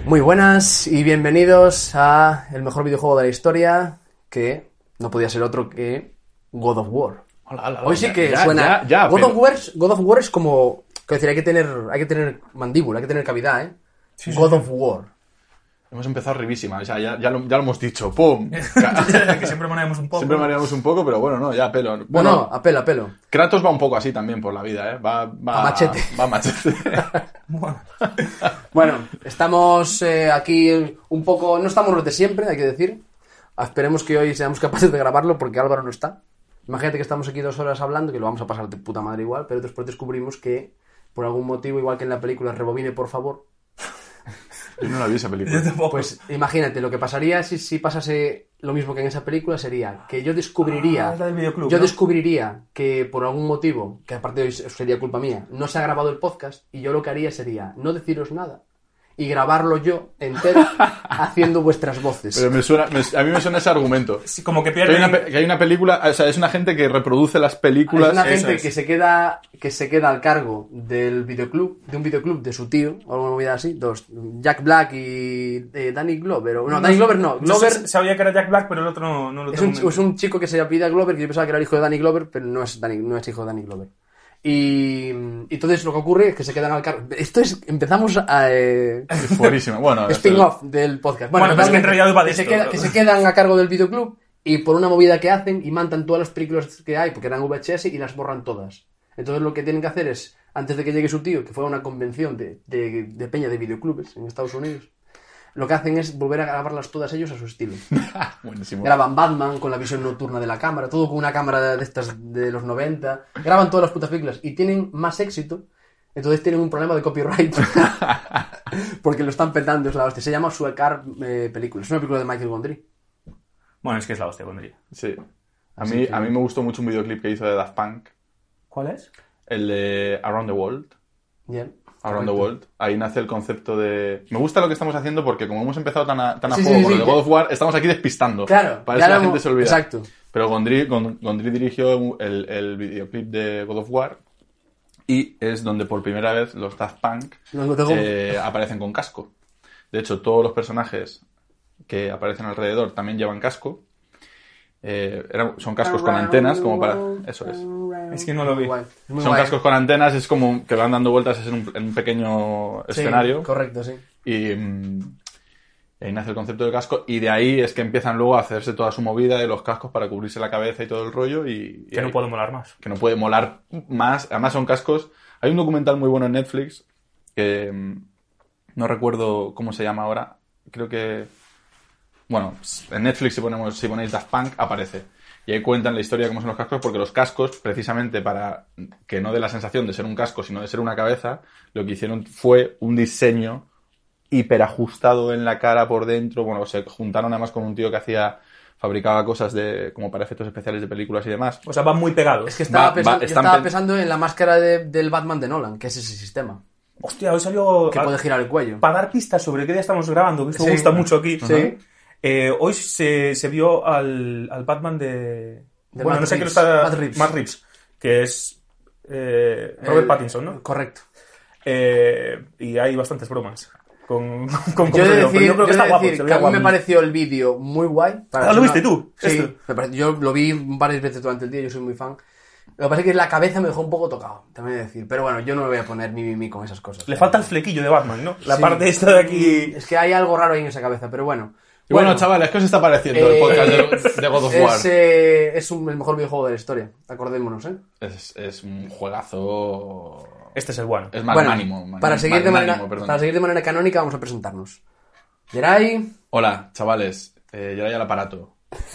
Muy buenas y bienvenidos a el mejor videojuego de la historia, que no podía ser otro que God of War. Hola, Hoy sí que suena... God of War es como... Es decir, hay que tener mandíbula, hay que tener cavidad, ¿eh? Sí, God of War. Hemos empezado rivísima, o sea, ya lo hemos dicho, ¡pum! Que siempre mareamos un poco. Siempre mareamos un poco, pero bueno, no, ya pelo. Bueno, Bueno, a pelo. Kratos va un poco así también por la vida, ¿eh? Va A machete. Va a machete. Bueno, estamos aquí un poco... No estamos los de siempre, hay que decir. Esperemos que hoy seamos capaces de grabarlo porque Álvaro no está. Imagínate que estamos aquí 2 horas hablando, que lo vamos a pasar de puta madre igual, pero después descubrimos que, por algún motivo, igual que en la película Rebobine, por favor... Yo no la vi esa película. Pues imagínate, lo que pasaría si pasase lo mismo que en esa película sería que yo descubriría... la del videoclub, yo ¿no? descubriría que por algún motivo, que aparte de hoy sería culpa mía, no se ha grabado el podcast y yo lo que haría sería no deciros nada y grabarlo yo entero haciendo vuestras voces. Pero a mí me suena ese argumento. Sí, como que Que pierde... hay una película, o sea, es una gente que reproduce las películas. Es una Eso gente es. que se queda al cargo del videoclub, de un videoclub de su tío, o alguna movida así, Jack Black y Danny Glover, Danny Glover no, Glover... Sabía que era Jack Black, pero el otro no lo tengo. Es un chico que se apellida Glover, que yo pensaba que era el hijo de Danny Glover, pero no es hijo de Danny Glover. Y entonces lo que ocurre es que se quedan al cargo. Empezamos a... Buenísimo. Bueno, spin-off del podcast. Bueno, pero es que en realidad va de que esto. que se quedan a cargo del videoclub y por una movida que hacen y mandan todas las películas que hay, porque eran VHS, y las borran todas. Entonces lo que tienen que hacer es, antes de que llegue su tío, que fue a una convención de peña de videoclubes en Estados Unidos, lo que hacen es volver a grabarlas todas ellos a su estilo. buenísimo. Graban Batman con la visión nocturna de la cámara, todo con una cámara de estas de los 90. Graban todas las putas películas y tienen más éxito. Entonces tienen un problema de copyright. Porque lo están petando, es la hostia. Se llama Suecar Películas. Es una película de Michael Gondry. Bueno, es que es la hostia, pondría. Sí. A mí me gustó mucho un videoclip que hizo de Daft Punk. ¿Cuál es? El de Around the World. Bien. Around the World. Ahí nace el concepto de... Me gusta lo que estamos haciendo porque como hemos empezado tan a Sí, fuego sí, con sí, el de God of War, estamos aquí despistando. Claro. Para que la gente se olvida. Exacto. Pero Gondry dirigió el videoclip de God of War y es donde por primera vez los Daft Punk aparecen con casco. De hecho, todos los personajes que aparecen alrededor también llevan casco. Son cascos con antenas, como para... Eso es. Es que no lo vi. Son cascos con antenas, es como que van dando vueltas en un pequeño escenario. Sí, correcto, sí. Y ahí nace el concepto del casco y de ahí es que empiezan luego a hacerse toda su movida de los cascos para cubrirse la cabeza y todo el rollo Que no puede molar más. que no puede molar más. Además son cascos... Hay un documental muy bueno en Netflix que no recuerdo cómo se llama ahora. Creo que... Bueno, en Netflix si ponéis Daft Punk aparece. Y ahí cuentan la historia de cómo son los cascos, porque los cascos, precisamente para que no dé la sensación de ser un casco, sino de ser una cabeza, lo que hicieron fue un diseño hiperajustado en la cara por dentro. Bueno, se juntaron además con un tío que fabricaba cosas como para efectos especiales de películas y demás. O sea, van muy pegados. Es que estaba pensando en la máscara del Batman de Nolan, que es ese sistema. Hostia, hoy salió... Que puede girar el cuello. Para dar pistas sobre qué día estamos grabando, que esto Sí. gusta mucho aquí. Sí. Hoy se vio al Batman de bueno, Matt no sé qué Reeves. lo está... Matt Reeves. Matt Reeves, que es Robert Pattinson, ¿no? Correcto. Y hay bastantes bromas con cómo Yo se he vio, pero yo creo que está guapo. se que veía a mí guapo. me pareció el vídeo muy guay. ¿Lo viste tú? Sí, Esto. yo lo vi varias veces durante el día, yo soy muy fan. Lo que pasa es que la cabeza me dejó un poco tocado, también he de decir. Pero bueno, yo no me voy a poner mi con esas cosas. Le falta el flequillo de Batman, ¿no? La Sí. parte esta de aquí... Es que hay algo raro ahí en esa cabeza, pero bueno. Y bueno, chavales, ¿qué os está pareciendo el podcast de God of War? Es el mejor videojuego de la historia, acordémonos, ¿eh? Es un juegazo... Este es el bueno. Es magnánimo. Para seguir de perdón. manera canónica vamos a presentarnos. Geray... Hola, chavales. Ya hay el aparato.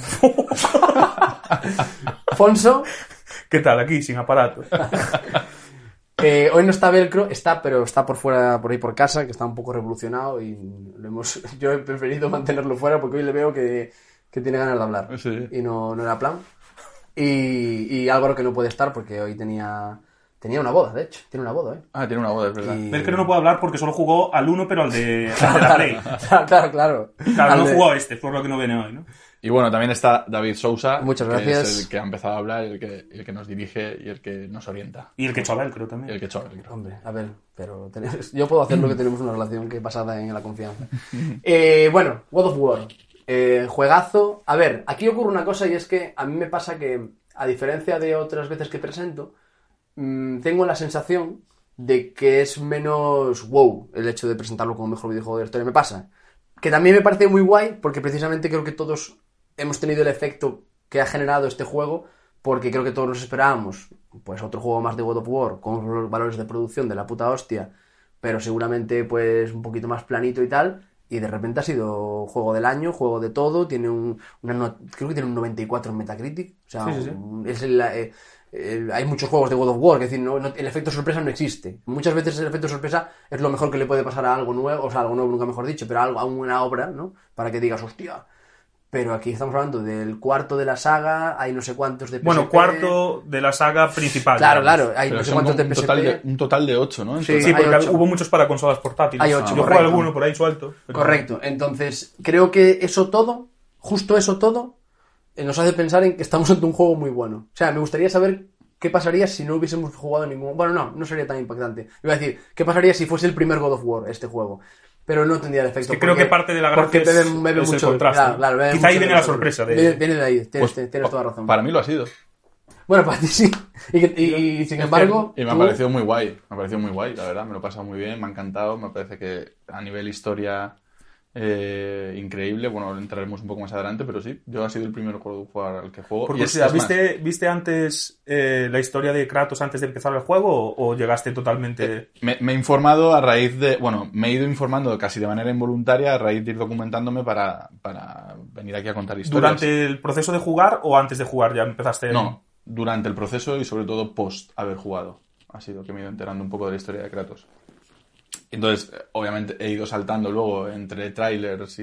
Fonso... ¿Qué tal aquí, sin aparato? Hoy no está Velcro, pero está por fuera, por ahí por casa, que está un poco revolucionado y yo he preferido mantenerlo fuera porque hoy le veo que tiene ganas de hablar. Sí. Y no era plan. Y Álvaro que no puede estar porque hoy tenía Tenía una boda, de hecho. Tiene una boda, ¿eh? Ah, tiene una boda, es verdad. Y- Belker no puede hablar porque solo jugó al 1, pero al de la Play. Claro. Claro, Al no de- jugó a este, por lo que no viene hoy, ¿no? Y bueno, también está David Sousa, Muchas que gracias. es el que ha empezado a hablar, el que nos dirige y el que nos orienta. Y el que echó a Belker Y el también. que echó el micro. Hombre, a ver, pero yo puedo hacer lo que tenemos una relación que basada en la confianza. Bueno, God of War. Juegazo. A ver, aquí ocurre una cosa y es que a mí me pasa que, a diferencia de otras veces que presento, tengo la sensación de que es menos wow el hecho de presentarlo como mejor videojuego de la historia. Me pasa. Que también me parece muy guay porque precisamente creo que todos hemos tenido el efecto que ha generado este juego, porque creo que todos nos esperábamos pues otro juego más de God of War con los valores de producción de la puta hostia, pero seguramente pues un poquito más planito y tal, y de repente ha sido juego del año, juego de todo, tiene creo que tiene un 94 en Metacritic, o sea, Sí. es hay muchos juegos de God of War, que es decir, el efecto sorpresa no existe. Muchas veces el efecto sorpresa es lo mejor que le puede pasar a algo nuevo, o sea, algo nuevo nunca mejor dicho, pero a una obra, ¿no? Para que digas, hostia. Pero aquí estamos hablando del cuarto de la saga, hay no sé cuántos de PSP. Bueno, cuarto de la saga principal. Claro, digamos. claro, hay Pero no sé son cuántos de un PSP. total de 8, ¿no? En Sí, total. Sí, hay porque 8. hubo muchos para consolas portátiles. Hay 8, Yo jugué correcto. alguno por ahí suelto. pero- Correcto, entonces creo que eso todo, justo eso todo, nos hace pensar en que estamos ante un juego muy bueno. O sea, me gustaría saber qué pasaría si no hubiésemos jugado ningún... Bueno, no sería tan impactante. Iba a decir, ¿qué pasaría si fuese el primer God of War, este juego? Pero no tendría el efecto. Es que creo que parte de la gracia porque es bebe el mucho. contraste. Claro, bebe Quizá ahí mucho viene de la eso. sorpresa de- Viene de ahí, tienes Pues, toda la razón. Para mí lo ha sido. Bueno, para ti sí. Y sin embargo... Y me ha tú- parecido muy guay. Me ha parecido muy guay, la verdad. Me lo he pasado muy bien, me ha encantado. Me parece que a nivel historia increíble. Bueno, entraremos un poco más adelante, pero sí, yo ha sido el primer God of War al que juego. Por Y es curiosidad, más, ¿viste antes la historia de Kratos antes de empezar el juego o llegaste totalmente...? me he informado a raíz de... Bueno, me he ido informando casi de manera involuntaria a raíz de ir documentándome para venir aquí a contar historias. ¿Durante el proceso de jugar o antes de jugar ya empezaste...? No, durante el proceso y sobre todo post haber jugado. Ha sido que me he ido enterando un poco de la historia de Kratos. Entonces, obviamente, he ido saltando luego entre trailers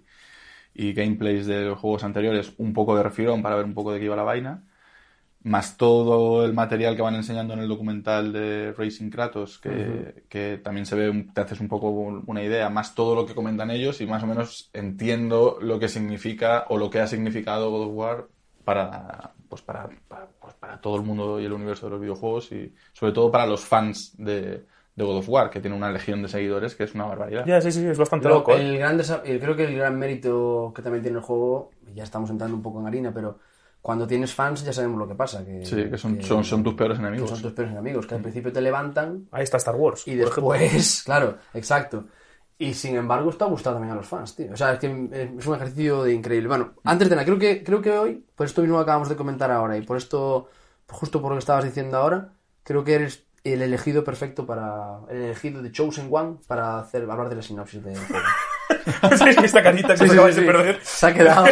y gameplays de los juegos anteriores un poco de refirón para ver un poco de qué iba la vaina. Más todo el material que van enseñando en el documental de Racing Kratos, que también se ve, te haces un poco una idea, más todo lo que comentan ellos y más o menos entiendo lo que significa o lo que ha significado God of War para todo el mundo y el universo de los videojuegos y sobre todo para los fans de God of War, que tiene una legión de seguidores que es una barbaridad. Ya, sí, es bastante Pero loco. ¿eh? creo que el gran mérito que también tiene el juego, ya estamos entrando un poco en harina, pero cuando tienes fans ya sabemos lo que pasa. Sí, que son tus peores enemigos. Que son tus peores enemigos, que al principio te levantan Ahí está Star Wars. y por ejemplo. después, claro, exacto. Y sin embargo esto ha gustado también a los fans, tío. O sea, es que es un ejercicio de increíble. Bueno, antes de nada, creo que hoy, por esto mismo que acabamos de comentar ahora y por esto, justo por lo que estabas diciendo ahora, creo que eres el elegido perfecto el elegido de Chosen One para hablar de la sinopsis del juego. Es que esta carita que os acabáis de perder. Se ha quedado.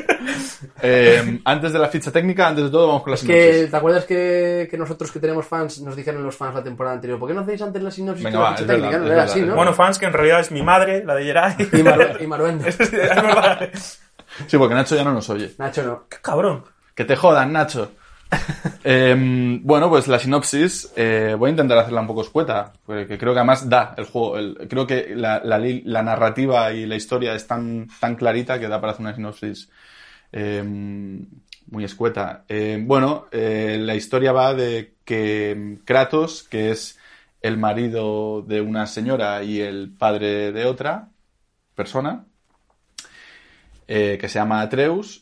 Antes de la ficha técnica, antes de todo, vamos con la Es sinopsis. que, ¿te acuerdas que nosotros que tenemos fans nos dijeron los fans la temporada anterior? ¿Por qué no hacéis antes la sinopsis Venga, que la va, ficha es técnica? verdad, No es era verdad. así, ¿no? Bueno, fans, que en realidad es mi madre, la de Geray. Y Maruenda. Es verdad. Sí, porque Nacho ya no nos oye. Nacho no. ¡Qué cabrón! Que te jodan, Nacho. Bueno, pues la sinopsis voy a intentar hacerla un poco escueta, porque creo que además da el juego. Creo que la narrativa y la historia es tan clarita que da para hacer una sinopsis muy escueta. La historia va de que Kratos, que es el marido de una señora y el padre de otra persona, que se llama Atreus,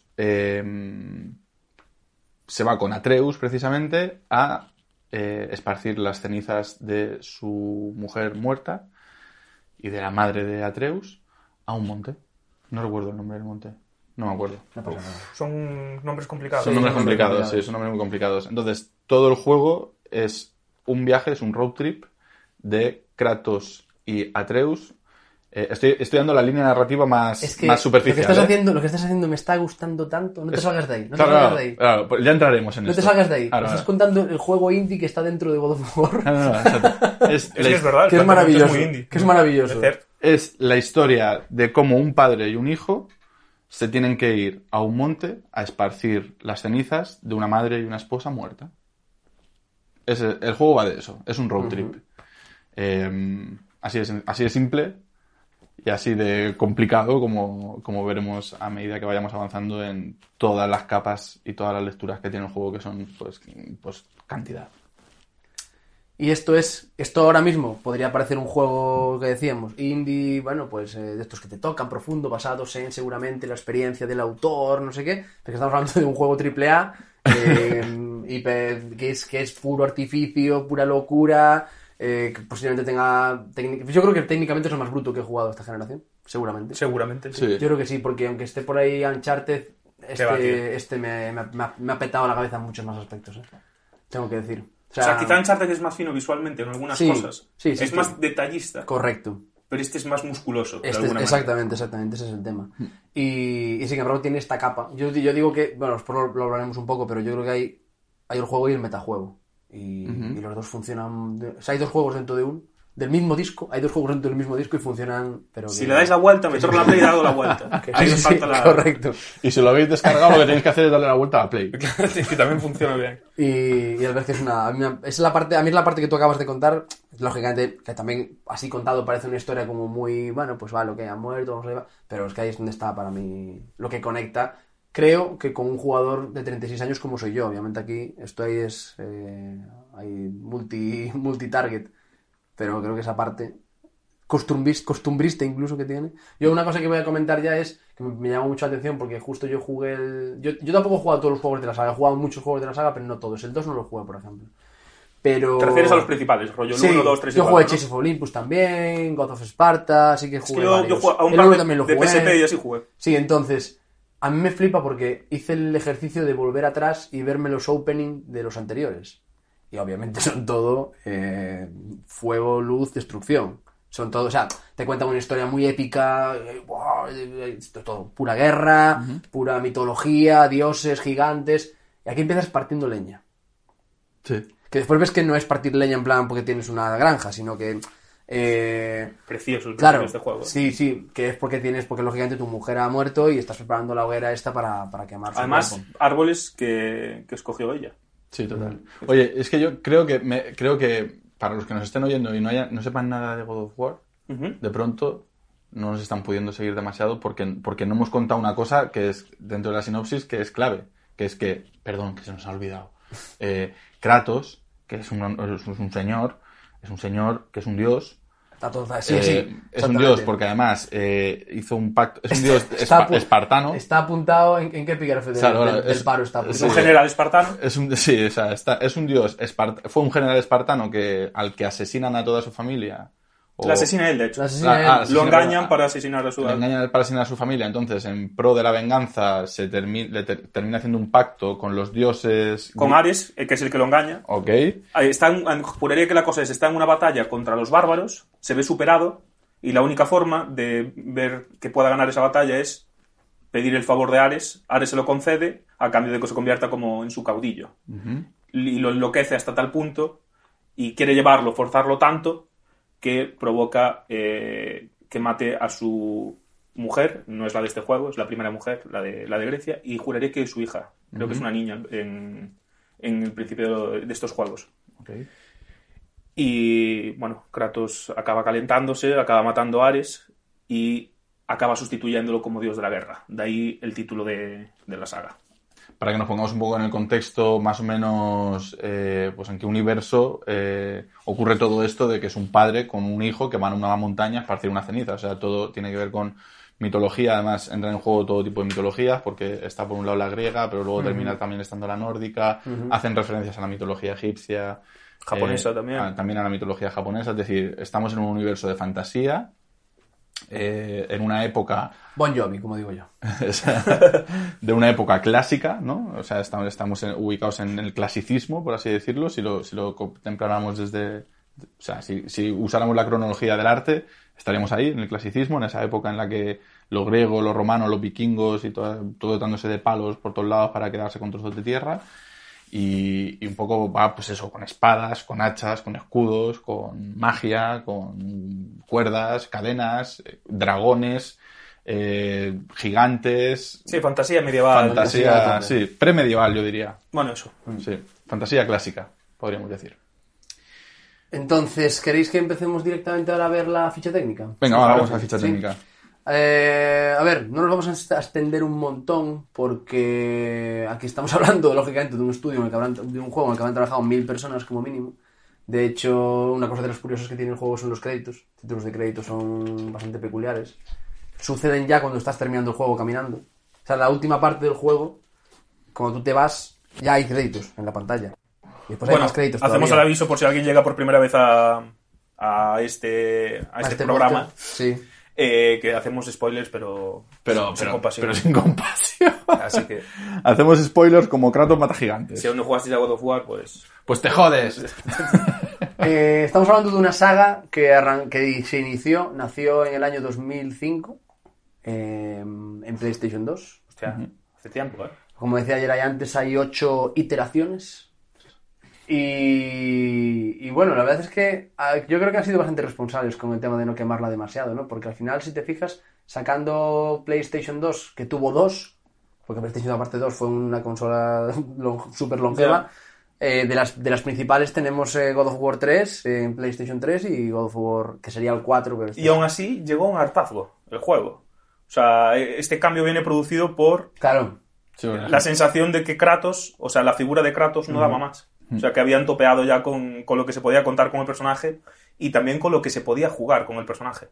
se va con Atreus precisamente a esparcir las cenizas de su mujer muerta y de la madre de Atreus a un monte. No recuerdo el nombre del monte. No me acuerdo. No pasa nada. Son nombres complicados. Son nombres nombres complicados, complicados. sí, son nombres muy complicados. Entonces, todo el juego es un viaje, es un road trip de Kratos y Atreus. Estoy dando la línea narrativa más superficial. Lo que estás haciendo me está gustando tanto. No te salgas de ahí. No te Claro, salgas de ahí. claro, pues ya entraremos en No esto. te salgas de ahí. Ahora, Estás ahora. contando el juego indie que está dentro de God of War. No, exacto. Es que es verdad. el Que es planteamiento maravilloso. muy indie. Que es maravilloso. Es cierto. Es la historia de cómo un padre y un hijo se tienen que ir a un monte a esparcir las cenizas de una madre y una esposa muerta. el juego va de eso, es un road trip. Así de simple y así de complicado como veremos a medida que vayamos avanzando en todas las capas y todas las lecturas que tiene el juego, que son pues cantidad. Y esto ahora mismo podría parecer un juego que decíamos, indie, bueno, pues de estos que te tocan profundo, basados en seguramente la experiencia del autor, no sé qué, porque estamos hablando de un juego AAA que es puro artificio, pura locura, que posiblemente tenga... Yo creo que técnicamente es lo más bruto que he jugado esta generación, seguramente. Seguramente, sí. Yo creo que sí, porque aunque esté por ahí Uncharted, me ha petado la cabeza en muchos más aspectos, tengo que decir. O sea, quizá Uncharted es más fino visualmente en algunas cosas. Sí, es más detallista. Correcto. Pero este es más musculoso, de alguna exactamente, ese es el tema. Y sin embargo tiene esta capa. Yo digo que, bueno, después lo hablaremos un poco, pero yo creo que hay el juego y el metajuego. Y los dos funcionan... O sea, hay dos juegos dentro del mismo disco, hay dos juegos dentro del mismo disco y funcionan... Pero si le dais la vuelta, meter la Play y dado la vuelta. Ahí os falta la... Correcto. Y si lo habéis descargado, lo que tenéis que hacer es darle la vuelta a la Play. que también funciona bien. Y a veces a mí es la parte que tú acabas de contar, lógicamente, que también así contado parece una historia como muy, bueno, pues vale, que ha muerto, vamos a ver, pero es que ahí es donde está para mí lo que conecta. Creo que con un jugador de 36 años como soy yo, obviamente aquí esto ahí es hay multi-target, pero creo que esa parte costumbrista incluso que tiene. Yo una cosa que voy a comentar ya es que me llamó mucho la atención porque justo yo jugué yo tampoco he jugado todos los juegos de la saga, he jugado muchos juegos de la saga, pero no todos. El 2 no lo jugué, por ejemplo. Pero... Te refieres a los principales, rollo el 1, 2, 3 y 4, yo jugué ¿no? Chase of Olympus también, God of Sparta, así que jugué yo jugué a un el par 1 también lo de jugué. PSP y así jugué. Sí, entonces a mí me flipa porque hice el ejercicio de volver atrás y verme los opening de los anteriores. Y obviamente son todo fuego, luz, destrucción. Son todo, o sea, te cuentan una historia muy épica, todo pura guerra, pura mitología, dioses, gigantes. Y aquí empiezas partiendo leña. Sí. Que después ves que no es partir leña en plan porque tienes una granja, sino que... Precioso el claro, de este juego. Sí, que es porque lógicamente tu mujer ha muerto y estás preparando la hoguera esta para quemar su Además, cuerpo. árboles que escogió ella. Sí, total. Oye, es que yo creo que para los que nos estén oyendo y no sepan nada de God of War, de pronto no nos están pudiendo seguir demasiado porque no hemos contado una cosa que es dentro de la sinopsis que es clave, que es que, perdón, que se nos ha olvidado, Kratos, que es un señor que es un dios. Está todo, Es un dios porque además hizo un pacto. Es un dios espartano. Está apuntado en qué epígrafe del paro está. Es un general espartano. Es un dios fue un general espartano al que asesinan a toda su familia. La asesina él, de hecho. Lo engañan para asesinar a su familia. Entonces, en pro de la venganza, termina haciendo un pacto con los dioses. Con Ares, que es el que lo engaña. Ok. Juraría que la cosa está en una batalla contra los bárbaros, se ve superado, y la única forma de ver que pueda ganar esa batalla es pedir el favor de Ares. Ares se lo concede a cambio de que se convierta como en su caudillo. Y lo enloquece hasta tal punto y quiere forzarlo tanto que provoca que mate a su mujer, no es la de este juego, es la primera mujer, la de Grecia, y juraré que es su hija, creo que es una niña en el principio de estos juegos. Okay. Y bueno, Kratos acaba calentándose, acaba matando a Ares y acaba sustituyéndolo como dios de la guerra, de ahí el título de la saga. Para que nos pongamos un poco en el contexto, más o menos, pues en qué universo ocurre todo esto de que es un padre con un hijo que van a una montaña a esparcir una ceniza. O sea, todo tiene que ver con mitología. Además, entra en juego todo tipo de mitologías, porque está por un lado la griega, pero luego termina también estando la nórdica. Hacen referencias a la mitología egipcia. Japonesa también. También a la mitología japonesa. Es decir, estamos en un universo de fantasía. En una época... Bon Jovi, como digo yo. De una época clásica, ¿no? O sea, estamos ubicados en el clasicismo, por así decirlo, si lo contempláramos desde... O sea, si usáramos la cronología del arte, estaríamos ahí, en el clasicismo, en esa época en la que los griegos, los romanos, los vikingos y todo dándose de palos por todos lados para quedarse con trozos de tierra. Y un poco va, pues eso, con espadas, con hachas, con escudos, con magia, con cuerdas, cadenas, dragones, gigantes. Sí, fantasía medieval. Fantasía, sí, premedieval, yo diría. Bueno, eso. Sí, fantasía clásica. podríamos decir. Entonces, ¿queréis que empecemos directamente ahora a ver la ficha técnica? Venga, vamos a la ficha técnica. A ver, no nos vamos a extender un montón porque aquí estamos hablando, lógicamente, de un estudio de un juego en el que habrán trabajado 1000 personas como mínimo. De hecho, una cosa de las curiosas que tiene el juego son los créditos. Los títulos de crédito son bastante peculiares. Suceden ya cuando estás terminando el juego caminando. O sea, la última parte del juego, cuando tú te vas, ya hay créditos en la pantalla. Y después hay más créditos hacemos todavía. el aviso por si alguien llega por primera vez a este programa. Podcast. Sí. Que hacemos spoilers, pero sin compasión. Pero sin compasión. Así que Hacemos spoilers como Kratos mata gigantes. si aún no jugasteis a God of War, pues Pues te jodes. Estamos hablando de una saga que nació en el año 2005 en PlayStation 2. hostia, hace tiempo, ¿eh? Como decía ayer, antes hay 8 iteraciones. Y bueno, la verdad es que yo creo que han sido bastante responsables con el tema de no quemarla demasiado, ¿no? Porque al final, si te fijas, sacando PlayStation 2, que tuvo 2, porque PlayStation aparte 2 fue una consola súper longeva, de las principales tenemos God of War 3 en PlayStation 3 y God of War, que sería el 4. Pero Y aún así llegó a un hartazgo el juego. O sea, este cambio viene producido por Claro. Sí, bueno. la sensación de que Kratos, o sea, la figura de Kratos no daba más. O sea, que habían topeado ya con lo que se podía contar con el personaje y también con lo que se podía jugar con el personaje.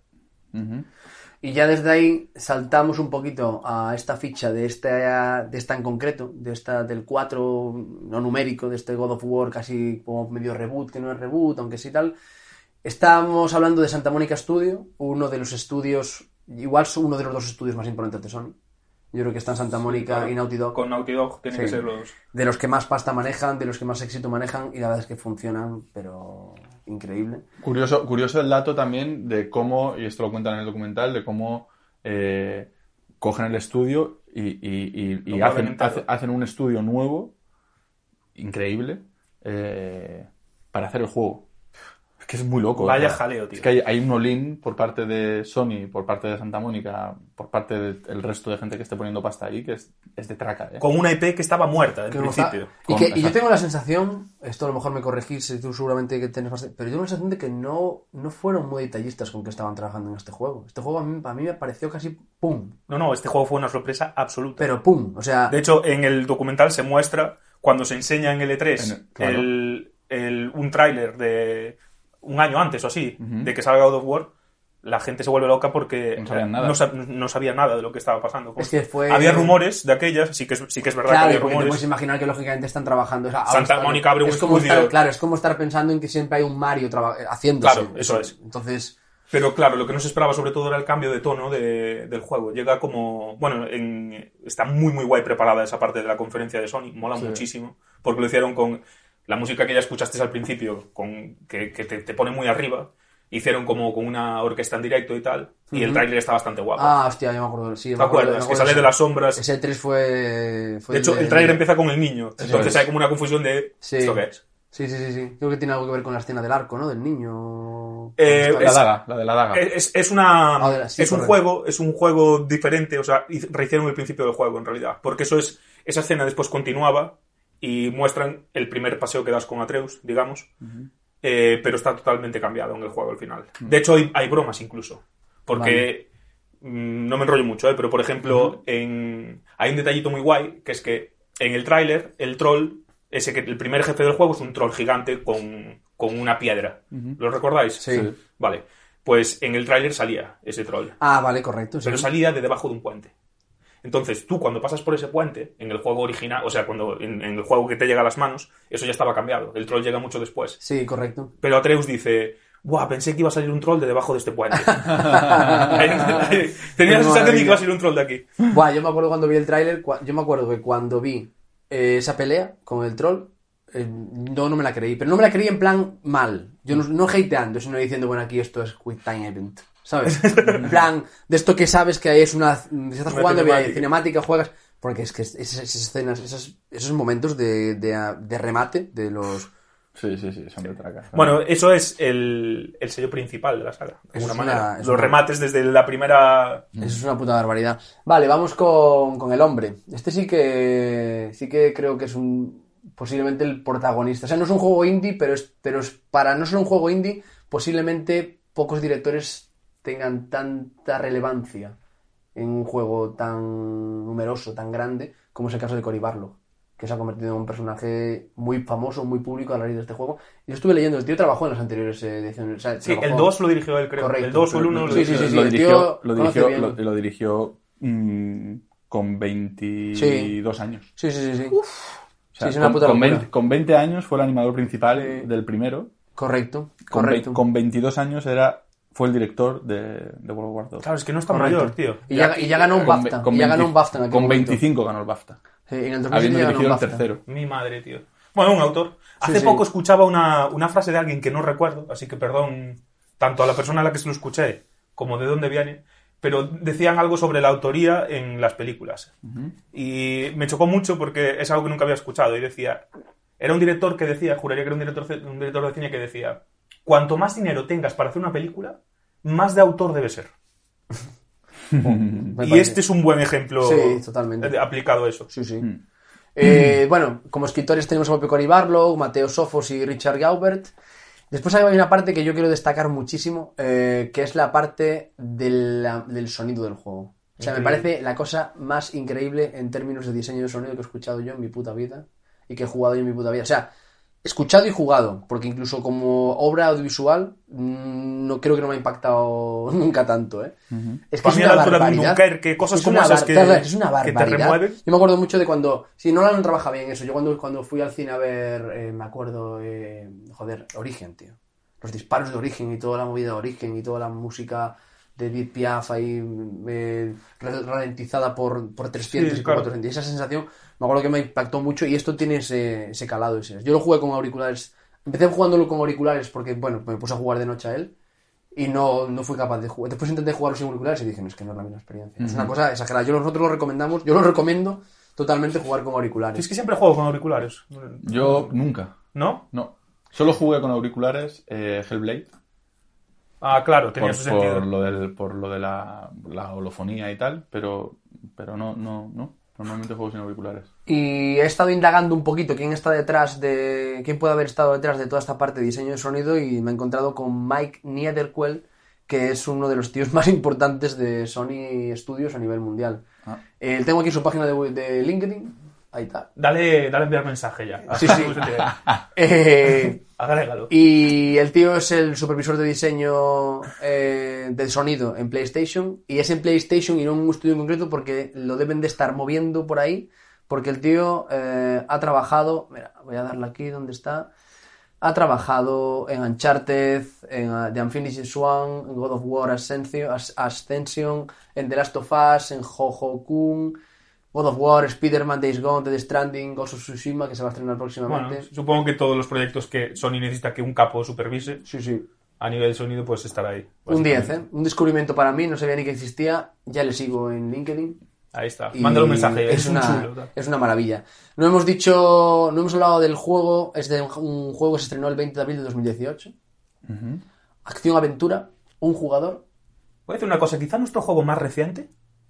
Y ya desde ahí saltamos un poquito a esta ficha de esta en concreto, del 4 no numérico, de este God of War casi como medio reboot, que no es reboot, aunque sí tal. Estamos hablando de Santa Mónica Studio, uno de los estudios, igual uno de los 2 estudios más importantes de Sony. Yo creo que están Santa Mónica claro. y Naughty Dog. Con Naughty Dog tienen que ser los... De los que más pasta manejan, de los que más éxito manejan, y la verdad es que funcionan, pero increíble. Curioso el dato también de cómo, y esto lo cuentan en el documental, de cómo cogen el estudio y hacen un estudio nuevo, increíble, para hacer el juego. Es que es muy loco. Vaya jaleo, tío. Es que hay un all-in por parte de Sony, por parte de Santa Mónica, por parte del resto de gente que esté poniendo pasta ahí, que es de traca, ¿eh? Con una IP que estaba muerta en Que no principio. está- y yo tengo la sensación, esto a lo mejor me corregís, tú seguramente que tienes más, pero yo tengo la sensación de que no fueron muy detallistas con que estaban trabajando en este juego. Este juego a mí me pareció casi pum, No, este juego fue una sorpresa absoluta. pero pum, o sea... De hecho, en el documental se muestra, cuando se enseña en el E3, Claro. un tráiler de un año antes o así, de que salga God of War, la gente se vuelve loca porque No sabían nada. no sabía nada de lo que estaba pasando. Es que fue... Había rumores de aquellas, sí que es verdad que Claro, había porque te rumores. puedes imaginar que lógicamente están trabajando. O sea, Santa Mónica abre un es como estudio. Claro, es como estar pensando en que siempre hay un Mario haciéndose. Claro, eso es. Entonces, Pero claro, lo que no se esperaba sobre todo era el cambio de tono del juego. Llega como... Bueno, está muy muy guay preparada esa parte de la conferencia de Sony. Mola muchísimo. Porque lo hicieron con la música que ya escuchaste al principio, que te pone muy arriba. Hicieron como con una orquesta en directo y tal. Y el tráiler está bastante guapo. hostia, yo me acuerdo. Sí, ¿Te acuerdas? Que sale de las sombras. Ese 3 fue De hecho, el tráiler empieza con el niño. Entonces es. hay como una confusión de... Sí. ¿Esto qué es? Sí. Creo que tiene algo que ver con la escena del arco, ¿no? Del niño. La de la daga. Es un juego diferente, o sea, rehicieron el principio del juego en realidad, porque esa escena después continuaba y muestran el primer paseo que das con Atreus, digamos, pero está totalmente cambiado en el juego al final. De hecho, hay bromas incluso, porque no me enrollo mucho, pero por ejemplo, hay un detallito muy guay, que es que en el tráiler, el troll, el primer jefe del juego es un troll gigante con una piedra. ¿Lo recordáis? Sí. Vale. Pues en el tráiler salía ese troll. Ah, vale, correcto. Sí. Pero salía de debajo de un puente. Entonces, tú cuando pasas por ese puente, en el juego original, o sea, cuando en el juego que te llega a las manos, eso ya estaba cambiado. El troll llega mucho después. Sí, correcto. Pero Atreus dice... Buah, pensé que iba a salir un troll de debajo de este puente. Tenía la sensación de que iba a salir un troll de aquí. Buah, yo me acuerdo cuando vi el tráiler, yo me acuerdo que cuando vi esa pelea con el troll, no me la creí, pero no me la creí en plan mal, yo no hateando, sino diciendo, bueno, aquí esto es Quick Time Event, ¿sabes? En plan, de esto que sabes que es si estás jugando cinemática, juegas, porque es que esas escenas, esos momentos de remate de los... Sí, son de traca. Bueno, eso es el sello principal de la saga, de alguna manera. Los remates desde la primera... Eso es una puta barbaridad. Vale, vamos con el hombre. Este sí que creo que es un posiblemente el protagonista. O sea, no es un juego indie, pero es para no ser un juego indie, posiblemente pocos directores tengan tanta relevancia en un juego tan numeroso, tan grande, como es el caso de Cory Barlog, que se ha convertido en un personaje muy famoso, muy público a la raíz de este juego. Y yo estuve leyendo, el tío trabajó en las anteriores ediciones. O sea, Sí, trabajó... el 2 lo dirigió él, creo. Correcto. El 2 o el 1 Lo dirigió con 22 años. Sí. O sea, es una puta locura. con 20 años fue el animador principal del primero. Correcto. Con 22 años fue el director de World War II. Claro, es que no es tan mayor, tío. Y ya ganó un BAFTA. Con 25 ganó el BAFTA. Sí, en el 2007 habiendo ya ganó dirigido un el BAFTA. tercero. Mi madre, tío. Bueno, un autor. Hace poco escuchaba una frase de alguien que no recuerdo, así que perdón tanto a la persona a la que se lo escuché como de dónde viene, pero decían algo sobre la autoría en las películas. Uh-huh. Y me chocó mucho porque es algo que nunca había escuchado. Y decía, era un director que decía, juraría que era un director de cine que decía, cuanto más dinero tengas para hacer una película, más de autor debe ser. Y este es un buen ejemplo totalmente. Aplicado a eso. Sí. Bueno, como escritores tenemos a propio Cory Barlog, Mateo Sofos y Richard Gaubert. Después hay una parte que yo quiero destacar muchísimo, que es la parte del sonido del juego. O sea, me parece la cosa más increíble en términos de diseño de sonido que he escuchado yo en mi puta vida y que he jugado yo en mi puta vida. O sea, escuchado y jugado, porque incluso como obra audiovisual no creo que no me ha impactado nunca tanto, ¿eh? Uh-huh. Es que es una barbaridad. Que cosas como esas que te remueven. Yo me acuerdo mucho de cuando... Si no la trabaja bien eso. Yo cuando fui al cine a ver, me acuerdo, Origen, tío. Los disparos de Origen y toda la movida de Origen y toda la música de Edith Piaf ahí ralentizada por 300 y por 400. Y esa sensación me acuerdo que me impactó mucho y esto tiene ese calado. Yo lo jugué con auriculares. Empecé jugándolo con auriculares porque, bueno, me puse a jugar de noche a él y no fui capaz de jugar. Después intenté jugarlo sin auriculares y dije, no, es que no es la misma experiencia. Uh-huh. Es una cosa exagerada. Nosotros lo recomendamos. Yo lo recomiendo totalmente jugar con auriculares. Es que siempre juego con auriculares. Yo nunca. ¿No? No. Solo jugué con auriculares Hellblade. Ah, claro, tenía su sentido. Por lo de la holofonía y tal, pero no. Normalmente juego sin auriculares. Y he estado indagando un poquito quién puede haber estado detrás de toda esta parte de diseño de sonido y me he encontrado con Mike Niederquell, que es uno de los tíos más importantes de Sony Studios a nivel mundial. Tengo aquí su página de LinkedIn. Ahí está. Dale enviar mensaje ya. Sí. Agrégalo. Y el tío es el supervisor de diseño de sonido en PlayStation. Y es en PlayStation y no en un estudio en concreto porque lo deben de estar moviendo por ahí. Porque el tío ha trabajado... Mira, voy a darle aquí donde está. Ha trabajado en Uncharted, en The Unfinished Swan, en God of War Ascension, en The Last of Us, en Ho-Ho-Kun... God of War, Spider-Man, Days Gone, Death Stranding, Ghost of Tsushima, que se va a estrenar próximamente. Bueno, supongo que todos los proyectos que Sony necesita que un capo supervise, a nivel de sonido, pues estará ahí. Un 10, ¿eh? Un descubrimiento para mí, no sabía ni que existía, ya le sigo en LinkedIn. Ahí está, mándale un mensaje, es un chulo. Es una maravilla. No hemos hablado del juego, es de un juego que se estrenó el 20 de abril de 2018. Uh-huh. Acción-aventura, un jugador. Voy a decir una cosa, quizá nuestro juego más reciente.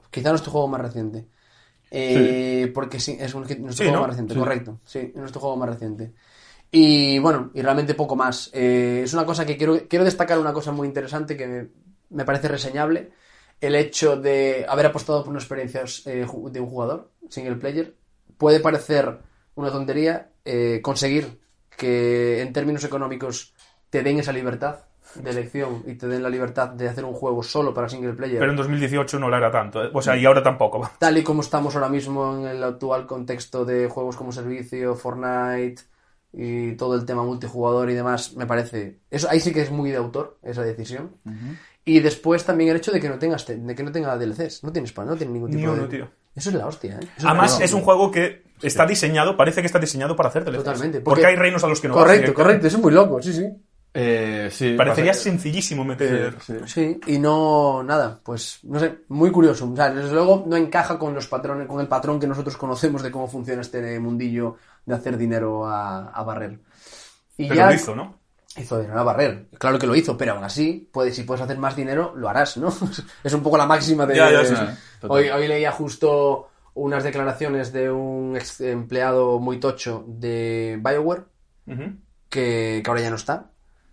Porque sí, es nuestro juego más reciente, correcto. Sí, es nuestro juego más reciente. Y bueno, y realmente poco más. Es una cosa que quiero destacar, una cosa muy interesante que me parece reseñable. El hecho de haber apostado por una experiencia de un jugador, single player. Puede parecer una tontería conseguir que en términos económicos te den esa libertad de elección y te den la libertad de hacer un juego solo para single player. Pero en 2018 no lo era tanto, ¿eh? O sea, y ahora tampoco. Tal y como estamos ahora mismo en el actual contexto de juegos como servicio, Fortnite y todo el tema multijugador y demás, me parece... Ahí sí que es muy de autor, esa decisión. Uh-huh. Y después también el hecho de que no tenga DLCs. No tiene ningún tipo de... Tío. Eso es la hostia, ¿eh? Además, es un juego que está diseñado, parece que está diseñado para hacer DLCs. Totalmente. Porque hay reinos a los que no vas. Correcto. Eso es muy loco, sí. Sí, parecería sencillísimo meter... Sí, y no... Nada, pues, no sé, muy curioso. O sea, desde luego no encaja con los patrones, con el patrón que nosotros conocemos de cómo funciona este mundillo de hacer dinero a barrer. Y pero lo hizo, ¿no? Hizo dinero a barrer. Claro que lo hizo, pero aún así, si puedes hacer más dinero, lo harás, ¿no? Es un poco la máxima de... Sí. Hoy leía justo unas declaraciones de un ex empleado muy tocho de BioWare, que ahora ya no está.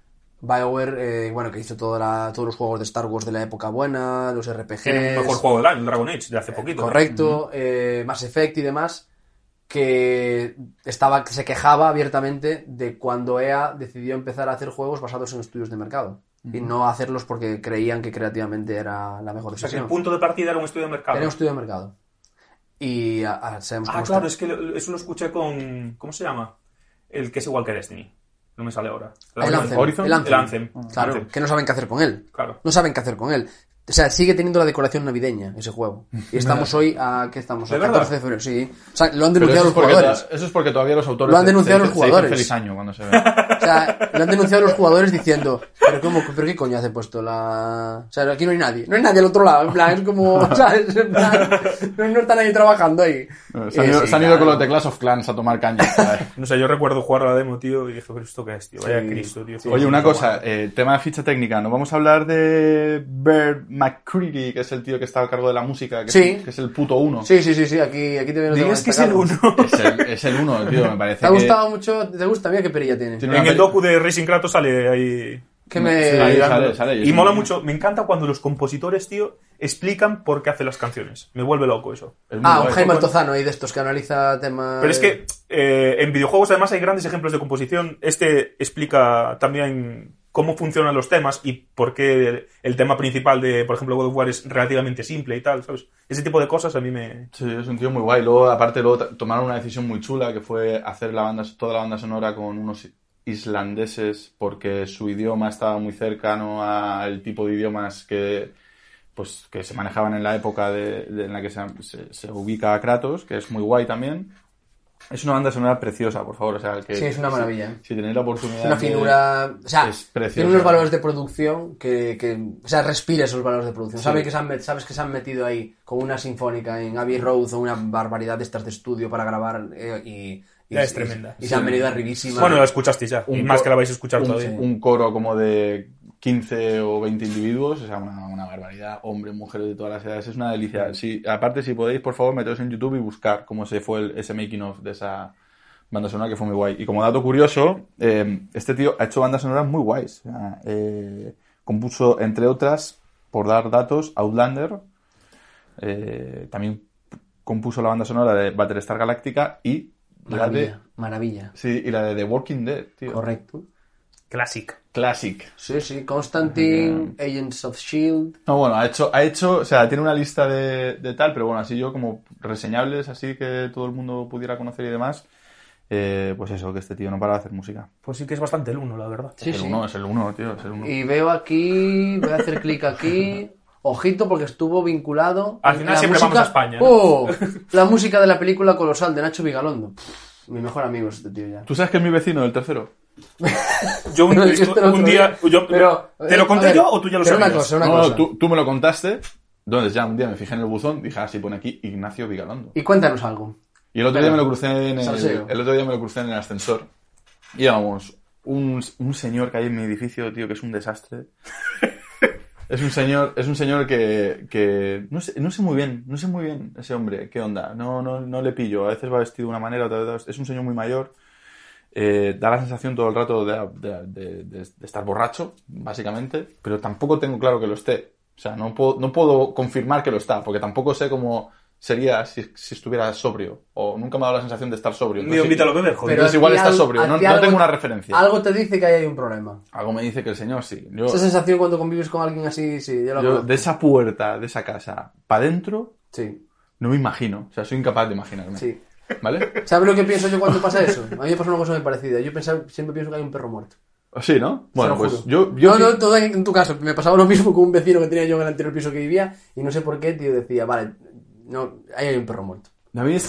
BioWare, bueno, que hizo todos los juegos de Star Wars de la época buena, los RPGs... Tiene el mejor juego del año, el Dragon Age, de hace poquito. Correcto, Mass Effect y demás, que se quejaba abiertamente de cuando EA decidió empezar a hacer juegos basados en estudios de mercado. Y no hacerlos porque creían que creativamente era la mejor O sea, que decisión. el punto de partida era un estudio de mercado. Era un estudio de mercado. Y sabemos cómo claro, está. es que eso lo escuché con... ¿Cómo se llama? El que es igual que Destiny. No me sale ahora. El Anthem. Horizon. El Anthem. El Anthem. Claro, Anthem. que no saben qué hacer con él. Claro. No saben qué hacer con él. O sea, sigue teniendo la decoración navideña ese juego. Y estamos hoy a... ¿Qué estamos? ¿De A verdad? 14 de febrero, sí. O sea, lo han Pero denunciado los jugadores. eso es porque todavía los autores Lo han denunciado los se dicen jugadores. feliz año cuando se ve. O sea, lo han denunciado los jugadores diciendo, ¿pero qué coño hace puesto la...? O sea, aquí no hay nadie. No hay nadie al otro lado. En plan, es como... ¿Sabes? En plan, no está nadie trabajando ahí. Se han ido con los de Clash of Clans a tomar caña. No sé, yo recuerdo jugar a la demo, tío, y dije, ¿pero esto qué es, tío? Vaya Cristo, tío. Oye, una cosa, tema de ficha técnica. ¿No vamos a hablar de Bert McCreary, que es el tío que está al cargo de la música, que es el puto uno? Sí. Aquí te veo. Digas que es el uno. Es el uno, tío, me parece. ¿Te ha gustado mucho? ¿Te gusta? Mira qué perilla tiene. En el docu de Racing Kratos sale ahí... Que me... Sí, ahí sale. Y mola mucho, me encanta cuando los compositores, tío, explican por qué hacen las canciones. Me vuelve loco eso. Es muy un guay. Jaime Altozano ahí de estos que analiza temas... Pero es que en videojuegos además hay grandes ejemplos de composición. Este explica también cómo funcionan los temas y por qué el tema principal de, por ejemplo, God of War es relativamente simple y tal, ¿sabes? Ese tipo de cosas a mí me... Sí, es un tío muy guay. Aparte, tomaron una decisión muy chula, que fue hacer toda la banda sonora con unos islandeses, porque su idioma estaba muy cercano al tipo de idiomas que se manejaban en la época en la que se ubica Kratos, que es muy guay también. Es una banda sonora preciosa, por favor. O sea, sí, es una maravilla. Si tenéis la oportunidad... Es una finura... O sea, es preciosa. tiene unos valores de producción o sea, respira esos valores de producción. Sí. Sabes que se han metido ahí con una sinfónica en Abbey Road o una barbaridad de estas de estudio para grabar es tremenda. Y se han venido arribísima. Bueno, la escuchasteis ya. Y más que la vais a escuchar todavía. Un coro como de 15 o 20 individuos, o sea, una barbaridad. Hombres, mujeres de todas las edades, es una delicia. Aparte, si podéis, por favor, meteros en YouTube y buscar cómo se fue ese making of de esa banda sonora, que fue muy guay. Y como dato curioso, este tío ha hecho bandas sonoras muy guays. O sea, compuso, entre otras, por dar datos, Outlander, también compuso la banda sonora de Battlestar Galactica y Maravilla. Sí, y la de The Walking Dead, tío. Correcto. Classic. Sí, Constantine, Agents of S.H.I.E.L.D. No, bueno, ha hecho, o sea, tiene una lista de tal, pero bueno, así yo como reseñables, así que todo el mundo pudiera conocer y demás, pues eso, que este tío no para de hacer música. Pues sí que es bastante el uno, la verdad. Sí, es el uno, tío, es el uno. Y veo aquí, voy a hacer clic aquí, ojito porque estuvo vinculado... Al final la siempre música, vamos a España, ¿no? La música de la película Colosal de Nacho Vigalondo. Mi mejor amigo es este tío ya. ¿Tú sabes que es mi vecino del tercero? Yo un día... ¿Te lo conté yo o tú ya lo sabías? Una cosa. Tú me lo contaste, entonces ya un día me fijé en el buzón, dije, sí pone aquí Ignacio Vigalondo. Y cuéntanos algo. Y el otro día me lo crucé en Salseo. el otro día me lo crucé en el ascensor. Y íbamos un señor que hay en mi edificio, tío, que es un desastre. Es un señor que no sé muy bien ese hombre, qué onda. No le pillo. A veces va vestido de una manera, otra vez es un señor muy mayor. Da la sensación todo el rato de estar borracho, básicamente, pero tampoco tengo claro que lo esté. O sea, no puedo confirmar que lo está, porque tampoco sé cómo sería si estuviera sobrio, o nunca me ha dado la sensación de estar sobrio. Mío, invítalo a beber, joder. Entonces igual está sobrio, no tengo una referencia. Algo te dice que ahí hay un problema. Algo me dice que el señor sí. Esa sensación cuando convives con alguien así, sí, yo la conozco. De esa puerta, de esa casa, para adentro, sí. No me imagino. O sea, soy incapaz de imaginarme. Sí. ¿Vale? ¿Sabes lo que pienso yo cuando pasa eso? A mí me pasa una cosa muy parecida. Yo siempre pienso que hay un perro muerto. Sí, ¿no? Bueno, pues juro. No, todo en tu caso. Me pasaba lo mismo con un vecino que tenía yo en el anterior piso que vivía y no sé por qué, tío, decía, vale, no, ahí hay un perro muerto. A mí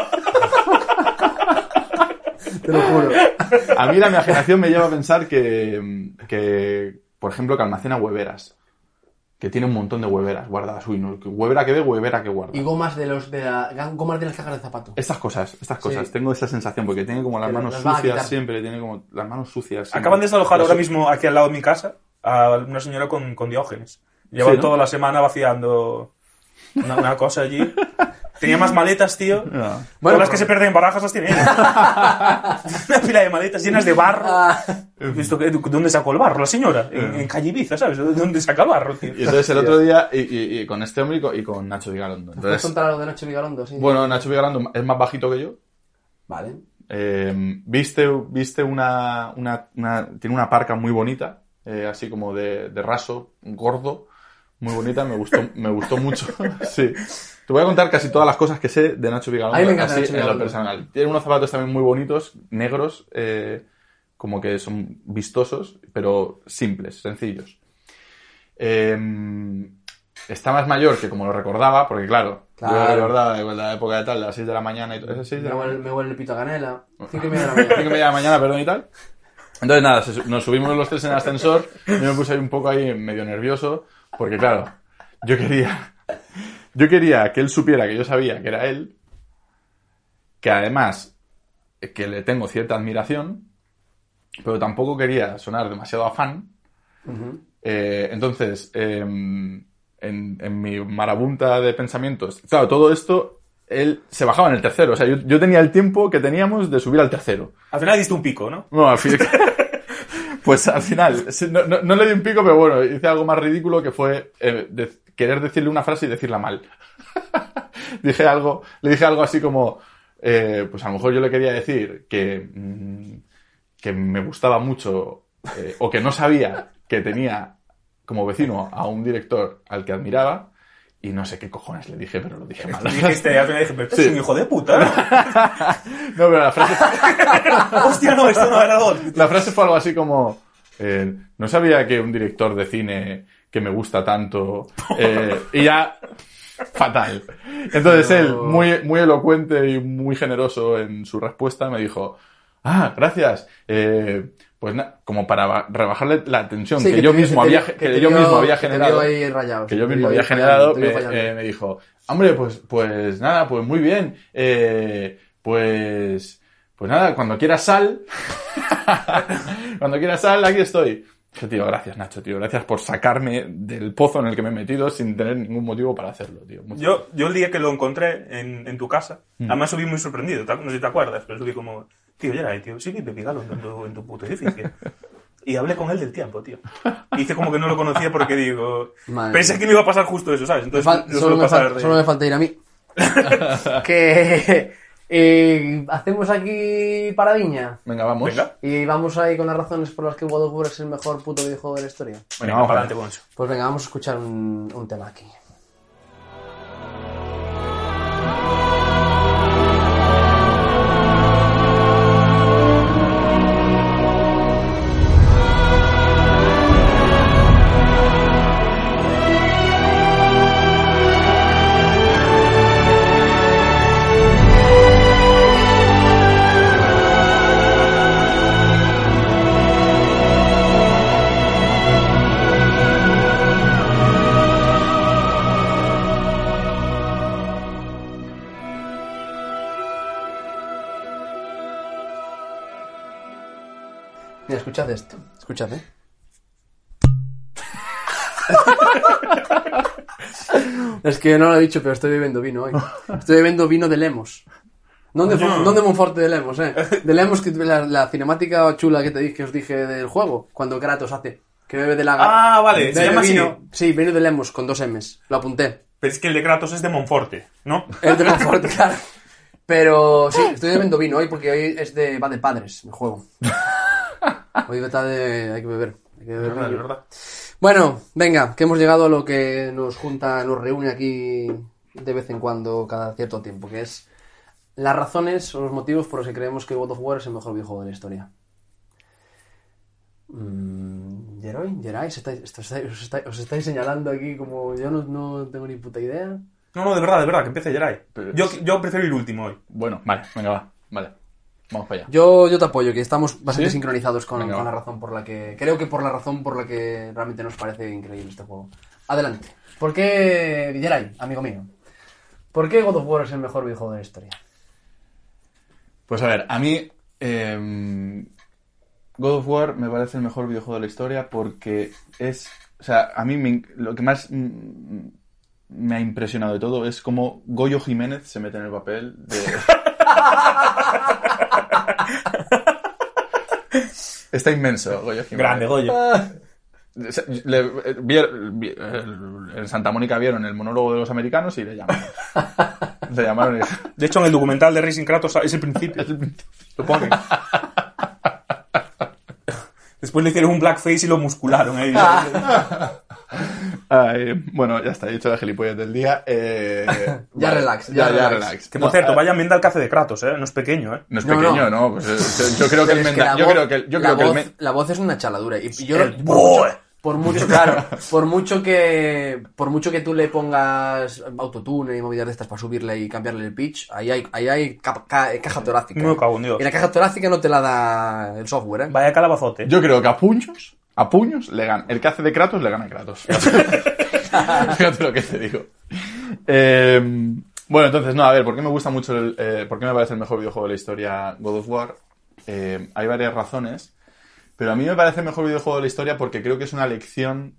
Te lo juro. A mí la imaginación me lleva a pensar que por ejemplo, que almacena hueveras. Que tiene un montón de hueveras guardadas. Uy, no, huevera que ve, huevera que guarda. Y gomas de las cajas de zapato. Estas cosas. Sí. Tengo esa sensación, porque tiene como las manos sucias siempre, tiene como las manos sucias. Siempre. Acaban de desalojar ahora mismo aquí al lado de mi casa a una señora con Diógenes. Llevan toda la semana vaciando Una cosa allí. Tenía más maletas, tío. No. Bueno, Bueno, todas las que se pierden en Barajas las tiene ella. Una pila de maletas llenas de barro. ¿Dónde sacó el barro la señora? En Calle Ibiza, ¿sabes? ¿Dónde saca el barro, tío? Y entonces el otro día, y con este hombre y con Nacho Vigalondo. ¿Puedes Entonces, contar algo de Nacho Vigalondo? Sí. bueno, Nacho Vigalondo es más bajito que yo. Vale. Viste una tiene una parca muy bonita, así como de raso, gordo, muy bonita, me gustó mucho. Sí. Te voy a contar casi todas las cosas que sé de Nacho Vigalondo, A mí me encanta así Nacho en lo Vigalondo. personal. Tiene unos zapatos también muy bonitos, negros, como que son vistosos, pero simples, sencillos. Está más mayor que como lo recordaba, porque claro. Yo lo recordaba de la época de tal, de las 6 de la mañana y todo. ¿Es 6 de la mañana? Me huele el pito a canela. 5:30 de la mañana. 5:30 de la mañana, perdón, y tal. Entonces, nada, nos subimos los tres en el ascensor. Y me puse ahí un poco medio nervioso. Porque, claro, yo quería que él supiera que yo sabía que era él. Que además, que le tengo cierta admiración. Pero tampoco quería sonar demasiado afán. Uh-huh. Entonces, en mi marabunta de pensamientos, claro, todo esto, él se bajaba en el tercero. O sea, yo tenía el tiempo que teníamos de subir al tercero. Al final diste un pico, ¿no? No, al final. Pues al final, no le di un pico, pero bueno, hice algo más ridículo que fue querer decirle una frase y decirla mal. Le dije algo así como, pues a lo mejor yo le quería decir que me gustaba mucho, o que no sabía que tenía como vecino a un director al que admiraba, y no sé qué cojones le dije, pero lo dije mal. Al final dije, pero este es un hijo de puta. No, pero la frase Hostia, no, esto no era dos. La frase fue algo así como, no sabía que un director de cine que me gusta tanto, y ya, fatal. Entonces él, muy, muy elocuente y muy generoso en su respuesta, me dijo, gracias, pues como para rebajarle la tensión que yo mismo había generado, me dijo, hombre, pues nada, pues muy bien, pues nada, cuando quieras sal, aquí estoy. Dije, tío, gracias, Nacho, tío, gracias por sacarme del pozo en el que me he metido sin tener ningún motivo para hacerlo, tío. Yo el día que lo encontré en tu casa, además subí muy sorprendido, no sé si te acuerdas, pero subí como, tío, Geray, tío, sí vive Vigalondo en tu puto edificio. Y hablé con él del tiempo, tío. Y hice como que no lo conocía porque digo, pensé que me iba a pasar justo eso, ¿sabes? Entonces solo me falta ir a mí. Hacemos aquí paradiña. Venga, vamos. Venga. Y vamos ahí con las razones por las que God of War es el mejor puto videojuego de la historia. Venga, vamos para adelante con eso. Pues venga, vamos a escuchar un tema aquí. Mira, escuchad esto. Escuchad, Es que no lo he dicho, pero estoy bebiendo vino hoy. Estoy bebiendo vino de Lemos. No de Monforte de Lemos, De Lemos, que la cinemática chula que os dije del juego, cuando Kratos hace, que bebe de la... Ah, vale, se llama vino, así. Sí, vino de Lemos, con 2 M's. Lo apunté. Pero es que el de Kratos es de Monforte, ¿no? Es de Monforte, claro. Pero sí, estoy bebiendo vino hoy porque hoy va de padres el juego. Hoy hay que beber. Hay que beber Es vino. verdad. Bueno, venga, que hemos llegado a lo que nos reúne aquí de vez en cuando, cada cierto tiempo, que es las razones o los motivos por los que creemos que God of War es el mejor videojuego de la historia. Geray, os estáis señalando aquí como yo no tengo ni puta idea. No, de verdad, que empiece Geray. Yo prefiero ir último hoy. Bueno, vale, venga, va, vale. Vamos para allá. Yo te apoyo, que estamos bastante ¿Sí? sincronizados con Venga, la razón por la que... Creo que por la razón por la que realmente nos parece increíble este juego. Adelante. ¿Por qué, Geray, amigo mío? ¿Por qué God of War es el mejor videojuego de la historia? Pues a ver, a mí God of War me parece el mejor videojuego de la historia porque es... O sea, a mí lo que más me ha impresionado de todo es cómo Goyo Jiménez se mete en el papel de... Está inmenso, Goyo Jiménez. Grande, Goyo. En Santa Mónica vieron el monólogo de los americanos y le llamaron. Le llamaron y... De hecho, en el documental de Racing Kratos es el principio. Lo ponen. Después le hicieron un blackface y lo muscularon ahí. Bueno, ya está, he dicho la gilipollas del día. Ya relax. Que por cierto, vaya enmienda al que hace de Kratos, ¿eh? No es pequeño, ¿eh? No es pequeño, no. Pues, yo creo que el Menda... La voz es una chaladura. Y yo por mucho que tú le pongas autotune y movidas de estas para subirle y cambiarle el pitch, ahí hay caja torácica. Me cago en Dios. Y la caja torácica no te la da el software, ¿eh? Vaya calabazote. Yo creo que a puños le gana. El que hace de Kratos le gana a Kratos. Fíjate lo que te digo. Bueno, entonces, no, a ver, ¿por qué me gusta mucho por qué me parece el mejor videojuego de la historia God of War? Hay varias razones. Pero a mí me parece el mejor videojuego de la historia porque creo que es una lección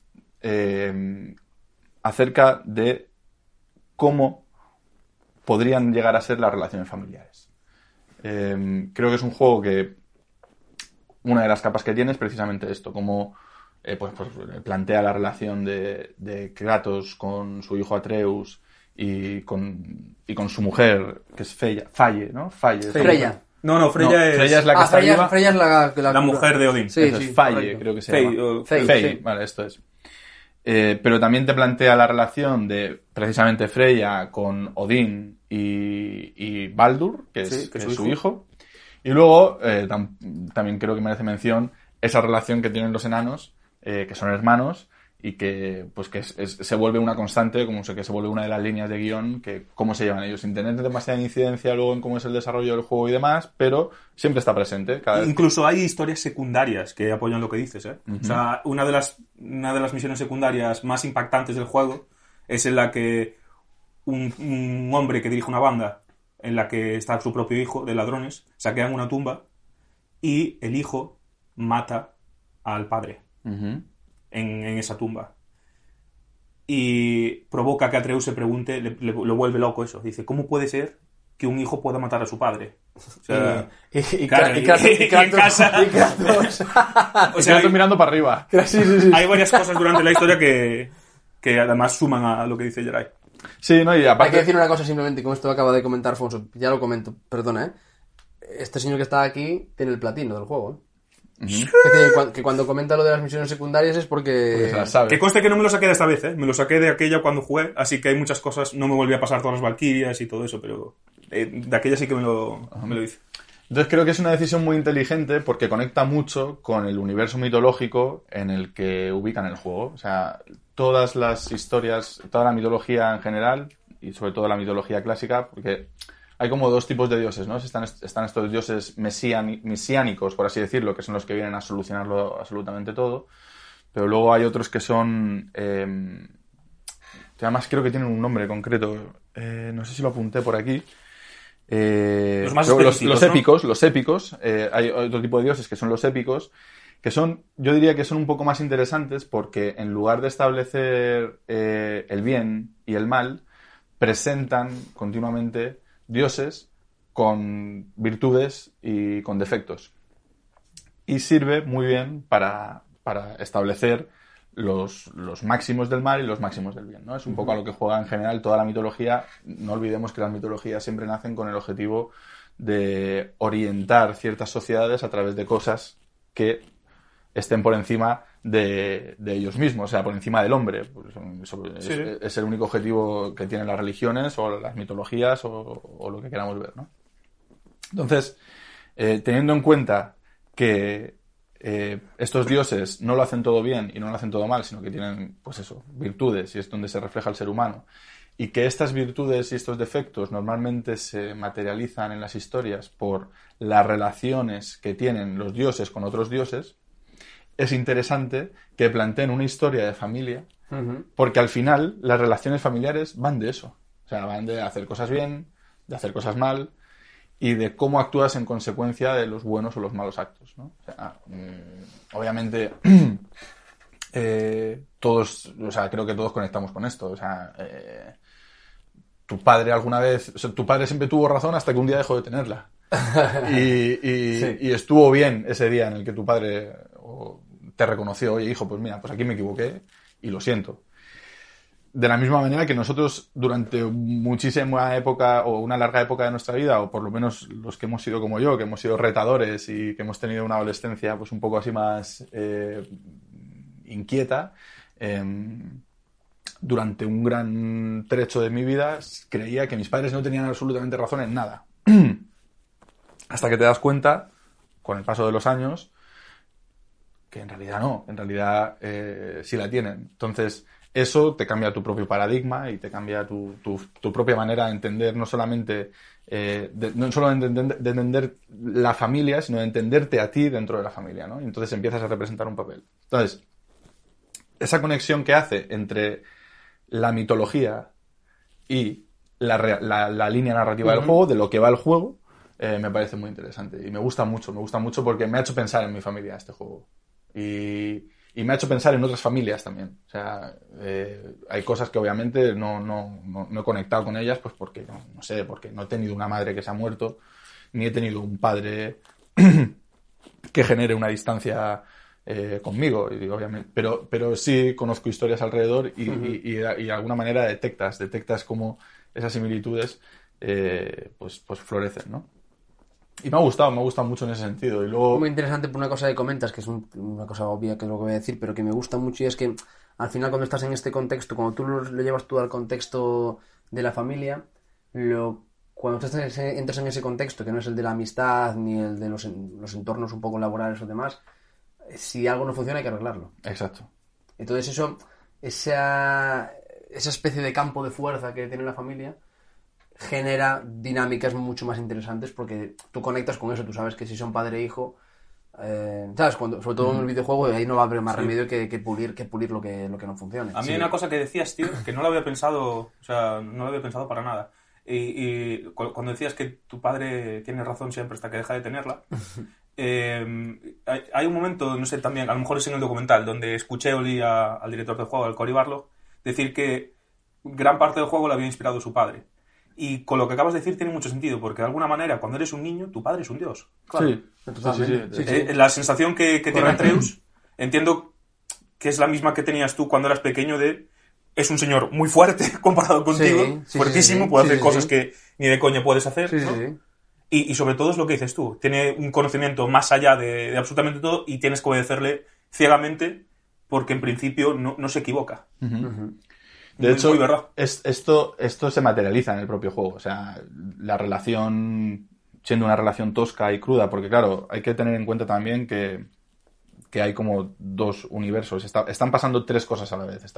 acerca de cómo podrían llegar a ser las relaciones familiares. Creo que es un juego que una de las capas que tiene es precisamente esto, cómo pues plantea la relación de Kratos con su hijo Atreus y con su mujer, que es Faye, ¿no? Freya. No, Freya es... Freya es la que está viva. Freya es la mujer de Odín. Sí, Eso sí, es Faye, correcto. creo que se Faye, llama. Faye, sí. Vale, esto es. Pero también te plantea la relación de precisamente Freya con Odín y Baldur, que es su hijo. Y luego, también creo que merece mención esa relación que tienen los enanos, que son hermanos, y que pues que se vuelve una constante, como que se vuelve una de las líneas de guión, que cómo se llevan ellos, sin tener demasiada incidencia luego en cómo es el desarrollo del juego y demás, pero siempre está presente. Incluso hay historias secundarias que apoyan lo que dices, ¿eh? Uh-huh. O sea, una de las misiones secundarias más impactantes del juego es en la que un hombre que dirige una banda en la que está su propio hijo de ladrones saquean una tumba y el hijo mata al padre. Uh-huh. En esa tumba. Y provoca que Atreus se pregunte, lo vuelve loco eso. Dice, ¿cómo puede ser que un hijo pueda matar a su padre? O sea, y Kratos. O sea, estoy mirando para arriba. Sí. Hay varias cosas durante la historia que además suman a lo que dice Geray. Sí, no, y aparte... Hay que decir una cosa simplemente, como esto acaba de comentar Fonso. Ya lo comento, perdona, ¿eh? Este señor que está aquí tiene el platino del juego, ¿eh? Uh-huh. Es decir, que cuando comenta lo de las misiones secundarias es porque se las sabe. Que conste que no me lo saqué de esta vez, me lo saqué de aquella cuando jugué, así que hay muchas cosas, no me volví a pasar todas las Valkyrias y todo eso, pero de aquella sí que me lo hice. Entonces creo que es una decisión muy inteligente porque conecta mucho con el universo mitológico en el que ubican el juego. O sea, todas las historias, toda la mitología en general y sobre todo la mitología clásica, porque hay como dos tipos de dioses, ¿no? Están estos dioses mesiánicos, por así decirlo, que son los que vienen a solucionarlo absolutamente todo. Pero luego hay otros que son... que además creo que tienen un nombre concreto. No sé si lo apunté por aquí. Los épicos. Hay otro tipo de dioses que son los épicos, que son, yo diría que son un poco más interesantes porque en lugar de establecer el bien y el mal, presentan continuamente dioses con virtudes y con defectos. Y sirve muy bien para establecer los máximos del mal y los máximos del bien, ¿no? Es un poco a lo que juega en general toda la mitología. No olvidemos que las mitologías siempre nacen con el objetivo de orientar ciertas sociedades a través de cosas que estén por encima de ellos mismos, o sea, por encima del hombre. Es el único objetivo que tienen las religiones o las mitologías o lo que queramos ver, ¿no? Entonces, teniendo en cuenta que estos dioses no lo hacen todo bien y no lo hacen todo mal, sino que tienen, pues eso, virtudes, y es donde se refleja el ser humano, y que estas virtudes y estos defectos normalmente se materializan en las historias por las relaciones que tienen los dioses con otros dioses, es interesante que planteen una historia de familia, porque al final las relaciones familiares van de eso. O sea, van de hacer cosas bien, de hacer cosas mal, y de cómo actúas en consecuencia de los buenos o los malos actos, ¿no? O sea, obviamente todos, o sea, creo que todos conectamos con esto. O sea, tu padre alguna vez, o sea, tu padre siempre tuvo razón hasta que un día dejó de tenerla. Y estuvo bien ese día en el que tu padre te reconoció, oye, hijo, pues mira, pues aquí me equivoqué y lo siento. De la misma manera que nosotros durante muchísima época o una larga época de nuestra vida, o por lo menos los que hemos sido como yo, que hemos sido retadores y que hemos tenido una adolescencia pues un poco así más inquieta, durante un gran trecho de mi vida creía que mis padres no tenían absolutamente razón en nada. Hasta que te das cuenta, con el paso de los años, que en realidad no, en realidad sí la tienen. Entonces, eso te cambia tu propio paradigma y te cambia tu propia manera de entender, no solamente no solo de entender la familia, sino de entenderte a ti dentro de la familia, ¿no? Y entonces empiezas a representar un papel. Entonces, esa conexión que hace entre la mitología y la línea narrativa del juego, de lo que va el juego, me parece muy interesante. Y me gusta mucho porque me ha hecho pensar en mi familia este juego. Y me ha hecho pensar en otras familias también. O sea, hay cosas que obviamente no he conectado con ellas, pues porque, no sé, porque no he tenido una madre que se ha muerto, ni he tenido un padre que genere una distancia conmigo, y obviamente, pero sí conozco historias alrededor y de alguna manera detectas cómo esas similitudes pues florecen, ¿no? Y me ha gustado mucho en ese sentido. Y luego... Muy interesante por una cosa que comentas, que es una cosa obvia que es lo que voy a decir, pero que me gusta mucho, y es que al final cuando estás en este contexto, cuando tú lo llevas tú al contexto de la familia, cuando tú entras en ese contexto, que no es el de la amistad ni el de los entornos un poco laborales o demás, si algo no funciona hay que arreglarlo. Exacto. Entonces esa especie de campo de fuerza que tiene la familia genera dinámicas mucho más interesantes porque tú conectas con eso, tú sabes que si son padre e hijo, ¿sabes? Sobre todo en el videojuego ahí no va a haber más remedio que pulir lo que no funcione. A mí hay una cosa que decías, tío, que no lo había pensado, o sea, no lo había pensado para nada. Y cuando decías que tu padre tiene razón siempre hasta que deja de tenerla, hay un momento, no sé, también, a lo mejor es en el documental, donde escuché o leí al director del juego, al Cory Barlog, decir que gran parte del juego le había inspirado su padre. Y con lo que acabas de decir tiene mucho sentido, porque de alguna manera, cuando eres un niño, tu padre es un dios. Claro, sí, totalmente. Sí. La sensación que tiene Atreus, entiendo que es la misma que tenías tú cuando eras pequeño es un señor muy fuerte comparado contigo, fuertísimo, puede hacer cosas que ni de coña puedes hacer, ¿no? Sí. Y sobre todo es lo que dices tú, tiene un conocimiento más allá de absolutamente todo y tienes que obedecerle ciegamente porque en principio no se equivoca. De hecho, muy verdad. Esto se materializa en el propio juego. O sea, la relación siendo una relación tosca y cruda, porque claro, hay que tener en cuenta también que hay como dos universos. Están pasando tres cosas a la vez.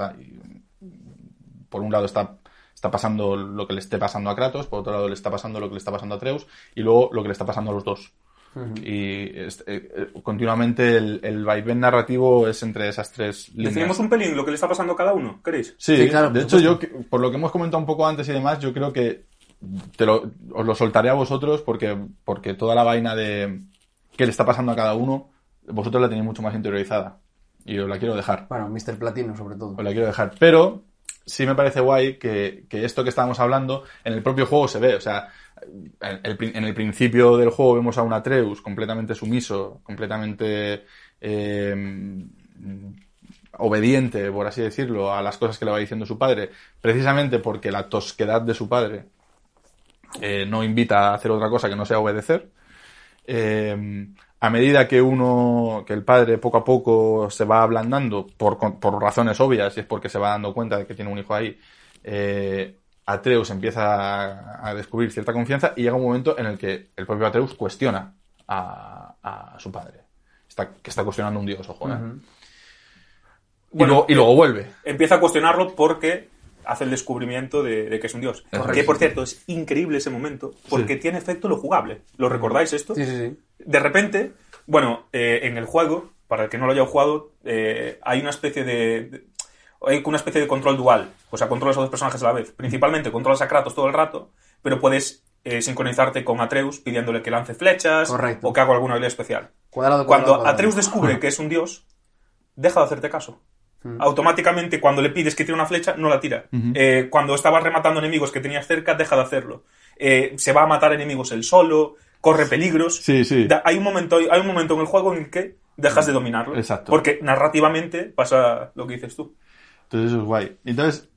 Por un lado está pasando lo que le esté pasando a Kratos, por otro lado le está pasando lo que le está pasando a Atreus, y luego lo que le está pasando a los dos. Y continuamente el vaivén narrativo es entre esas tres líneas. ¿Definimos un pelín lo que le está pasando a cada uno? ¿Queréis? Sí, claro. De hecho, yo, por lo que hemos comentado un poco antes y demás, yo creo que os lo soltaré a vosotros porque toda la vaina de qué le está pasando a cada uno, vosotros la tenéis mucho más interiorizada. Y os la quiero dejar. Bueno, Mr. Platino sobre todo. Os la quiero dejar. Pero sí me parece guay que esto que estábamos hablando en el propio juego se ve. O sea, en el principio del juego vemos a un Atreus completamente sumiso, completamente obediente, por así decirlo, a las cosas que le va diciendo su padre, precisamente porque la tosquedad de su padre no invita a hacer otra cosa que no sea obedecer. A medida que el padre poco a poco se va ablandando por razones obvias, y es porque se va dando cuenta de que tiene un hijo ahí, Atreus empieza a descubrir cierta confianza y llega un momento en el que el propio Atreus cuestiona a su padre. Que está cuestionando un dios, ojo, ¿eh? Bueno, y luego vuelve. Empieza a cuestionarlo porque hace el descubrimiento de que es un dios. Correcto. Que, por cierto, es increíble ese momento porque tiene efecto lo jugable. ¿Lo recordáis esto? Sí. De repente, bueno, en el juego, para el que no lo haya jugado, hay una especie de control dual. O sea, controlas a dos personajes a la vez. Principalmente controlas a Kratos todo el rato, pero puedes sincronizarte con Atreus pidiéndole que lance flechas. Correcto. O que haga alguna habilidad especial. Cuadrado, Cuando cuadrado. Atreus descubre que es un dios, deja de hacerte caso. Automáticamente, cuando le pides que tire una flecha, no la tira. Cuando estabas rematando enemigos que tenías cerca, deja de hacerlo. Se va a matar enemigos él solo, corre peligros. Sí. Hay un momento en el juego en el que dejas de dominarlo. Exacto. Porque narrativamente pasa lo que dices tú. Entonces eso es guay. Entonces,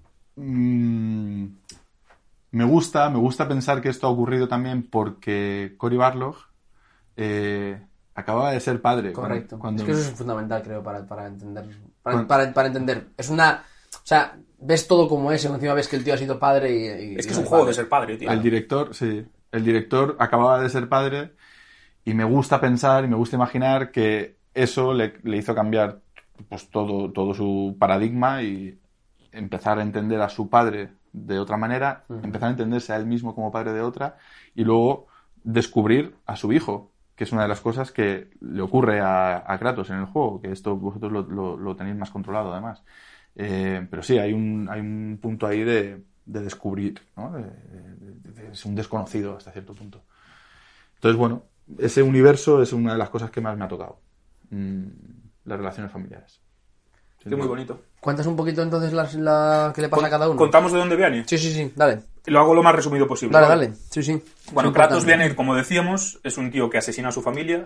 me gusta pensar que esto ha ocurrido también porque Cory Barlog acababa de ser padre. Correcto. Cuando... Es que eso es fundamental, creo, para entender. Para entender. Es una... O sea, ves todo como es y encima ves que el tío ha sido padre y es que es un juego de ser padre, tío. El director acababa de ser padre y me gusta pensar y me gusta imaginar que eso le hizo cambiar pues todo su paradigma y empezar a entender a su padre de otra manera, empezar a entenderse a él mismo como padre de otra y luego descubrir a su hijo, que es una de las cosas que le ocurre a Kratos en el juego, que esto vosotros lo tenéis más controlado además. Pero sí, hay un punto ahí de descubrir, ¿no? Es un desconocido hasta cierto punto. Entonces, bueno, ese universo es una de las cosas que más me ha tocado. Las relaciones familiares. Es muy bonito. ¿Cuentas un poquito entonces la que le pasa a cada uno? ¿Contamos de dónde viene? Sí, dale. Lo hago lo más resumido posible. Dale. Sí. Bueno, Kratos viene, como decíamos, es un tío que asesina a su familia.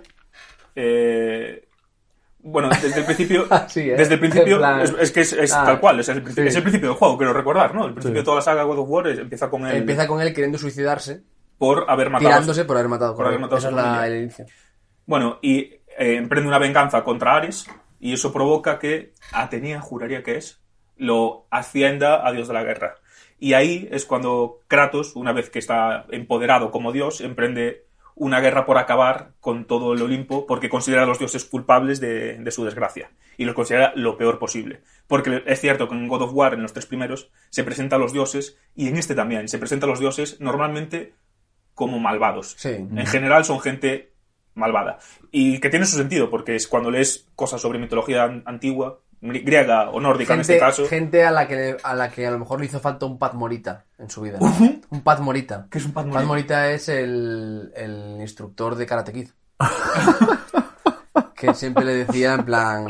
Bueno, desde el principio... Sí, desde el principio plan... es tal cual, es el principio del juego, quiero recordar, ¿no? El principio de toda la saga God of War empieza con él... Empieza con él queriendo suicidarse. Por haber matado... Tirándose por haber matado. Esa es el inicio. Bueno, y emprende una venganza contra Ares, y eso provoca que Atenea, juraría que lo ascienda a dios de la guerra. Y ahí es cuando Kratos, una vez que está empoderado como dios, emprende una guerra por acabar con todo el Olimpo porque considera a los dioses culpables de su desgracia. Y los considera lo peor posible. Porque es cierto que en God of War, en los 3 primeros, se presentan a los dioses, y en este también, se presentan a los dioses normalmente como malvados. Sí. En general son gente malvada. Y que tiene su sentido, porque es cuando lees cosas sobre mitología antigua, griega o nórdica en este caso. Gente a la que a lo mejor le hizo falta un Pat Morita en su vida. Un Pat Morita. ¿Qué es un Pat Morita? Pat Morita es el instructor de Karate Kid. Que siempre le decía en plan...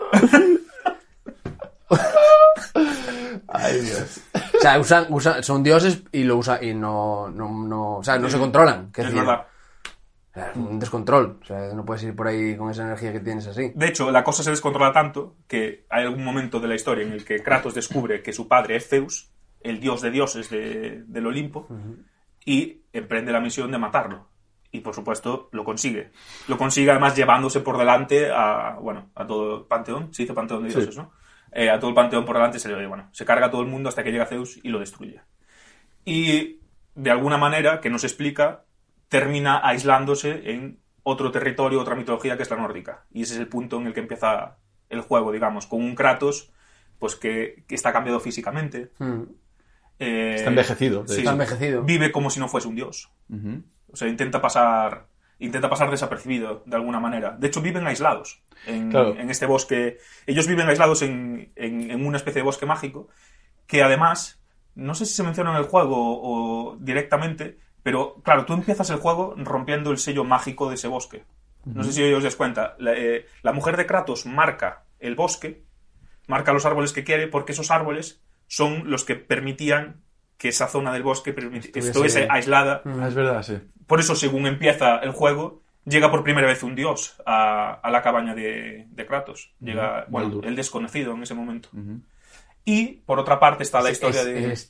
Ay, Dios. O sea, son dioses y lo usan y no o sea, no se controlan. Es verdad. Un descontrol. O sea, no puedes ir por ahí con esa energía que tienes así. De hecho, la cosa se descontrola tanto que hay algún momento de la historia en el que Kratos descubre que su padre es Zeus, el dios de dioses del Olimpo, y emprende la misión de matarlo. Y, por supuesto, lo consigue. Lo consigue, además, llevándose por delante a todo el panteón. Se dice panteón de dioses, sí. ¿No? A todo el panteón por delante se carga a todo el mundo hasta que llega Zeus y lo destruye. Y, de alguna manera, que no se explica, termina aislándose en otro territorio, otra mitología que es la nórdica. Y ese es el punto en el que empieza el juego, digamos, con un Kratos pues que está cambiado físicamente. Está envejecido. Sí, está envejecido. Vive como si no fuese un dios. O sea, intenta pasar desapercibido de alguna manera. De hecho, viven aislados en este bosque. Ellos viven aislados en una especie de bosque mágico que además, no sé si se menciona en el juego o directamente, pero claro, tú empiezas el juego rompiendo el sello mágico de ese bosque. No sé si os dais cuenta. La mujer de Kratos marca el bosque, marca los árboles que quiere, porque esos árboles son los que permitían que esa zona del bosque estuviese aislada. Es verdad, sí. Por eso, según empieza el juego, llega por primera vez un dios a la cabaña de Kratos. Llega el desconocido en ese momento. Y, por otra parte, está la historia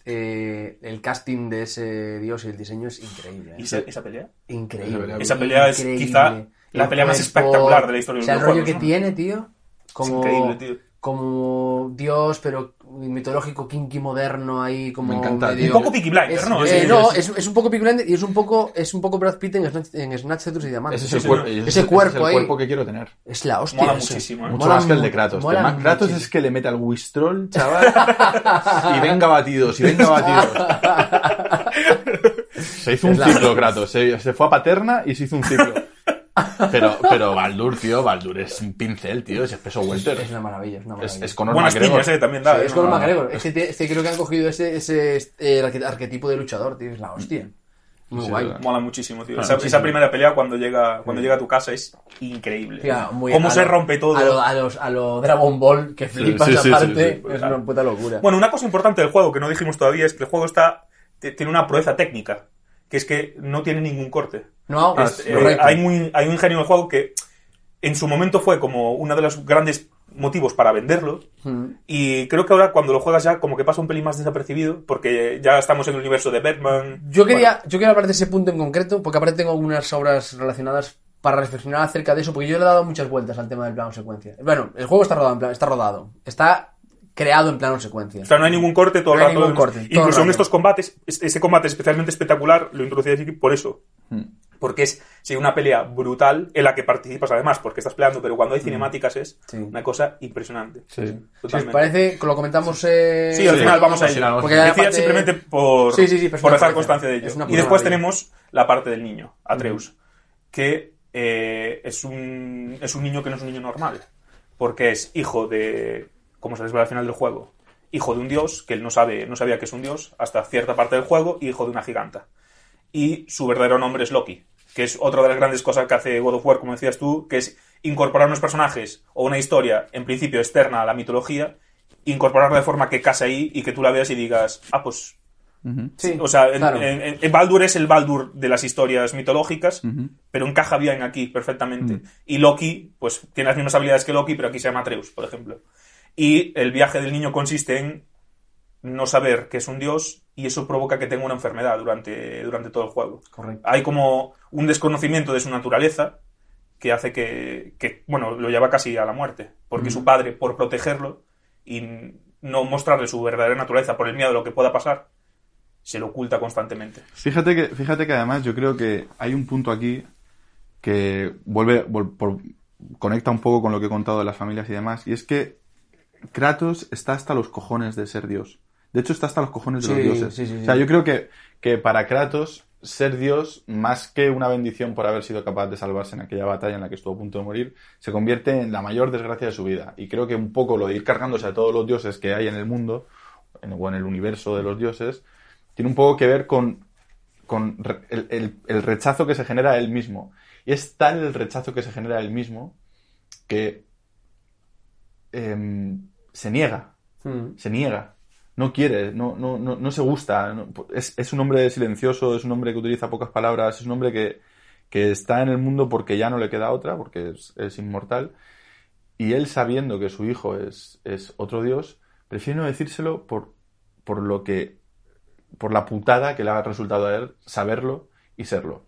el casting de ese dios y el diseño es increíble. ¿Y esa pelea? Increíble. Esa pelea es quizá la pelea más espectacular de la historia de los videojuegos. El rollo que tiene, tío. Es increíble, tío. Como dios, pero mitológico, kinky, moderno, ahí como... Me encanta. Un poco Peaky Blinders, ¿no? Es un poco Peaky Blinders y es un poco Brad Pitt en Snatch, Cetus y Diamantes. Ese es el cuerpo que quiero tener. Es la hostia. Mola muchísimo. Mucho más que el de Kratos. Kratos es que le mete al Wistrol, chaval. y venga batidos. Se hizo un ciclo, Kratos. Se fue a Paterna y se hizo un ciclo. Pero Baldur, tío, Baldur es un pincel, tío, es peso welter. Es una maravilla, Es Conor McGregor. También da. Sí, es Conor McGregor. Es que creo que han cogido ese arquetipo de luchador, tío, es la hostia. Muy Sí, guay. verdad. Mola muchísimo, tío. Claro, Esa primera pelea cuando llega a tu casa es increíble. Tía, muy- Cómo a se lo- rompe todo. A lo Dragon Ball, que flipas sí, esa sí, parte, sí, sí. es una puta locura. Bueno, una cosa importante del juego que no dijimos todavía es que el juego tiene una proeza técnica, que es que no tiene ningún corte. No, correcto. Hay un ingenio en el juego que en su momento fue como uno de los grandes motivos para venderlo, y creo que ahora cuando lo juegas ya como que pasa un pelín más desapercibido, porque ya estamos en el universo de Batman. Yo quería hablar de ese punto en concreto, porque aparte tengo algunas obras relacionadas para reflexionar acerca de eso, porque yo le he dado muchas vueltas al tema del plano secuencia. Bueno, el juego está rodado, está creado en plano secuencia. O sea, no hay ningún corte todo el No hay rato. ningún corte, todo el Incluso en rato. estos combates, ese combate especialmente espectacular lo introducí aquí por eso. Porque es una pelea brutal en la que participas además, porque estás peleando, pero cuando hay cinemáticas es Sí. una cosa impresionante. Sí. Si os Totalmente. parece, que lo comentamos... Sí, al final vamos a al ello. final, porque Decía aparte- simplemente por Sí, pero es por una dejar maravilla. constancia de ello. Es una Y puta después maravilla. tenemos la parte del niño, Atreus, que es un niño que no es un niño normal, porque es hijo de, como se les ve al final del juego, hijo de un dios, que él no sabía que es un dios hasta cierta parte del juego, y hijo de una giganta. Y su verdadero nombre es Loki, que es otra de las grandes cosas que hace God of War, como decías tú, que es incorporar unos personajes o una historia, en principio externa a la mitología, incorporarla de forma que case ahí y que tú la veas y digas, pues... Sí, O sea, claro. en Baldur es el Baldur de las historias mitológicas, pero encaja bien aquí perfectamente. Y Loki, pues tiene las mismas habilidades que Loki, pero aquí se llama Atreus, por ejemplo. Y el viaje del niño consiste en no saber que es un dios, y eso provoca que tenga una enfermedad durante todo el juego. Correcto. Hay como un desconocimiento de su naturaleza que hace que bueno, lo lleva casi a la muerte, porque su padre, por protegerlo y no mostrarle su verdadera naturaleza por el miedo a lo que pueda pasar, se lo oculta constantemente. Fíjate que además yo creo que hay un punto aquí que conecta un poco con lo que he contado de las familias y demás, y es que Kratos está hasta los cojones de ser Dios. De hecho, está hasta los cojones de los dioses. Sí, O sea, yo creo que para Kratos ser Dios, más que una bendición por haber sido capaz de salvarse en aquella batalla en la que estuvo a punto de morir, se convierte en la mayor desgracia de su vida. Y creo que un poco lo de ir cargándose a todos los dioses que hay en el mundo, o en el universo de los dioses, tiene un poco que ver con el rechazo que se genera a él mismo. Y es tal el rechazo que se genera a él mismo que se niega. No quiere, no se gusta. Es un hombre silencioso, es un hombre que utiliza pocas palabras, es un hombre que está en el mundo porque ya no le queda otra, porque es inmortal. Y él, sabiendo que su hijo es otro dios, prefiere no decírselo por la putada que le ha resultado a él saberlo y serlo.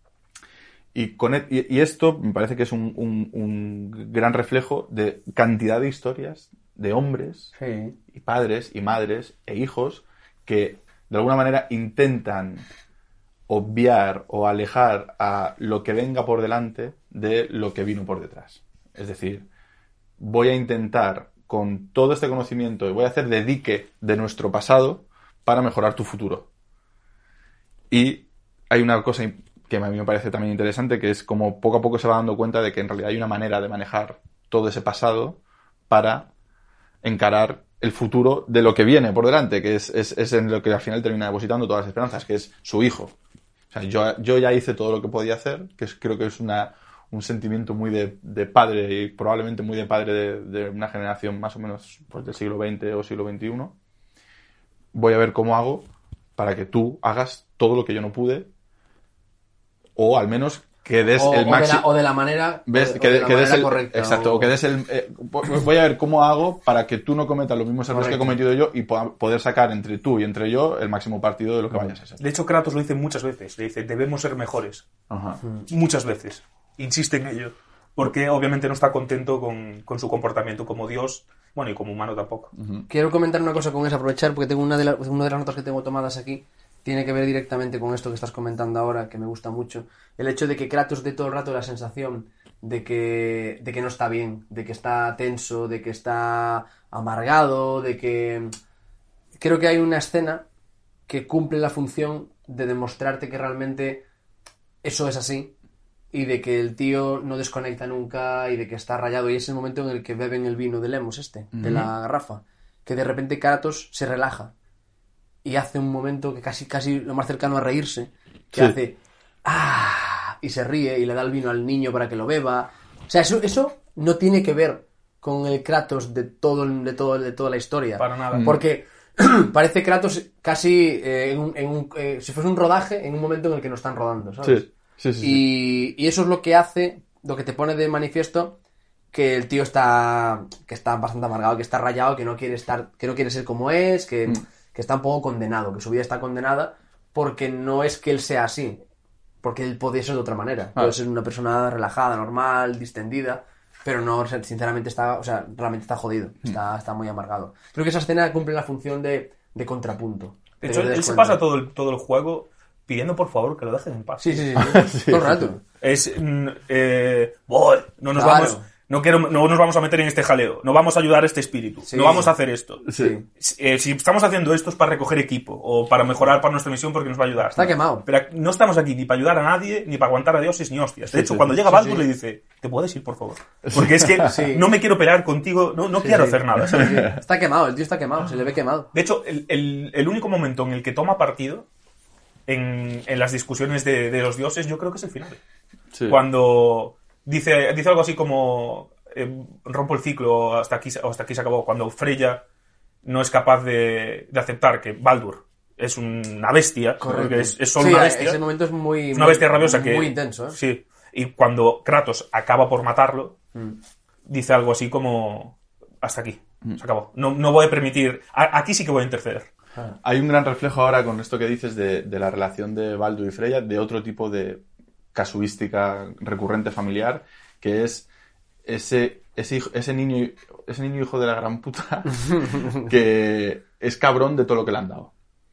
Y esto me parece que es un gran reflejo de cantidad de historias de hombres y padres y madres e hijos que de alguna manera intentan obviar o alejar a lo que venga por delante de lo que vino por detrás. Es decir, voy a intentar con todo este conocimiento y voy a hacer de dique de nuestro pasado para mejorar tu futuro. Y hay una cosa que a mí me parece también interesante, que es como poco a poco se va dando cuenta de que en realidad hay una manera de manejar todo ese pasado para encarar el futuro de lo que viene por delante, que es en lo que al final termina depositando todas las esperanzas, que es su hijo. O sea, yo ya hice todo lo que podía hacer, creo que es un sentimiento muy de padre, y probablemente muy de padre de una generación más o menos pues, del siglo XX o siglo XXI. Voy a ver cómo hago para que tú hagas todo lo que yo no pude, o al menos que des el máximo... O de la manera, ¿Ves? o de la manera correcta. Exacto, o que des el... voy a ver cómo hago para que tú no cometas los mismos errores que he cometido yo y poder sacar entre tú y entre yo el máximo partido de lo que vayas a ser. De hecho, Kratos lo dice muchas veces. Le dice, debemos ser mejores. Ajá. Muchas veces. Insiste en ello. Porque obviamente no está contento con su comportamiento como Dios, bueno, y como humano tampoco. Quiero comentar una cosa con eso, aprovechar, porque tengo una de las notas que tengo tomadas aquí. Tiene que ver directamente con esto que estás comentando ahora, que me gusta mucho. El hecho de que Kratos dé todo el rato la sensación de que no está bien, de que está tenso, de que está amargado, de que... Creo que hay una escena que cumple la función de demostrarte que realmente eso es así y de que el tío no desconecta nunca y de que está rayado. Y es el momento en el que beben el vino de Lemos de la garrafa, que de repente Kratos se relaja y hace un momento que casi lo más cercano a reírse, que hace y se ríe y le da el vino al niño para que lo beba. O sea, eso no tiene que ver con el Kratos de toda la historia. Para nada. Porque parece Kratos casi si fuese un rodaje en un momento en el que no están rodando, ¿sabes? Sí. Y eso es lo que hace, lo que te pone de manifiesto que el tío está bastante amargado, que está rayado, que no quiere ser como es, que está un poco condenado, que su vida está condenada, porque no es que él sea así, porque él podría ser de otra manera. Puede ser una persona relajada, normal, distendida, pero no, sinceramente realmente está jodido, está muy amargado. Creo que esa escena cumple la función de contrapunto. De hecho, él se pasa todo el juego pidiendo por favor que lo dejen en paz. Sí. Todo el rato. No nos vamos a meter en este jaleo, no vamos a ayudar a este espíritu, no vamos a hacer esto. Sí. Si estamos haciendo esto es para recoger equipo o para mejorar para nuestra misión porque nos va a ayudar. Está quemado. Pero no estamos aquí ni para ayudar a nadie, ni para aguantar a dioses ni hostias. De hecho, cuando llega Baldur le dice, ¿te puedes ir, por favor? Porque es que no me quiero pelear contigo, no quiero hacer nada. ¿Sabes? Está quemado, el tío está quemado, se le ve quemado. De hecho, el único momento en el que toma partido en las discusiones de los dioses, yo creo que es el final. Sí. Cuando dice algo así como rompo el ciclo, hasta aquí se acabó. Cuando Freya no es capaz de aceptar que Baldur es una bestia, porque es solo una bestia. Ese momento es una bestia rabiosa muy intenso, ¿eh? Sí. Y cuando Kratos acaba por matarlo, dice algo así como hasta aquí, se acabó. No voy a permitir, aquí sí que voy a interceder. Hay un gran reflejo ahora con esto que dices de la relación de Baldur y Freya, de otro tipo de casuística recurrente familiar, que es ese niño hijo de la gran puta que es cabrón de todo lo que le han dado.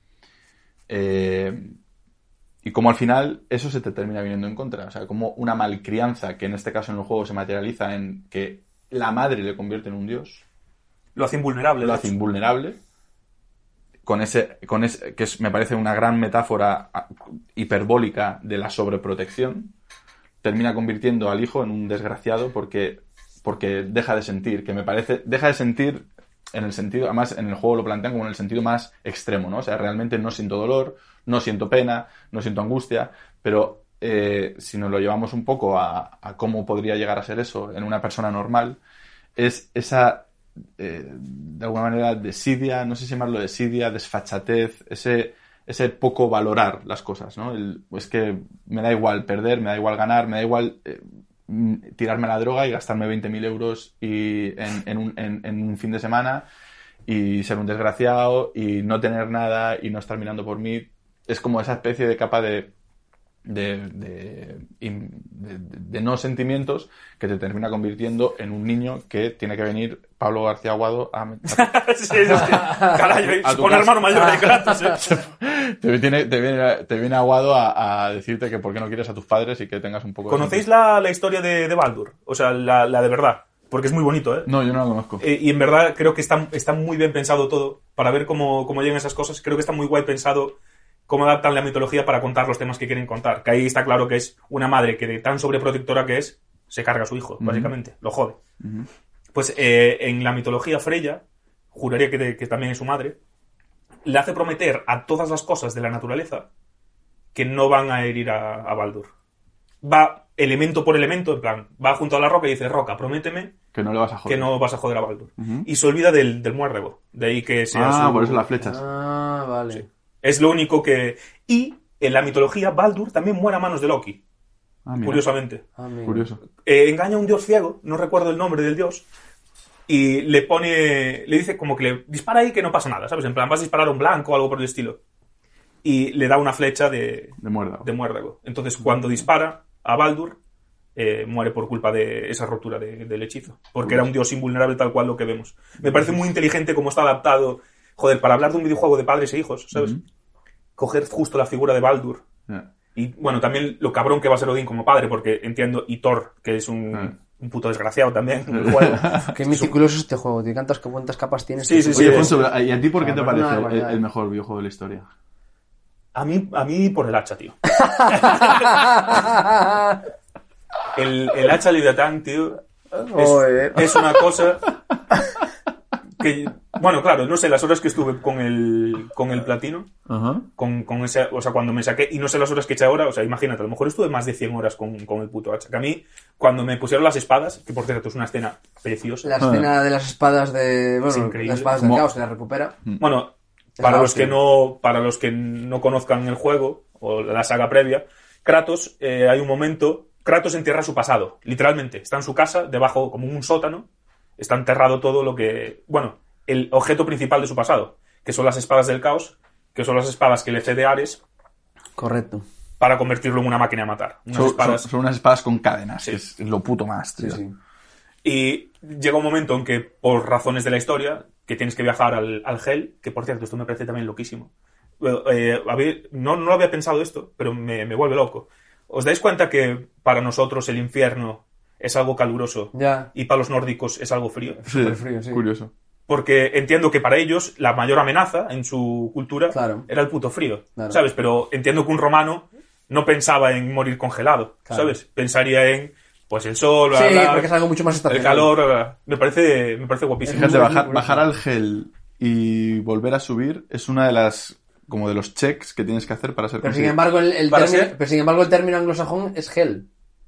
Y como al final eso se te termina viniendo en contra. O sea, como una malcrianza, que en este caso en el juego se materializa en que la madre le convierte en un dios. Lo hace invulnerable. Lo hace invulnerable. Con ese que me parece una gran metáfora hiperbólica de la sobreprotección, termina convirtiendo al hijo en un desgraciado porque deja de sentir, deja de sentir en el sentido, además en el juego lo plantean como en el sentido más extremo, ¿no? O sea, realmente no siento dolor, no siento pena, no siento angustia, pero si nos lo llevamos un poco a cómo podría llegar a ser eso en una persona normal, es esa de alguna manera desidia, no sé si llamarlo desidia, desfachatez, ese poco valorar las cosas, ¿no? Es que me da igual perder, me da igual ganar, me da igual tirarme a la droga y gastarme 20.000 euros en un fin de semana y ser un desgraciado y no tener nada y no estar mirando por mí. Es como esa especie de capa de no sentimientos que te termina convirtiendo en un niño que tiene que venir Pablo García Aguado a caray, a tu con casa. hermano mayor de Kratos, te viene Aguado a decirte que por qué no quieres a tus padres y que tengas un poco ¿Conocéis la historia de Baldur? O sea, la de verdad. Porque es muy bonito, ¿eh? No, yo no la conozco. Y en verdad creo que está muy bien pensado todo. Para ver cómo llegan esas cosas, creo que está muy guay pensado cómo adaptan la mitología para contar los temas que quieren contar. Que ahí está claro que es una madre que de tan sobreprotectora que es, se carga a su hijo, básicamente. Lo jode. Pues en la mitología Freya, juraría que también es su madre, le hace prometer a todas las cosas de la naturaleza que no van a herir a Baldur. Va elemento por elemento, en plan, va junto a la roca y dice, roca, prométeme que no le vas a joder. Que no vas a joder a Baldur. Y se olvida del muérdago. De ahí que sea por eso las flechas. Ah, vale. Sí. Es lo único que... Y en la mitología, Baldur también muere a manos de Loki. Curiosamente. Curioso. Engaña a un dios ciego, no recuerdo el nombre del dios, y le dice como que le dispara ahí que no pasa nada, ¿sabes? En plan, vas a disparar a un blanco o algo por el estilo. Y le da una flecha de muérdago. Entonces, cuando dispara a Baldur, muere por culpa de esa rotura del hechizo. Porque era un dios invulnerable tal cual lo que vemos. Me parece muy inteligente cómo está adaptado. Joder, para hablar de un videojuego de padres e hijos, ¿sabes? Coger justo la figura de Baldur. Y, bueno, también lo cabrón que va a ser Odín como padre, porque entiendo, y Thor, que es un puto desgraciado también en el juego. Qué meticuloso este juego, tío. ¿Cuántas capas tienes? Sí. Oye, Alfonso, ¿y a ti por qué te parece el mejor videojuego de la historia? A mí por el hacha, tío. el hacha Leviatán, tío, es una cosa Bueno, claro, no sé las horas que estuve con el platino, Ajá. con ese, o sea, cuando me saqué, y no sé las horas que eché ahora, o sea, imagínate, a lo mejor estuve más de 100 horas con el puto hacha. Que a mí, cuando me pusieron las espadas, que por cierto es una escena preciosa. La escena de las espadas de... Es Bueno, increíble. las espadas del caos que las recupera. Bueno, Es para la los hostia. que no conozcan el juego, o la saga previa, Kratos, hay un momento, Kratos entierra su pasado, literalmente. Está en su casa, debajo, como un sótano, está enterrado todo lo que... Bueno, el objeto principal de su pasado, que son las espadas del caos, que son las espadas que le cede Ares Correcto. para convertirlo en una máquina de matar. Unas espadas... Son unas espadas con cadenas, Sí. que es lo puto más, Sí, tío. sí. Y llega un momento en que, por razones de la historia, que tienes que viajar al Hel, que por cierto, esto me parece también loquísimo. No lo había pensado esto, pero me vuelve loco. ¿Os dais cuenta que para nosotros el infierno es algo caluroso Ya. y para los nórdicos es algo frío? Sí, Superfrío, sí. curioso. Porque entiendo que para ellos la mayor amenaza en su cultura Claro. era el puto frío, Claro. ¿sabes? Pero entiendo que un romano no pensaba en morir congelado, Claro. ¿sabes? Pensaría en, pues, el sol, bla, Sí, bla, porque es algo mucho más el estacional. calor, bla, bla. Me parece guapísimo. Fíjate, muy bajar, curioso. bajar al gel y volver a subir es una de las... como de los checks que tienes que hacer para ser Pero sin considerado. embargo, Para término, ser- pero sin embargo, el término anglosajón es hell.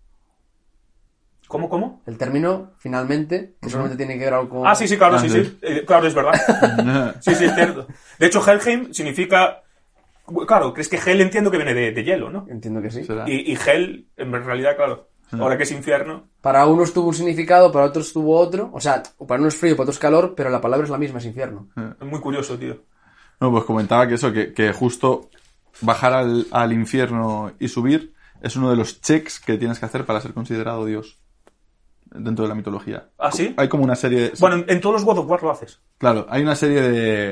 ¿Cómo? El término, finalmente, que solamente tiene que ver algo con... Ah, sí, claro, Ah, sí, sí. sí. Claro, es verdad. Sí, es cierto. De hecho, Helheim significa... Claro, crees que Hel entiendo que viene de hielo, ¿no? Entiendo que sí. Será. Y Hel, en realidad, claro, ahora que es infierno... Para unos tuvo un significado, para otros tuvo otro. O sea, para unos es frío, para otros calor, pero la palabra es la misma, es infierno. Es muy curioso, tío. No, pues comentaba que eso, que justo bajar al infierno y subir es uno de los checks que tienes que hacer para ser considerado Dios dentro de la mitología. ¿Ah, sí? Hay como una serie de... Bueno, en todos los God of War lo haces. Claro, hay una serie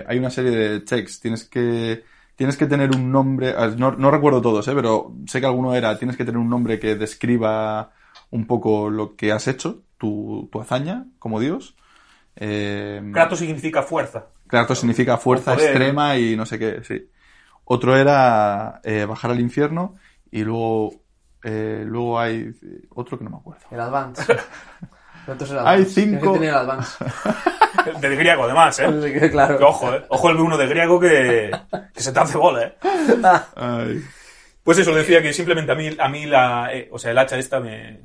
de checks. Tienes que tener un nombre, no recuerdo todos, pero sé que alguno era, tienes que tener un nombre que describa un poco lo que has hecho, tu hazaña como Dios. Kratos significa fuerza. Kratos significa fuerza O poder. extrema y no sé qué, sí. Otro era bajar al infierno y luego hay otro que no me acuerdo. El advance. El otro es el Hay advance. Tienes 5. que tener el advance. De griego, además, ¿eh? Así que, claro. Que ojo, ¿eh? Ojo el B1 de griego que se te hace bola, ¿eh? Ay. Pues eso, decía que simplemente a mí o sea, el hacha esta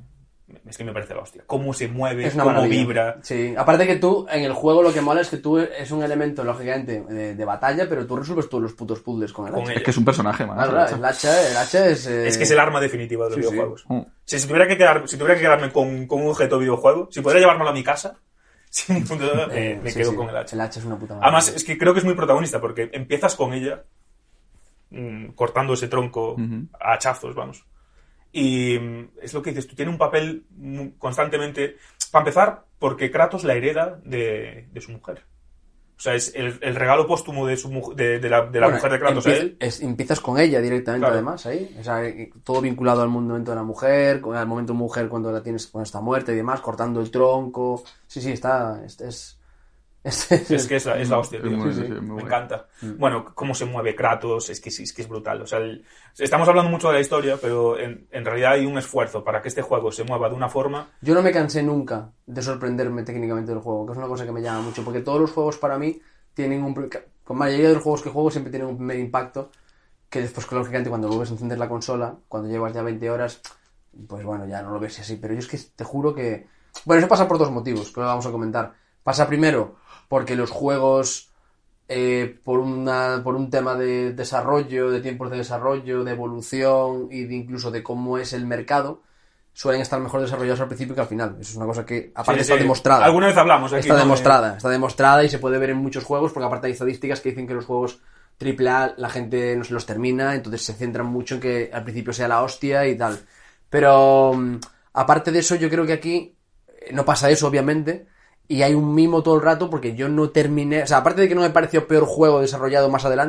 es que me parece la hostia. Cómo se mueve, Es una cómo maravilla. vibra. Sí, aparte que tú, en el juego lo que mola es que tú es un elemento, lógicamente, de batalla, pero tú resuelves todos los putos puzzles con el Con hacha. ella. Es que es un personaje más. Claro, claro, el hacha es... Es que es el arma definitiva de los sí, sí. videojuegos. Mm. Si tuviera que quedarme con un objeto videojuego, si pudiera llevármelo a mi casa, sin duda me Sí, quedo sí. con el hacha. El hacha es una puta maravilla. Además, es que creo que es muy protagonista porque empiezas con ella cortando ese tronco a hachazos, vamos. Y es lo que dices, tú tienes un papel constantemente... Para empezar, porque Kratos la hereda de su mujer. O sea, es el regalo póstumo de la Bueno, mujer de Kratos a él. Empiezas con ella directamente, Claro. además, ahí. O sea, todo vinculado al momento de la mujer, al momento de mujer cuando la tienes, cuando está muerta y demás, cortando el tronco. Sí, sí, Es que es la hostia, tío. muy- sí, muy Me bueno. encanta. Bueno, cómo se mueve Kratos, es que es brutal. O sea, estamos hablando mucho de la historia, pero en realidad hay un esfuerzo para que este juego se mueva de una forma. Yo no me cansé nunca de sorprenderme técnicamente del juego, que es una cosa que me llama mucho, porque todos los juegos para mí tienen con mayoría de los juegos que juego siempre tienen un primer impacto, que después, lógicamente, cuando vuelves a encender la consola, cuando llevas ya 20 horas, pues bueno, ya no lo ves así. Pero yo es que te juro que... Bueno, eso pasa por dos motivos, que lo vamos a comentar. Pasa primero porque los juegos, por un tema de desarrollo, de tiempos de desarrollo, de evolución y incluso de cómo es el mercado, suelen estar mejor desarrollados al principio que al final. Eso es una cosa que, aparte, Sí, está sí. demostrada. Alguna vez hablamos aquí. Está ¿no? demostrada y se puede ver en muchos juegos, porque aparte hay estadísticas que dicen que los juegos AAA la gente no se los termina, entonces se centran mucho en que al principio sea la hostia y tal. Pero aparte de eso, yo creo que aquí no pasa eso, obviamente, y hay un mimo todo el rato porque yo no terminé... O sea, aparte de que no me pareció peor juego desarrollado más adelante,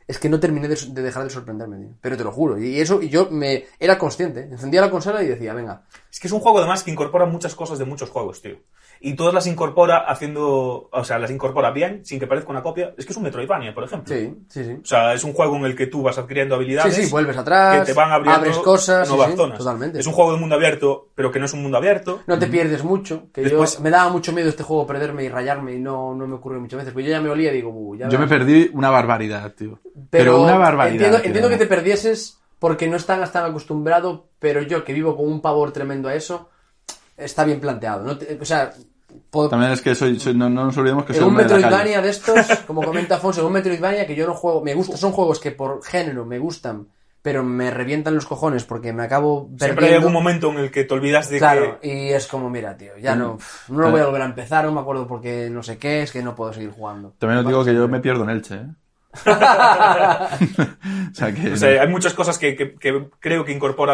es que no terminé de dejar de sorprenderme, tío. Pero te lo juro. Y eso, y yo me era consciente. Encendía la consola y decía, venga. Es que es un juego además que incorpora muchas cosas de muchos juegos, tío. Y todas las incorpora las incorpora bien, sin que parezca una copia. Es que es un Metroidvania, por ejemplo. Sí. O sea, es un juego en el que tú vas adquiriendo habilidades. Sí, vuelves atrás, que te van abriendo abres cosas, nuevas zonas. Totalmente. Es un juego de mundo abierto, pero que no es un mundo abierto. No te pierdes mucho. Que Después- me daba mucho miedo este juego perderme y rayarme y no me ocurre muchas veces. Pues yo ya me olía y digo, ya Yo me verás. perdí una barbaridad, tío. Pero una barbaridad. Entiendo tío. que te perdieses porque no estás tan acostumbrado, pero yo que vivo con un pavor tremendo a eso, está bien planteado. O sea, También es que no nos olvidemos que en soy un hombre de la Metroidvania calle. de estos, como comenta Afonso, en un Metroidvania que yo no juego, son juegos que por género me gustan, pero me revientan los cojones porque me acabo perdiendo. Siempre hay algún momento en el que te olvidas de Claro, que... y es como, mira, tío, ya no lo voy a volver a empezar, no me acuerdo porque no sé qué, es que no puedo seguir jugando. También os digo que yo me pierdo en Elche, ¿eh? O sea que... O sea, hay muchas cosas que creo que incorpora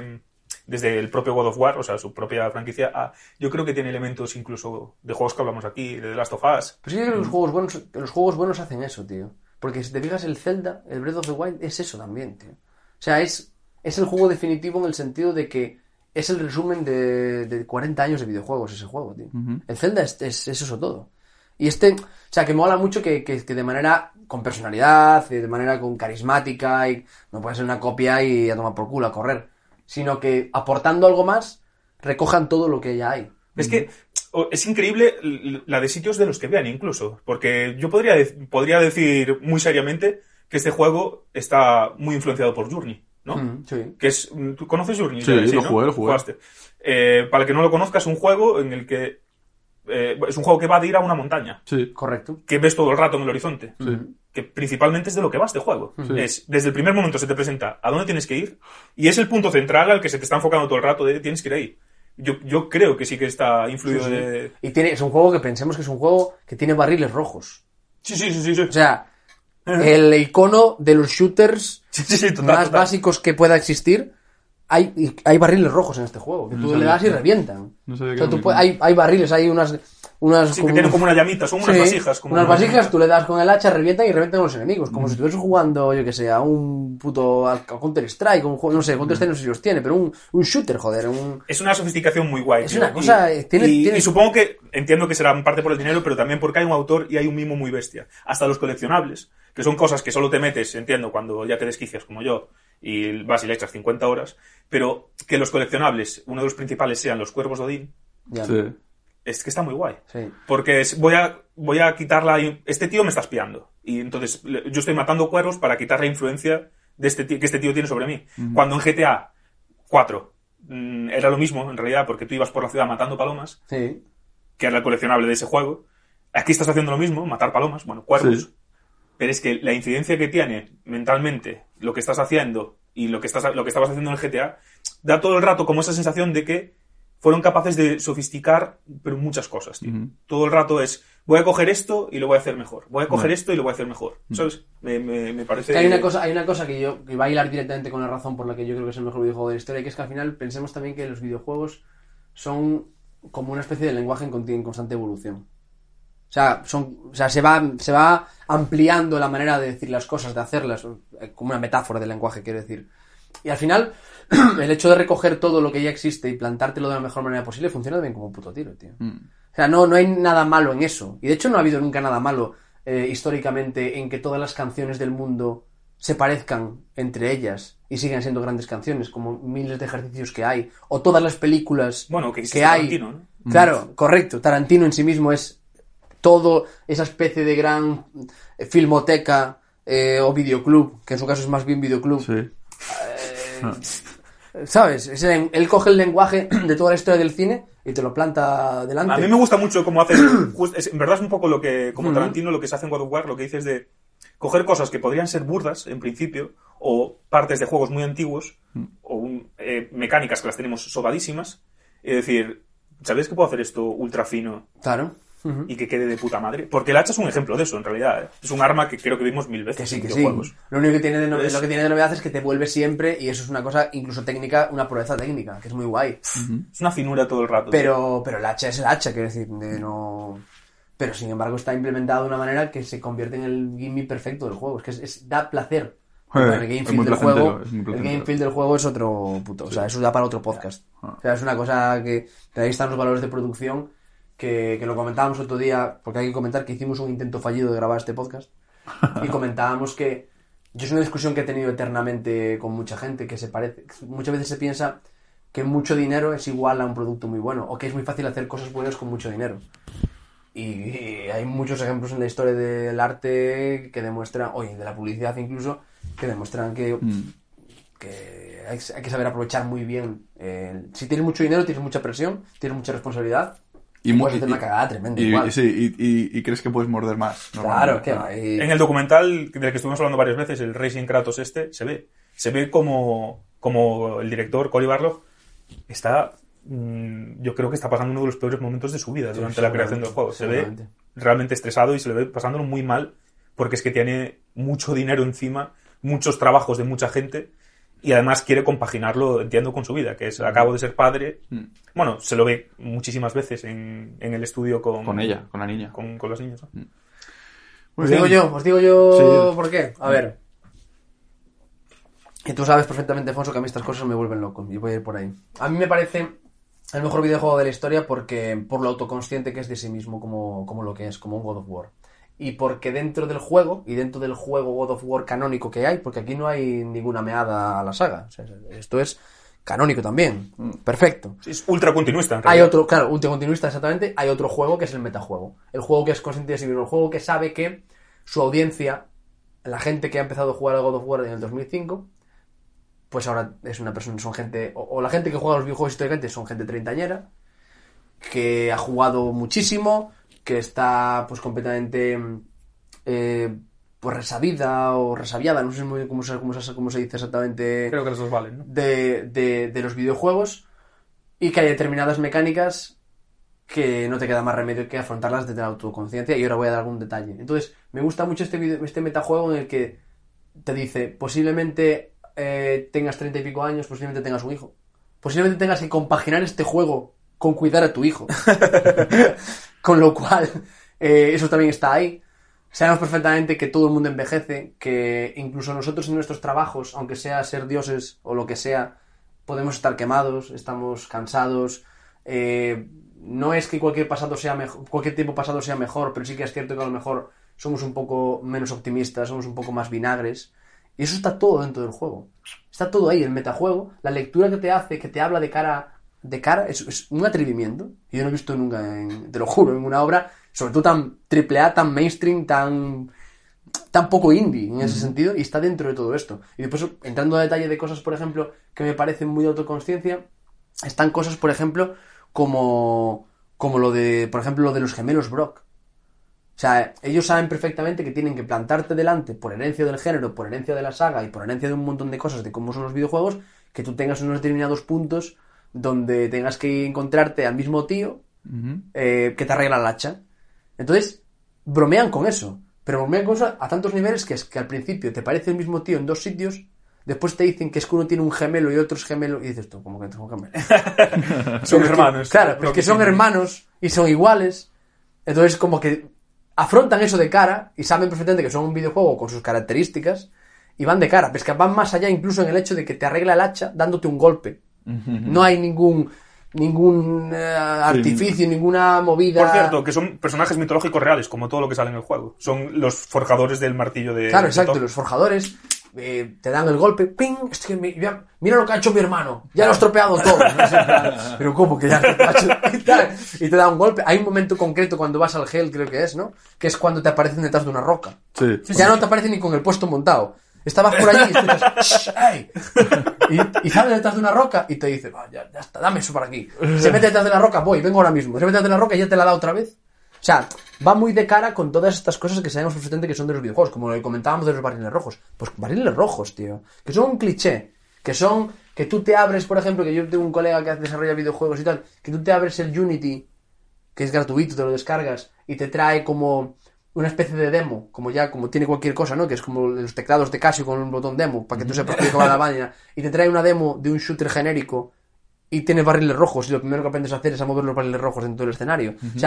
desde el propio God of War, o sea, su propia franquicia, yo creo que tiene elementos incluso de juegos que hablamos aquí, de The Last of Us. Pues sí, que los juegos buenos hacen eso, tío. Porque si te fijas, el Zelda, el Breath of the Wild, es eso también, tío. O sea, es el juego definitivo en el sentido de que es el resumen de 40 años de videojuegos, ese juego, tío. El Zelda es eso todo. Y o sea, que mola mucho que de manera con personalidad, de manera con carismática, y no puede ser una copia y a tomar por culo, a correr. Sino que aportando algo más, recojan todo lo que ya hay. Es que es increíble la de sitios de los que vean incluso, porque yo podría decir muy seriamente que este juego está muy influenciado por Journey, ¿no? Sí. Que es, ¿tú conoces Journey? Sí, ¿no? lo jugué. Jugaste. Para el que no lo conozca, es un juego en el que es un juego que va de ir a una montaña, Sí. Correcto. que ves todo el rato en el horizonte. Sí. Que principalmente es de lo que va este juego. Sí. Es, desde el primer momento se te presenta a dónde tienes que ir y es el punto central al que se te está enfocando todo el rato de tienes que ir ahí. Yo creo que sí que está influido Sí. de... Y es un juego que pensemos que es un juego que tiene barriles rojos. Sí. O sea, el icono de los shooters Sí, total, más total. básicos que pueda existir, hay barriles rojos en este juego, que tú le das y revientan. No sabía O que sea, era un hay barriles, hay unas Sí, que tienen como una llamita, son unas Sí, vasijas. Como unas vasijas, tú le das con el hacha, revientan y revientan a los enemigos. Como si estuvieses jugando, yo que sé, a un puto a Counter-Strike, un juego, no sé, Counter-Strike no sé si los tiene, pero un shooter, joder, Es una sofisticación muy guay. Es tío. una cosa, tiene- y supongo que, entiendo que será en parte por el dinero, pero también porque hay un autor y hay un mimo muy bestia. Hasta los coleccionables, que son cosas que solo te metes, entiendo, cuando ya te desquicias como yo, y vas y le echas 50 horas, pero que los coleccionables, uno de los principales sean los cuervos de Odín, Ya. Sí. es que está muy guay. Sí. Porque voy a quitarla... Este tío me está espiando. Y entonces yo estoy matando cuervos para quitar la influencia de este tío, que este tío tiene sobre mí. Cuando en GTA 4 era lo mismo, en realidad, porque tú ibas por la ciudad matando palomas, Sí. que era el coleccionable de ese juego. Aquí estás haciendo lo mismo, matar palomas, bueno, cuervos. Sí. Pero es que la incidencia que tiene mentalmente lo que estás haciendo y lo que estabas haciendo en el GTA da todo el rato como esa sensación de que fueron capaces de sofisticar pero muchas cosas, tío. Todo el rato es, voy a coger esto y lo voy a hacer mejor. Voy a coger esto y lo voy a hacer mejor. ¿Sabes? Me parece... Hay una cosa que va a hilar directamente con la razón por la que yo creo que es el mejor videojuego de la historia, que es que al final pensemos también que los videojuegos son como una especie de lenguaje en constante evolución. O sea, se va ampliando la manera de decir las cosas, de hacerlas, como una metáfora del lenguaje, quiero decir. Y al final, el hecho de recoger todo lo que ya existe y plantártelo de la mejor manera posible funciona bien como un puto tiro, tío. O sea, no hay nada malo en eso. Y de hecho no ha habido nunca nada malo históricamente en que todas las canciones del mundo se parezcan entre ellas y sigan siendo grandes canciones, como miles de ejercicios que hay, o todas las películas Bueno, que existe hay. Tarantino, ¿no? Claro, correcto. Tarantino en sí mismo es todo esa especie de gran filmoteca o videoclub, que en su caso es más bien videoclub. Sí. ¿Sabes? Él coge el lenguaje de toda la historia del cine y te lo planta delante. A mí me gusta mucho cómo hace... en verdad es un poco lo que, como Tarantino, lo que se hace en God of War, lo que dices de coger cosas que podrían ser burdas, en principio, o partes de juegos muy antiguos, o mecánicas que las tenemos sobadísimas, y decir, ¿sabéis que puedo hacer esto ultra fino? Claro. Y que quede de puta madre. Porque el hacha es un ejemplo de eso, en realidad. ¿Eh? Es un arma que creo que vimos 1000 veces Que sí, en que sí. videojuegos. Lo único que tiene lo que tiene de novedad es que te vuelve siempre, y eso es una cosa, incluso técnica, una proeza técnica, que es muy guay. Es una finura todo el rato. Pero el hacha es el hacha, quiero decir, no pero sin embargo está implementado de una manera que se convierte en el gimmick perfecto del juego. Es que da placer. Bueno, el game feel del juego es otro puto, o sea, eso da para otro podcast. O sea, es una cosa que ahí están los valores de producción que lo comentábamos otro día, porque hay que comentar que hicimos un intento fallido de grabar este podcast y comentábamos que yo es una discusión que he tenido eternamente con mucha gente, que muchas veces se piensa que mucho dinero es igual a un producto muy bueno, o que es muy fácil hacer cosas buenas con mucho dinero. Y hay muchos ejemplos en la historia del arte que demuestran, oye, de la publicidad incluso, que demuestran que hay que saber aprovechar muy bien. Si tienes mucho dinero, tienes mucha presión, tienes mucha responsabilidad, y puedes hacer una cagada tremenda. Y crees que puedes morder más. Claro, que en el documental del que estuvimos hablando varias veces, el Racing Kratos se ve como el director, Cory Barlog, está... yo creo que está pasando uno de los peores momentos de su vida durante la creación del juego. Se ve realmente estresado y se le ve pasándolo muy mal, porque es que tiene mucho dinero encima, muchos trabajos de mucha gente, y además quiere compaginarlo, entiendo, con su vida, que es, acabo de ser padre. Bueno, se lo ve muchísimas veces en el estudio con ella, con la niña. Con las niñas, ¿no? Os digo yo sí. ¿Por qué? A ver. Y tú sabes perfectamente, Fonso, que a mí estas cosas me vuelven loco, y voy a ir por ahí. A mí me parece el mejor videojuego de la historia por lo autoconsciente que es de sí mismo, como lo que es, como un God of War. Y porque dentro del juego, y dentro del juego God of War canónico que hay, porque aquí no hay ninguna meada a la saga. O sea, esto es canónico también. Perfecto. Sí, es ultra continuista. Hay otro, claro, ultra continuista exactamente. Hay otro juego que es el metajuego. El juego que es consciente de sí mismo. El juego que sabe que su audiencia, la gente que ha empezado a jugar a God of War en el 2005, pues ahora es una persona, son gente, o la gente que juega a los videojuegos históricamente son gente treintañera, que ha jugado muchísimo, que está pues completamente pues resabida o resabiada, no sé muy cómo se dice exactamente. Creo que los dos valen, ¿no? De los videojuegos, y que hay determinadas mecánicas que no te queda más remedio que afrontarlas desde la autoconciencia, y ahora voy a dar algún detalle. Entonces, me gusta mucho este metajuego en el que te dice, posiblemente tengas 30 y pico años, posiblemente tengas un hijo, posiblemente tengas que compaginar este juego con cuidar a tu hijo. Con lo cual, eso también está ahí. Sabemos perfectamente que todo el mundo envejece, que incluso nosotros en nuestros trabajos, aunque sea ser dioses o lo que sea, podemos estar quemados, estamos cansados. No es que cualquier tiempo pasado sea mejor, pero sí que es cierto que a lo mejor somos un poco menos optimistas, somos un poco más vinagres. Y eso está todo dentro del juego. Está todo ahí, el metajuego, la lectura que te hace, que te habla de cara, es un atrevimiento. Yo no he visto nunca, te lo juro, en una obra, sobre todo tan AAA, tan mainstream, tan poco indie en ese sentido, y está dentro de todo esto. Y después, entrando a detalle de cosas, por ejemplo, que me parecen muy de autoconsciencia, están cosas, por ejemplo, como lo de, por ejemplo, lo de los gemelos Brock. O sea, ellos saben perfectamente que tienen que plantarte delante, por herencia del género, por herencia de la saga y por herencia de un montón de cosas de cómo son los videojuegos, que tú tengas unos determinados puntos donde tengas que encontrarte al mismo tío que te arregla el hacha. Entonces, bromean con eso. Pero bromean con eso a tantos niveles que es que al principio te parece el mismo tío en dos sitios, después te dicen que es que uno tiene un gemelo y otro es gemelo, y dices tú, ¿cómo que tengo gemelo? Son hermanos. Claro, pero es que son hermanos y son iguales. Entonces, como que afrontan eso de cara y saben perfectamente que son un videojuego con sus características y van de cara. Pero es que van más allá incluso en el hecho de que te arregla el hacha dándote un golpe. No hay ningún artificio, ninguna movida. Por cierto, que son personajes mitológicos reales, como todo lo que sale en el juego. Son los forjadores del martillo de... Claro, exacto, los forjadores te dan el golpe, ¡ping! Mira lo que ha hecho mi hermano, ya lo ha estropeado todo. Pero ¿cómo que ya lo ha hecho? Y te da un golpe. Hay un momento concreto cuando vas al Hell, creo que es, ¿no? Que es cuando te aparecen detrás de una roca. Sí. Ya no te aparece ni con el puesto montado. Estabas por allí y escuchas, ¡hey! Y sale detrás de una roca y te dice, ya está, dame eso para aquí. Se mete detrás de la roca, vengo ahora mismo. Se mete detrás de la roca y ya te la da otra vez. O sea, va muy de cara con todas estas cosas que sabemos perfectamente que son de los videojuegos, como lo que comentábamos de los barriles rojos. Pues barriles rojos, tío. Que son un cliché. Que tú te abres, por ejemplo, que yo tengo un colega que desarrolla videojuegos y tal, que tú te abres el Unity, que es gratuito, te lo descargas, y te trae como una especie de demo, como tiene cualquier cosa, ¿no? Que es como los teclados de Casio con un botón demo, para que tú sepas cómo va la vaina, y te trae una demo de un shooter genérico, y tiene barriles rojos, y lo primero que aprendes a hacer es a mover los barriles rojos dentro del escenario. O sea,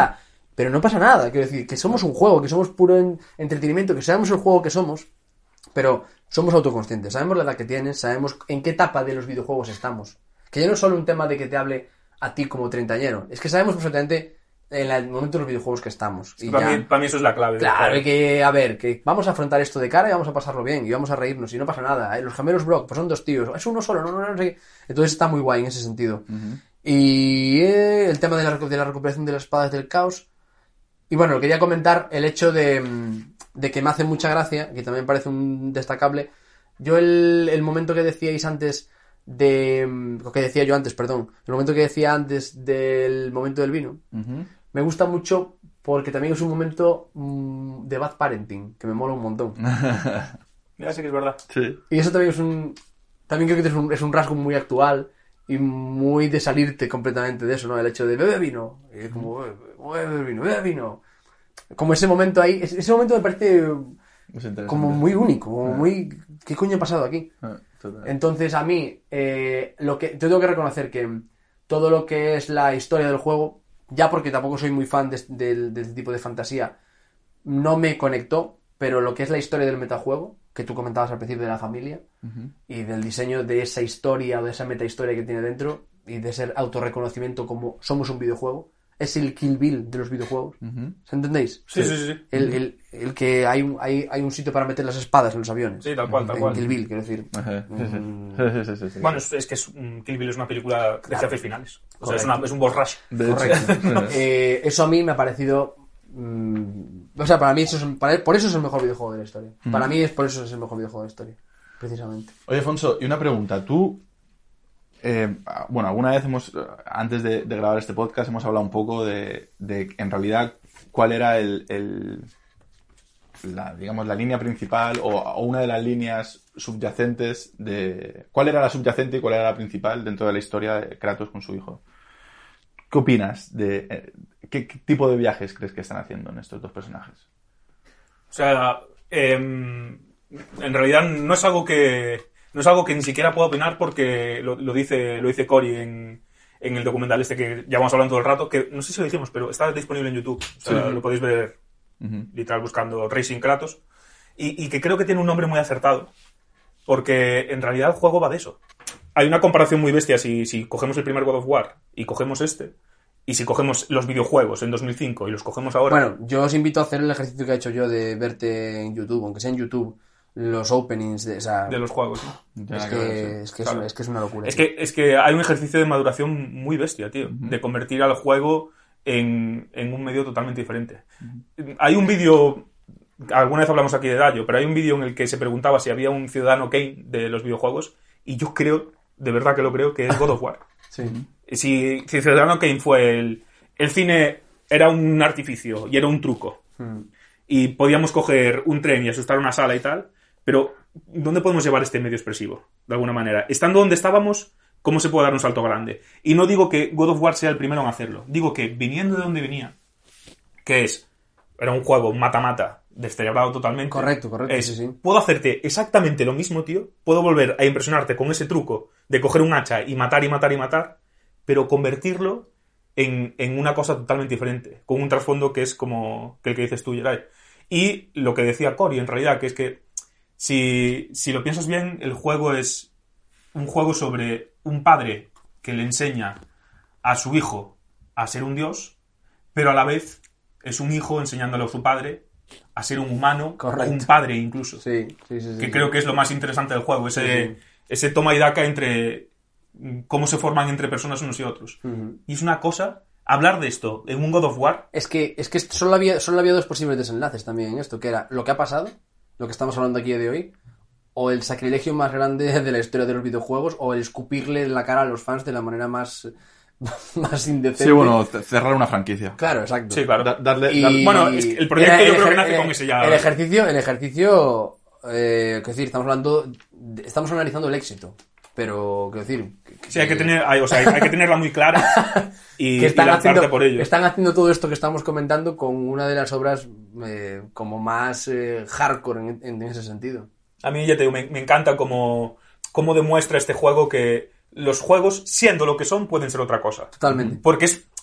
Pero no pasa nada, quiero decir, que somos un juego, que somos puro entretenimiento, que sabemos el juego que somos, pero somos autoconscientes, sabemos la edad que tienes, sabemos en qué etapa de los videojuegos estamos. Que ya no es solo un tema de que te hable a ti como treintañero, es que sabemos perfectamente en el momento de los videojuegos que estamos. Y para mí eso es la clave. Claro, hay que, a ver, que vamos a afrontar esto de cara y vamos a pasarlo bien, y vamos a reírnos, y no pasa nada. Los gemelos Brock, pues son 2 tíos, es uno solo, no sé qué. Entonces está muy guay en ese sentido. Uh-huh. Y el tema de la recuperación de las espadas del caos. Y bueno, quería comentar el hecho de que me hace mucha gracia, que también parece un destacable. Yo el momento que decíais antes el momento que decía antes del momento del vino, uh-huh. Me gusta mucho porque también es un momento de bad parenting, que me mola un montón. Ya sé que es verdad. Sí. Y eso también también creo que es un rasgo muy actual y muy de salirte completamente de eso, ¿no? El hecho de bebe vino, y como bebe vino. Como ese momento ahí, ese momento me parece como muy único, como muy... ¿Qué coño ha pasado aquí? Entonces a mí, yo tengo que reconocer que todo lo que es la historia del juego, ya porque tampoco soy muy fan de este tipo de fantasía, no me conectó, pero lo que es la historia del metajuego, que tú comentabas al principio de la familia, uh-huh. Y del diseño de esa historia o de esa metahistoria que tiene dentro, y de ese autorreconocimiento como somos un videojuego, es el Kill Bill de los videojuegos. Uh-huh. ¿Entendéis? Sí. El que hay un sitio para meter las espadas en los aviones. Sí, tal cual. En Kill Bill, quiero decir. Sí. Bueno, es que Kill Bill es una película de jefes finales. O sea, es un boss rush. Correcto. Eso a mí me ha parecido... o sea, para mí por eso es el mejor videojuego de la historia. Uh-huh. Para mí por eso es el mejor videojuego de la historia. Precisamente. Oye, Afonso, y una pregunta. Tú... alguna vez antes de grabar este podcast hemos hablado un poco de en realidad cuál era la línea principal o una de las líneas subyacentes cuál era la subyacente y cuál era la principal dentro de la historia de Kratos con su hijo. ¿Qué opinas de qué tipo de viajes crees que están haciendo en estos dos personajes? O sea, en realidad no es algo que ni siquiera puedo opinar porque lo dice Cory en el documental este que llevamos hablando todo el rato, que no sé si lo dijimos, pero está disponible en YouTube. O sea, sí. Lo podéis ver uh-huh. Literal buscando Racing Kratos. Y que creo que tiene un nombre muy acertado, porque en realidad el juego va de eso. Hay una comparación muy bestia si cogemos el primer God of War y cogemos este, y si cogemos los videojuegos en 2005 y los cogemos ahora... Bueno, yo os invito a hacer el ejercicio que he hecho yo de verte en YouTube, aunque sea en YouTube, los openings de los juegos, ¿no? Es que es una locura. Es que hay un ejercicio de maduración muy bestia, tío, uh-huh. De convertir al juego en un medio totalmente diferente. Uh-huh. Hay un vídeo, alguna vez hablamos aquí de Dayo, pero hay un vídeo en el que se preguntaba si había un ciudadano Kane de los videojuegos, y yo creo, de verdad que lo creo, que es God of War. Sí. Si Ciudadano Kane fue el cine era un artificio y era un truco, y podíamos coger un tren y asustar una sala y tal, pero ¿dónde podemos llevar este medio expresivo? De alguna manera. Estando donde estábamos, ¿cómo se puede dar un salto grande? Y no digo que God of War sea el primero en hacerlo. Digo que viniendo de donde venía, que era un juego mata-mata, descerebrado totalmente. Correcto. Sí. Puedo hacerte exactamente lo mismo, tío. Puedo volver a impresionarte con ese truco de coger un hacha y matar, pero convertirlo en una cosa totalmente diferente, con un trasfondo que es como que el que dices tú, Geray. Y lo que decía Cory, en realidad, que es que si lo piensas bien, el juego es un juego sobre un padre que le enseña a su hijo a ser un dios, pero a la vez es un hijo enseñándole a su padre a ser un humano, correcto. Un padre incluso. Sí, que creo que es lo más interesante del juego, ese toma y daca entre cómo se forman entre personas unos y otros. Uh-huh. Y es una cosa... Hablar de esto en un God of War... Es que solo había 2 posibles desenlaces también en esto, que era lo que ha pasado, lo que estamos hablando aquí de hoy, o el sacrilegio más grande de la historia de los videojuegos, o el escupirle en la cara a los fans de la manera más indecente. Sí, bueno, cerrar una franquicia. Claro, exacto. Sí, claro. Bueno, es que el proyecto yo creo que nace con ese ya... El ejercicio es decir, estamos analizando el éxito. Pero, quiero decir... Sí, hay que tenerla muy clara y lanzarte por ello. Están haciendo todo esto que estamos comentando con una de las obras como más hardcore en ese sentido. A mí, ya te digo, me encanta cómo demuestra este juego que los juegos, siendo lo que son, pueden ser otra cosa. Totalmente. Porque es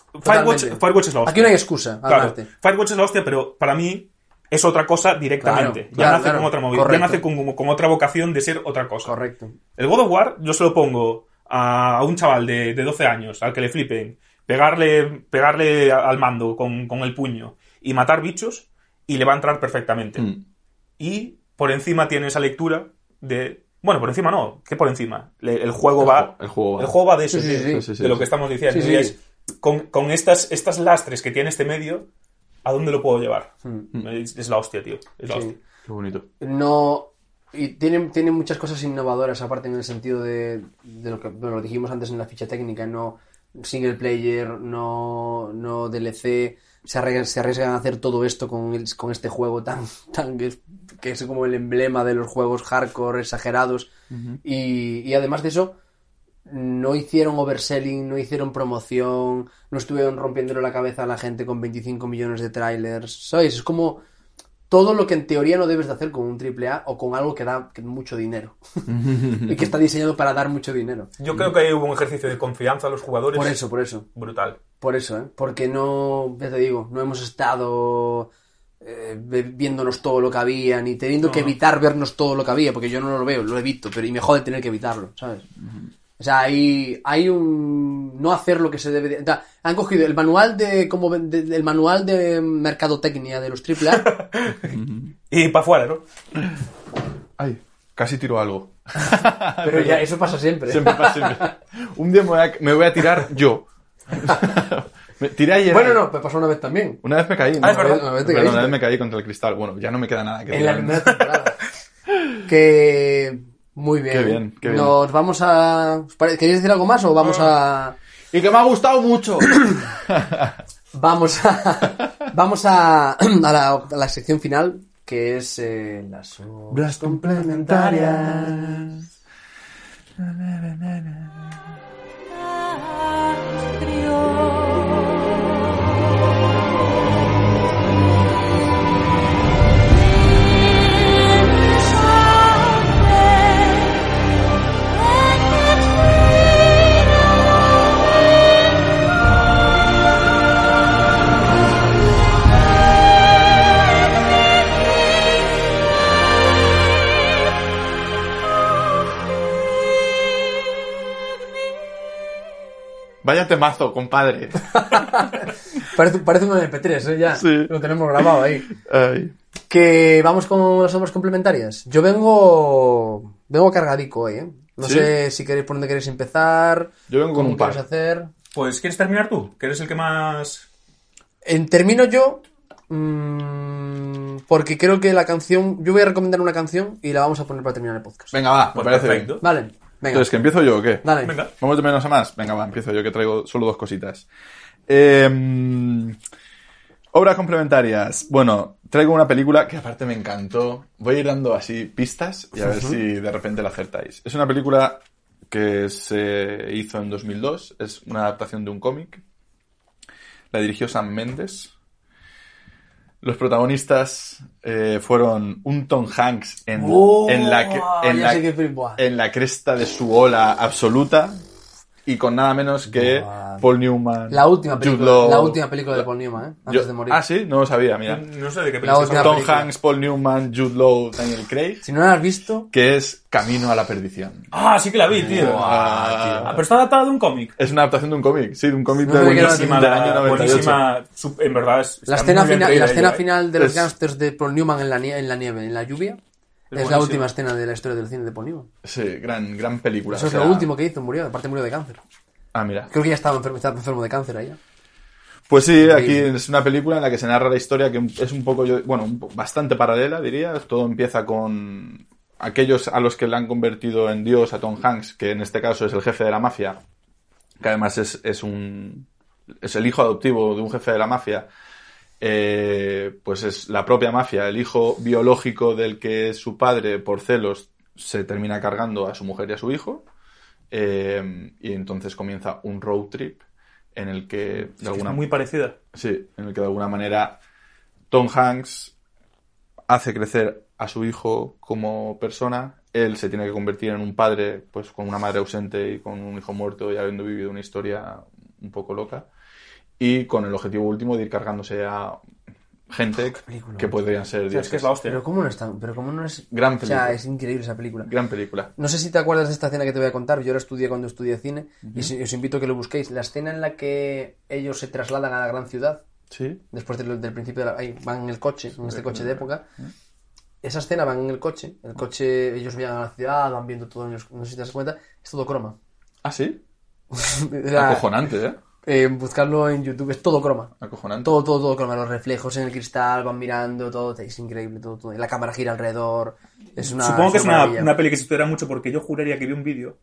Firewatch Totalmente. es la hostia. Aquí no hay excusa, Claro, hablarte. Firewatch es la hostia, pero para mí es otra cosa directamente. Claro, nace claro. con otra movida. Correcto. Ya nace con otra vocación de ser otra cosa. Correcto. El God of War yo se lo pongo a un chaval de 12 años al que le flipen, pegarle al mando con el puño y matar bichos y le va a entrar perfectamente. Y por encima tiene esa lectura de... Bueno, por encima no, ¿qué por encima? El juego va de eso, Sí, tío, sí, de lo que estamos diciendo. Sí, Y sí. es, con estas lastres que tiene este medio, ¿a dónde lo puedo llevar? Es la hostia, tío. Es la hostia. Sí. Qué bonito. No... Y tiene muchas cosas innovadoras, aparte en el sentido de lo que lo dijimos antes en la ficha técnica, no single player, no DLC, se arriesgan a hacer todo esto con este juego tan que es como el emblema de los juegos hardcore exagerados. Y además de eso, no hicieron overselling, no hicieron promoción, no estuvieron rompiéndole la cabeza a la gente con 25 millones de trailers, ¿sabes? Es como todo lo que en teoría no debes de hacer con un AAA o con algo que da mucho dinero y que está diseñado para dar mucho dinero. Yo creo que ahí hubo un ejercicio de confianza a los jugadores. Por eso. Brutal. Por eso, porque no, ya te digo, no hemos estado viéndonos todo lo que había, ni teniendo que evitar vernos todo lo que había, porque yo no lo veo, lo evito, pero y me jode tener que evitarlo, ¿sabes? O sea, hay un no hacer lo que se debe de... O sea, han cogido el manual el manual de mercadotecnia de los AAA Y para afuera, ¿no? Ay, casi tiro algo. pero ya eso pasa siempre. Siempre pasa, siempre. Un día me voy a tirar yo. Me tiré ayer. Bueno, no, me pasó una vez también. Una vez me caí. Ah, es verdad. Una vez te Pero caíste. una vez me caí contra el cristal. Bueno, ya no me queda nada que En la tirar. primera temporada. Que... Muy bien. Qué bien, qué bien. Nos vamos a... ¿Queréis decir algo más o vamos a...? Y que me ha gustado mucho. Vamos a la sección final, que es las obras complementarias. Vaya temazo, compadre. Parece un MP3, ya. Sí. Lo tenemos grabado ahí. Ay. Que vamos con las obras complementarias. Yo vengo cargadico hoy, ¿eh? No ¿Sí? sé si queréis por dónde queréis empezar. Yo vengo con cómo un par. queréis hacer. Pues, ¿quieres terminar tú? Que eres el que más... Termino yo porque creo que la canción... Yo voy a recomendar una canción y la vamos a poner para terminar el podcast. Venga, va, Pues me parece perfecto. bien. Vale, venga. Entonces, ¿que empiezo yo o qué? Dale. Venga. ¿Vamos de menos a más? Venga, va, empiezo yo, que traigo solo 2 cositas. Obras complementarias. Bueno, traigo una película que aparte me encantó. Voy a ir dando así pistas y a ver si de repente la acertáis. Es una película que se hizo en 2002. Es una adaptación de un cómic. La dirigió Sam Mendes. Los protagonistas fueron un Tom Hanks en Ya sé que- buah. la cresta de su ola absoluta y con nada menos que Buah. Paul Newman, La última Jude película, Law. la última película de Paul Newman, antes de morir. Ah, sí, no lo sabía, mira. No sé de qué La película última estás Tom hablando. película. Hanks, Paul Newman, Jude Law, Daniel Craig, Si no la has visto, que es Camino a la Perdición. Ah, sí que la vi, tío. Ah, pero está adaptada de un cómic. Es una adaptación de un cómic, sí, de un cómic No del, me queda del buenísima, año 98. buenísima. En verdad es. la está escena muy bien final, traída la escena ella, final de los Es- gángsters de Paul Newman en la nieve, en la lluvia, es la buenísima. última escena de la historia del cine de Paul Newman. Sí, gran película. Eso o es sea- lo último que hizo, murió, aparte murió de cáncer. Ah, mira. Creo que ya estaba enfermo de cáncer ahí. Pues sí, aquí Increíble. es una película en la que se narra la historia que es un poco, bastante paralela, diría. Todo empieza con aquellos a los que le han convertido en Dios a Tom Hanks, que en este caso es el jefe de la mafia, que además es el hijo adoptivo de un jefe de la mafia. Pues es la propia mafia, el hijo biológico del que su padre, por celos, se termina cargando a su mujer y a su hijo. Y entonces comienza un road trip en el que de alguna muy parecida. Sí, en el que de alguna manera Tom Hanks hace crecer a su hijo como persona. Él se tiene que convertir en un padre, pues con una madre ausente y con un hijo muerto y habiendo vivido una historia un poco loca. y con el objetivo último de ir cargándose a gente película. que podrían ser Es dioses. que es la hostia. Pero cómo no es tan... Pero cómo no es... Gran O película. sea, es increíble esa película. Gran película. No sé si te acuerdas de esta escena que te voy a contar. Yo la estudié cuando estudié cine. Y os invito a que lo busquéis. La escena en la que ellos se trasladan a la gran ciudad. Sí. Después del principio de ahí van en el coche, en este coche de época. Esa escena van en el coche, ellos llegan a la ciudad, van viendo todo, no sé si te das cuenta, es todo croma. ¿Ah, sí? O sea, Acojonante, ¿eh? Buscarlo en YouTube, es todo croma. Acojonante. Todo croma, los reflejos en el cristal, van mirando, todo, es increíble, todo. Y la cámara gira alrededor, es una... Supongo que es maravilla. una peli que se espera mucho porque yo juraría que vi un vídeo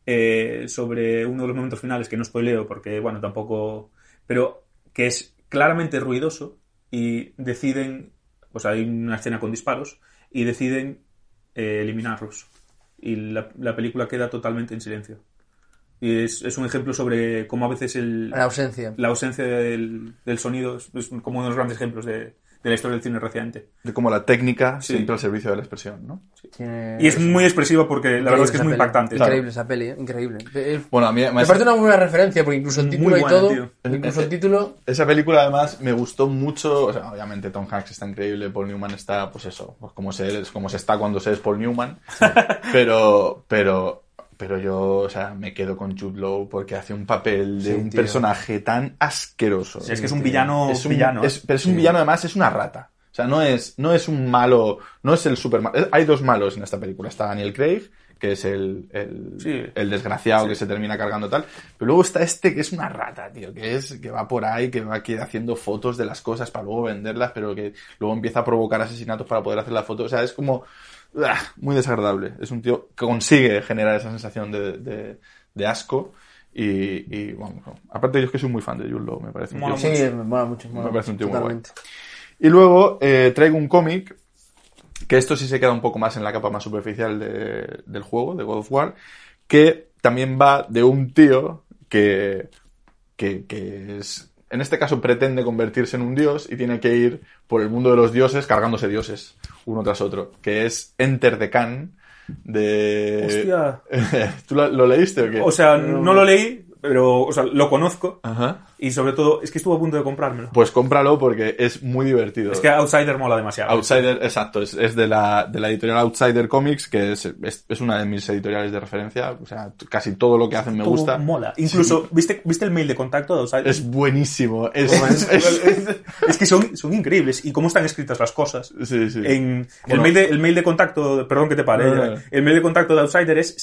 sobre uno de los momentos finales, que no spoileo porque, bueno, tampoco... Pero que es claramente ruidoso y deciden... Pues hay una escena con disparos y deciden eliminarlos. Y la película queda totalmente en silencio. Y es un ejemplo sobre cómo a veces La ausencia. la ausencia del sonido es como uno de los grandes ejemplos de la historia del cine reciente. De cómo la técnica Sí. siempre al servicio de la expresión, ¿no? Y es muy expresiva porque la verdad es que es muy impactante. Increíble esa peli, increíble. Bueno, a mí Me parece una buena referencia porque incluso el título Muy y buena, todo, tío. incluso el título... esa película además me gustó mucho, o sea, obviamente Tom Hanks está increíble, Paul Newman está, pues eso, pues como se está cuando se es Paul Newman, pero yo, o sea, me quedo con Jude Law porque hace un papel de Sí, un tío. personaje tan asqueroso. Es que es un villano Es un villano. pero es un villano además, es una rata. O sea, no es un malo, no es el super malo. Hay dos malos en esta película. Está Daniel Craig, que es el desgraciado que se termina cargando tal. Pero luego está este que es una rata, tío, que va por ahí, que va aquí haciendo fotos de las cosas para luego venderlas, pero que luego empieza a provocar asesinatos para poder hacer las fotos. O sea, es como muy desagradable. Es un tío que consigue generar esa sensación de asco. Y bueno, aparte yo es que soy muy fan de Jude Law, me parece un tío. Sí, me mola mucho. Me parece un tío muy totalmente. Y luego traigo un cómic, que esto sí se queda un poco más en la capa más superficial del juego, de God of War, que también va de un tío que es, en este caso pretende convertirse en un dios y tiene que ir por el mundo de los dioses cargándose dioses, uno tras otro, que es Enter the Can de... Hostia. ¿Tú lo leíste o qué? O sea, no lo leí, pero o sea, lo conozco. Ajá. Y sobre todo, es que estuve a punto de comprármelo. Pues cómpralo porque es muy divertido. Es que Outsider mola demasiado. Outsider, exacto, es de la editorial Outsider Comics, que es una de mis editoriales de referencia. O sea, casi todo lo que hacen me Todo gusta. mola. Incluso, Sí. ¿viste el mail de contacto de Outsider? Es buenísimo. Es que son increíbles. Y cómo están escritas las cosas. Sí, sí. En Bueno. el mail de contacto, perdón que te pare, No. el mail de contacto de Outsider es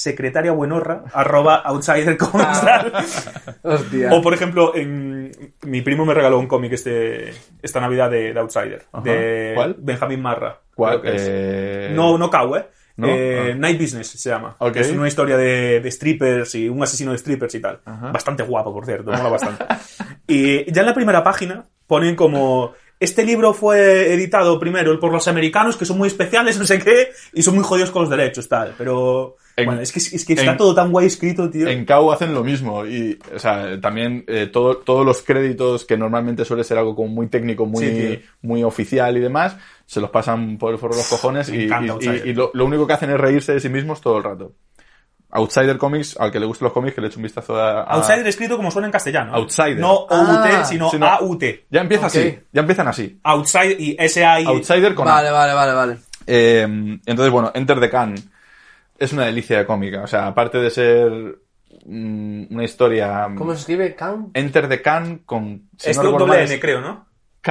secretariabuenorra@outsidercomics. Hostia. O por ejemplo, mi primo me regaló un cómic esta Navidad de Outsider. Ajá. De ¿Cuál? Benjamín Marra. ¿Cuál? creo que es. No Cow, ¿No? Night Business se llama. Ok. Que es una historia de strippers y un asesino de strippers y tal. Ajá. Bastante guapo, por cierto, mola bastante. Y ya en la primera página ponen como... Este libro fue editado primero por los americanos, que son muy especiales, no sé qué, y son muy jodidos con los derechos, tal. Pero, bueno, es que está todo tan guay escrito, tío. En KAU hacen lo mismo. Y, o sea, también todos los créditos, que normalmente suele ser algo como muy técnico, Sí, muy oficial y demás, se los pasan por el forro de los cojones Me encanta Outsider. y lo único que hacen es reírse de sí mismos todo el rato. Outsider Comics, al que le gusten los cómics, que le eche un vistazo a... Outsider escrito como suena en castellano. Outsider. No OUT, sino sino- AUT. Ya empieza Ok. así, ya empiezan así. Outsider y S.A.I. Outsider con A. Vale. Entonces, bueno, Enter the Can es una delicia de cómica. O sea, aparte de ser una historia... ¿Cómo se escribe? ¿Can? Enter the Can con... si Es no con recuerdo doble mal, N, creo, ¿no?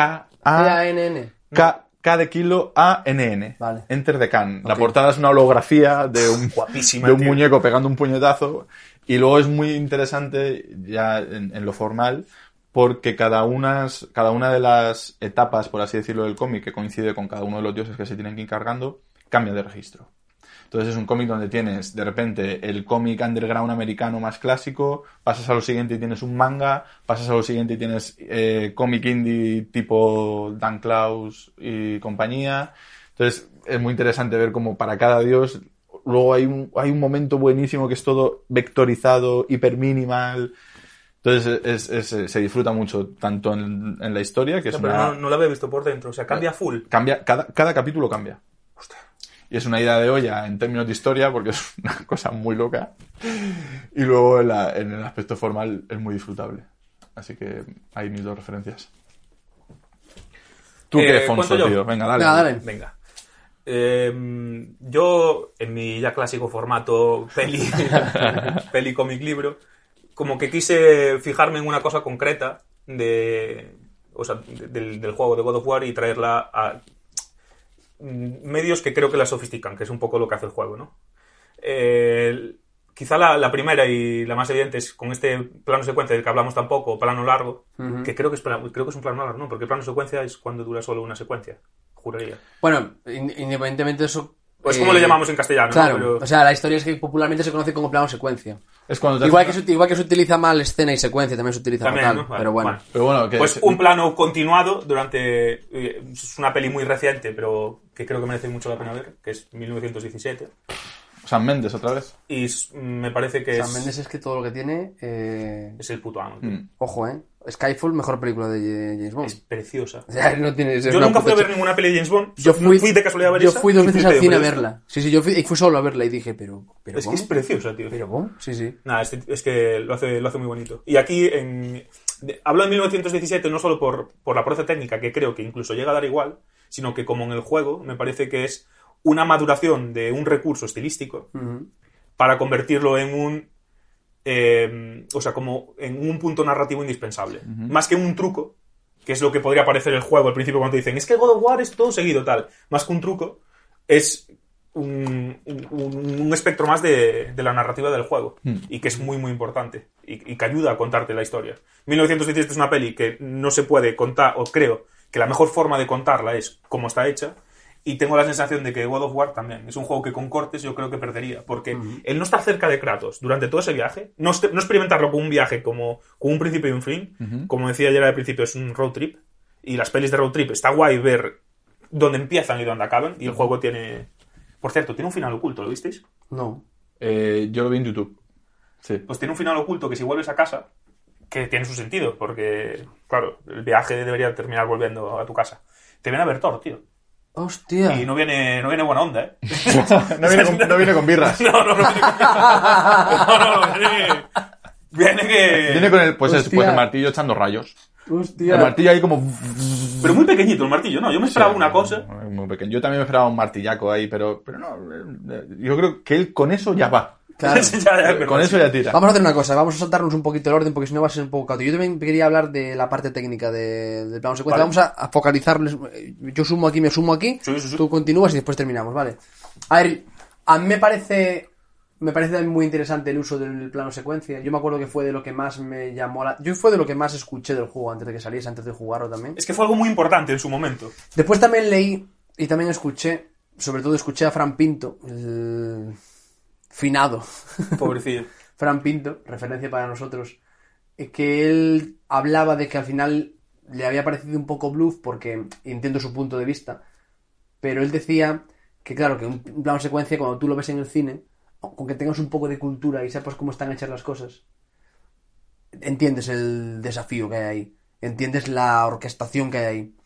C-A-N-N. K de kilo A-N-N. Vale. Enter the Can. La Ok. portada es una holografía de un, Guapísima, de un tío. muñeco pegando un puñetazo. Y luego es muy interesante, ya en lo formal, porque cada una de las etapas, por así decirlo, del cómic, que coincide con cada uno de los dioses que se tienen que ir cargando, cambia de registro. Entonces es un cómic donde tienes, de repente, el cómic underground americano más clásico, pasas a lo siguiente y tienes un manga, pasas a lo siguiente y tienes cómic indie tipo Dan Klaus y compañía. Entonces es muy interesante ver cómo para cada dios luego hay un momento buenísimo que es todo vectorizado, hiper minimal. Entonces se disfruta mucho tanto en la historia, que es Pero una... no lo había visto por dentro. O sea, cambia full. Cambia, cada capítulo cambia. Y es una ida de olla en términos de historia, porque es una cosa muy loca. Y luego en el aspecto formal es muy disfrutable. Así que hay mis dos referencias. ¿Tú qué, Fonso, ¿cuento yo? tío? Venga, dale. Venga, dale. Venga. Yo, en mi ya clásico formato peli cómic libro, como que quise fijarme en una cosa concreta del juego de God of War y traerla a medios que creo que la sofistican, que es un poco lo que hace el juego, ¿no? Quizá la primera y la más evidente es con este plano secuencia del que hablamos tampoco, plano largo, que creo que es un plano largo, ¿no? Porque plano secuencia es cuando dura solo una secuencia, juraría. Bueno, independientemente de eso... Pues como le llamamos en castellano, claro, ¿no? Pero... o sea, la historia es que popularmente se conoce como plano secuencia. Es cuando te Igual que se utiliza mal escena y secuencia, también se utiliza También, mal, ¿no? Vale, pero bueno. vale. Pero bueno, que Pues un plano continuado durante... Es una peli muy reciente, pero que creo que merece mucho la pena ver, que es 1917. Sam Mendes otra vez. Y me parece que Sam Mendes es que todo lo que tiene... es el puto amo. Tío. Ojo, Skyfall, mejor película de James Bond. Es preciosa. O sea, no tiene, Yo nunca fui a ver ninguna peli de James Bond. Yo fui de casualidad a ver Yo esa fui 2 y veces flipé, al cine a pero verla. Sí, yo fui solo a verla y dije, pero es que ¿cómo? es preciosa, tío. ¿Pero cómo? Sí. Nada, es que lo hace muy bonito. Y aquí, hablo de 1917 no solo por la proeza técnica, que creo que incluso llega a dar igual, sino que como en el juego, me parece que es una maduración de un recurso estilístico para convertirlo en como en un punto narrativo indispensable. Más que un truco, que es lo que podría parecer el juego al principio cuando te dicen, es que God of War es todo seguido tal. Más que un truco, es un espectro más de la narrativa del juego. Y que es muy, muy importante. Y que ayuda a contarte la historia. 1917 es una peli que no se puede contar, o creo que la mejor forma de contarla es cómo está hecha. Y tengo la sensación de que God of War también es un juego que con cortes yo creo que perdería. Porque el no estar cerca de Kratos durante todo ese viaje, no experimentarlo como un viaje, como un principio y un fin, como decía ayer al principio, es un road trip. Y las pelis de road trip está guay ver dónde empiezan y dónde acaban. Y el juego tiene... Por cierto, tiene un final oculto, ¿lo visteis? No. Yo lo vi en YouTube. Sí. Pues tiene un final oculto que si vuelves a casa, que tiene su sentido, porque, claro, el viaje debería terminar volviendo a tu casa. Te viene a ver Thor, tío. Hostia. Y no viene buena onda, ¿eh? no viene con birras. No viene con Viene con el, pues Hostia. el martillo echando rayos. Hostia. El martillo ahí como... Pero muy pequeñito el martillo, ¿no? Yo me esperaba una cosa. Muy pequeño. Yo también me esperaba un martillaco ahí, pero no. Yo creo que él con eso ya va. Claro. Ya, Con eso ya tira. Vamos a hacer una cosa, vamos a saltarnos un poquito el orden porque si no va a ser un poco caótico. Yo también quería hablar de la parte técnica del plano secuencia. Vale. Vamos a focalizarles. Yo sumo aquí, me sumo aquí. Sí. Tú continúas y después terminamos, ¿vale? A ver, a mí me parece también muy interesante el uso del plano secuencia. Yo me acuerdo que fue de lo que más me llamó Yo fue de lo que más escuché del juego antes de que saliese, antes de jugarlo también. Es que fue algo muy importante en su momento. Después también leí y también escuché, sobre todo escuché a Fran Pinto, el finado Pobrecillo. Fran Pinto, referencia para nosotros, que él hablaba de que al final le había parecido un poco bluff porque entiendo su punto de vista, pero él decía que claro, que un plano secuencia cuando tú lo ves en el cine, con que tengas un poco de cultura y sepas cómo están hechas las cosas, entiendes el desafío que hay ahí, entiendes la orquestación que hay ahí.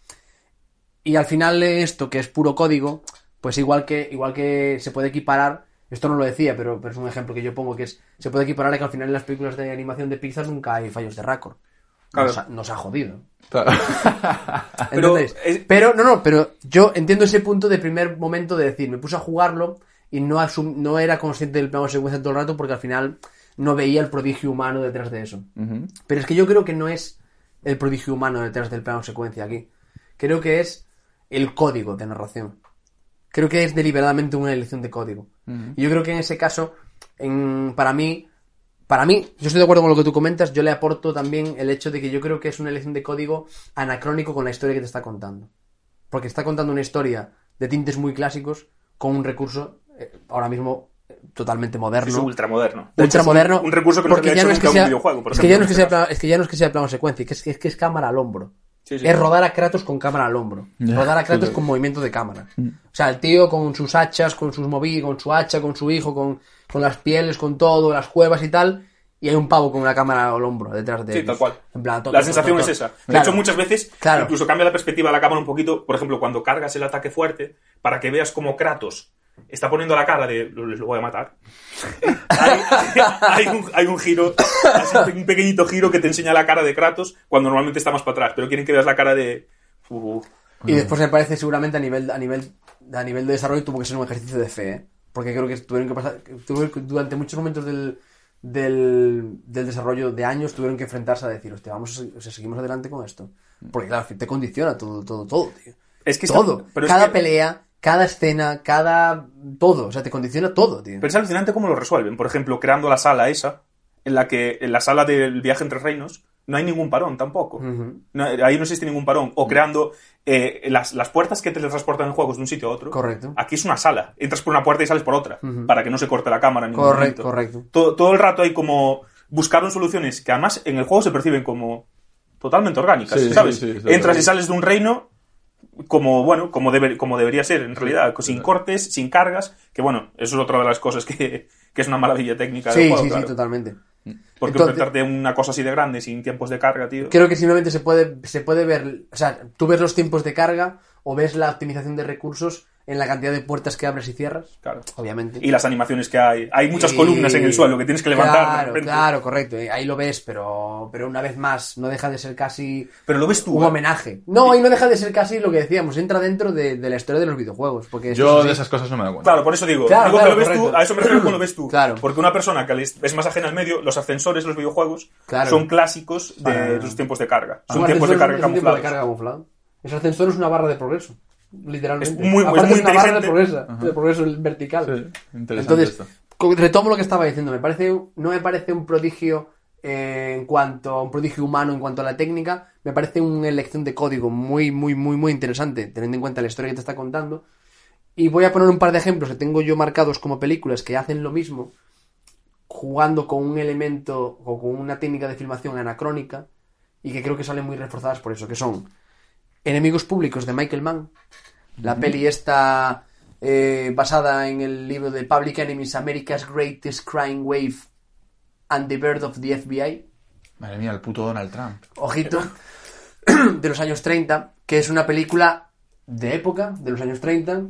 Y al final esto, que es puro código, pues igual que se puede equiparar, esto no lo decía, pero es un ejemplo que yo pongo, que se puede equiparar a que al final en las películas de animación de Pixar nunca hay fallos de raccord. Claro. Nos ha jodido. Claro. ¿Entendéis? Pero yo entiendo ese punto de primer momento de decir, me puse a jugarlo y no era consciente del plano de secuencia todo el rato porque al final no veía el prodigio humano detrás de eso. Pero es que yo creo que no es el prodigio humano detrás del plano secuencia aquí. Creo que es el código de narración. Creo que es deliberadamente una elección de código. Y yo creo que en ese caso, para mí, yo estoy de acuerdo con lo que tú comentas, yo le aporto también el hecho de que yo creo que es una elección de código anacrónico con la historia que te está contando. Porque está contando una historia de tintes muy clásicos con un recurso ahora mismo totalmente moderno. Es ultramoderno. Ultramoderno. Un recurso que no se había hecho nunca en un videojuego, por es ejemplo. que ya no es que sea plano secuencia, es que es cámara al hombro. Sí. Es rodar a Kratos con cámara al hombro. Rodar a Kratos con movimiento de cámara. O sea, el tío con sus hachas, con sus movidas, con su hacha, con su hijo, con las pieles, con todo, las cuevas y tal. Y hay un pavo con una cámara al hombro detrás de él. Sí, tal cual. En plan, La sensación es esa. De hecho, muchas veces incluso cambia la perspectiva de la cámara un poquito. Por ejemplo, cuando cargas el ataque fuerte, para que veas como Kratos está poniendo la cara de les lo voy a matar. hay un giro, así, un pequeñito giro que te enseña la cara de Kratos cuando normalmente está más para atrás, pero quieren que veas la cara de... Y después me parece seguramente a nivel de desarrollo tuvo que ser un ejercicio de fe, ¿eh? Porque creo que durante muchos momentos del desarrollo de años tuvieron que enfrentarse a decir, hostia, seguimos adelante con esto. Porque claro, te condiciona todo, tío. Es que todo. Cada pelea, cada escena, todo. O sea, te condiciona todo, tío. Pero es alucinante cómo lo resuelven. Por ejemplo, creando la sala esa, en la sala del viaje entre reinos, no hay ningún parón tampoco. Uh-huh. Ahí no existe ningún parón. O creando las puertas que teletransportan en juegos de un sitio a otro. Correcto. Aquí es una sala. Entras por una puerta y sales por otra. Uh-huh. Para que no se corte la cámara en ningún momento. Correcto. Todo el rato hay como... Buscaron soluciones que además en el juego se perciben como totalmente orgánicas, ¿sabes? Sí, Entras y sales de un reino como debería ser en realidad, sin cortes, sin cargas, que bueno, eso es otra de las cosas que es una maravilla técnica del juego. Sí, totalmente. Porque enfrentarte a una cosa así de grande sin tiempos de carga, tío. Creo que simplemente se puede ver, o sea, tú ves los tiempos de carga o ves la optimización de recursos en la cantidad de puertas que abres y cierras. Claro. Obviamente. Y las animaciones que hay. Hay muchas columnas en el suelo que tienes que levantar. Claro, correcto. Ahí lo ves, pero una vez más, no deja de ser casi... Pero lo ves tú. Un homenaje. No, ahí no deja de ser casi lo que decíamos. Entra dentro de la historia de los videojuegos. Porque yo de esas cosas no me doy cuenta. Claro, por eso digo que lo ves tú. A eso me refiero con lo ves tú. Claro. Porque una persona que es más ajena al medio, los ascensores, los videojuegos, son clásicos de los tiempos de carga. Son tiempos de carga camuflados. Ese ascensor es una barra de progreso. Literalmente. Es muy inteligente. Barra de progreso vertical. Sí, interesante. Entonces, retomo lo que estaba diciendo. No me parece un prodigio en cuanto a un prodigio humano en cuanto a la técnica. Me parece una elección de código muy interesante, teniendo en cuenta la historia que te está contando. Y voy a poner un par de ejemplos que tengo yo marcados como películas que hacen lo mismo, jugando con un elemento o con una técnica de filmación anacrónica y que creo que salen muy reforzadas por eso, que son Enemigos Públicos de Michael Mann. La peli está basada en el libro de Public Enemies, America's Greatest Crime Wave and the Birth of the FBI. Madre mía, el puto Donald Trump. Ojito. De los años 30, que es una película de época, de los años 30,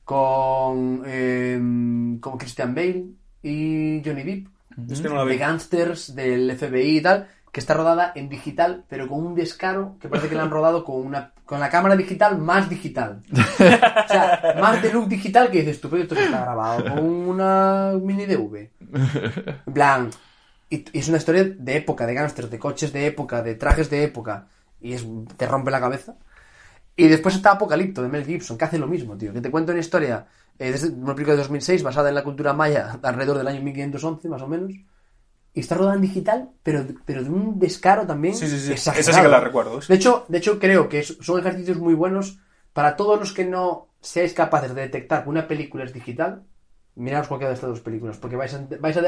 con Christian Bale y Johnny Depp. De gángsters, del FBI y tal, que está rodada en digital, pero con un descaro que parece que la han rodado con la cámara digital más digital. O sea, más de look digital que dices, tú, pero esto que está grabado con una mini DV. En plan, y es una historia de época, de gángsters, de coches de época, de trajes de época, y te rompe la cabeza. Y después está Apocalipto, de Mel Gibson, que hace lo mismo, tío, que te cuenta una historia, desde una película de 2006, basada en la cultura maya, alrededor del año 1511, más o menos. Y está rodada en digital, pero de un descaro también exagerado. Esa sí que la recuerdo. De hecho, creo que son ejercicios muy buenos para todos los que no seáis capaces de detectar que una película es digital. Miraos cualquiera de estas dos películas, porque vais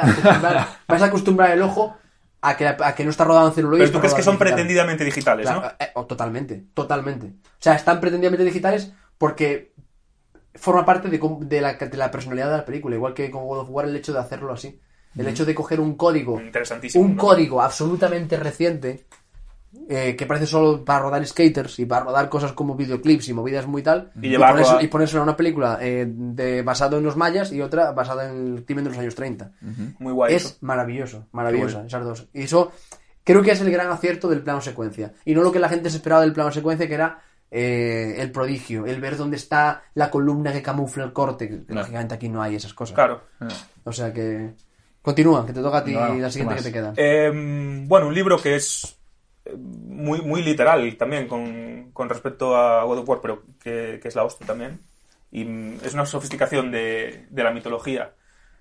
a acostumbrar el ojo a que no está rodado en celuloide. Pero tú crees que son pretendidamente digitales, claro, ¿no? Totalmente. O sea, están pretendidamente digitales porque forma parte de la personalidad de la película. Igual que con God of War, el hecho de hacerlo así. El hecho de coger un código absolutamente reciente, que parece solo para rodar skaters y para rodar cosas como videoclips y movidas muy tal, y ponérselo a una película basado en los mayas y otra basada en el crimen de los años 30. Muy guay. Es maravillosa esas dos. Y eso creo que es el gran acierto del plano secuencia. Y no lo que la gente se esperaba del plano secuencia, que era el prodigio, el ver dónde está la columna que camufla el corte, que lógicamente aquí no hay esas cosas. Claro. O sea que... Continúa, que te toca a ti la siguiente que te queda. Bueno, un libro que es muy literal también con respecto a God of War, pero que es la hostia también. Y es una sofisticación de la mitología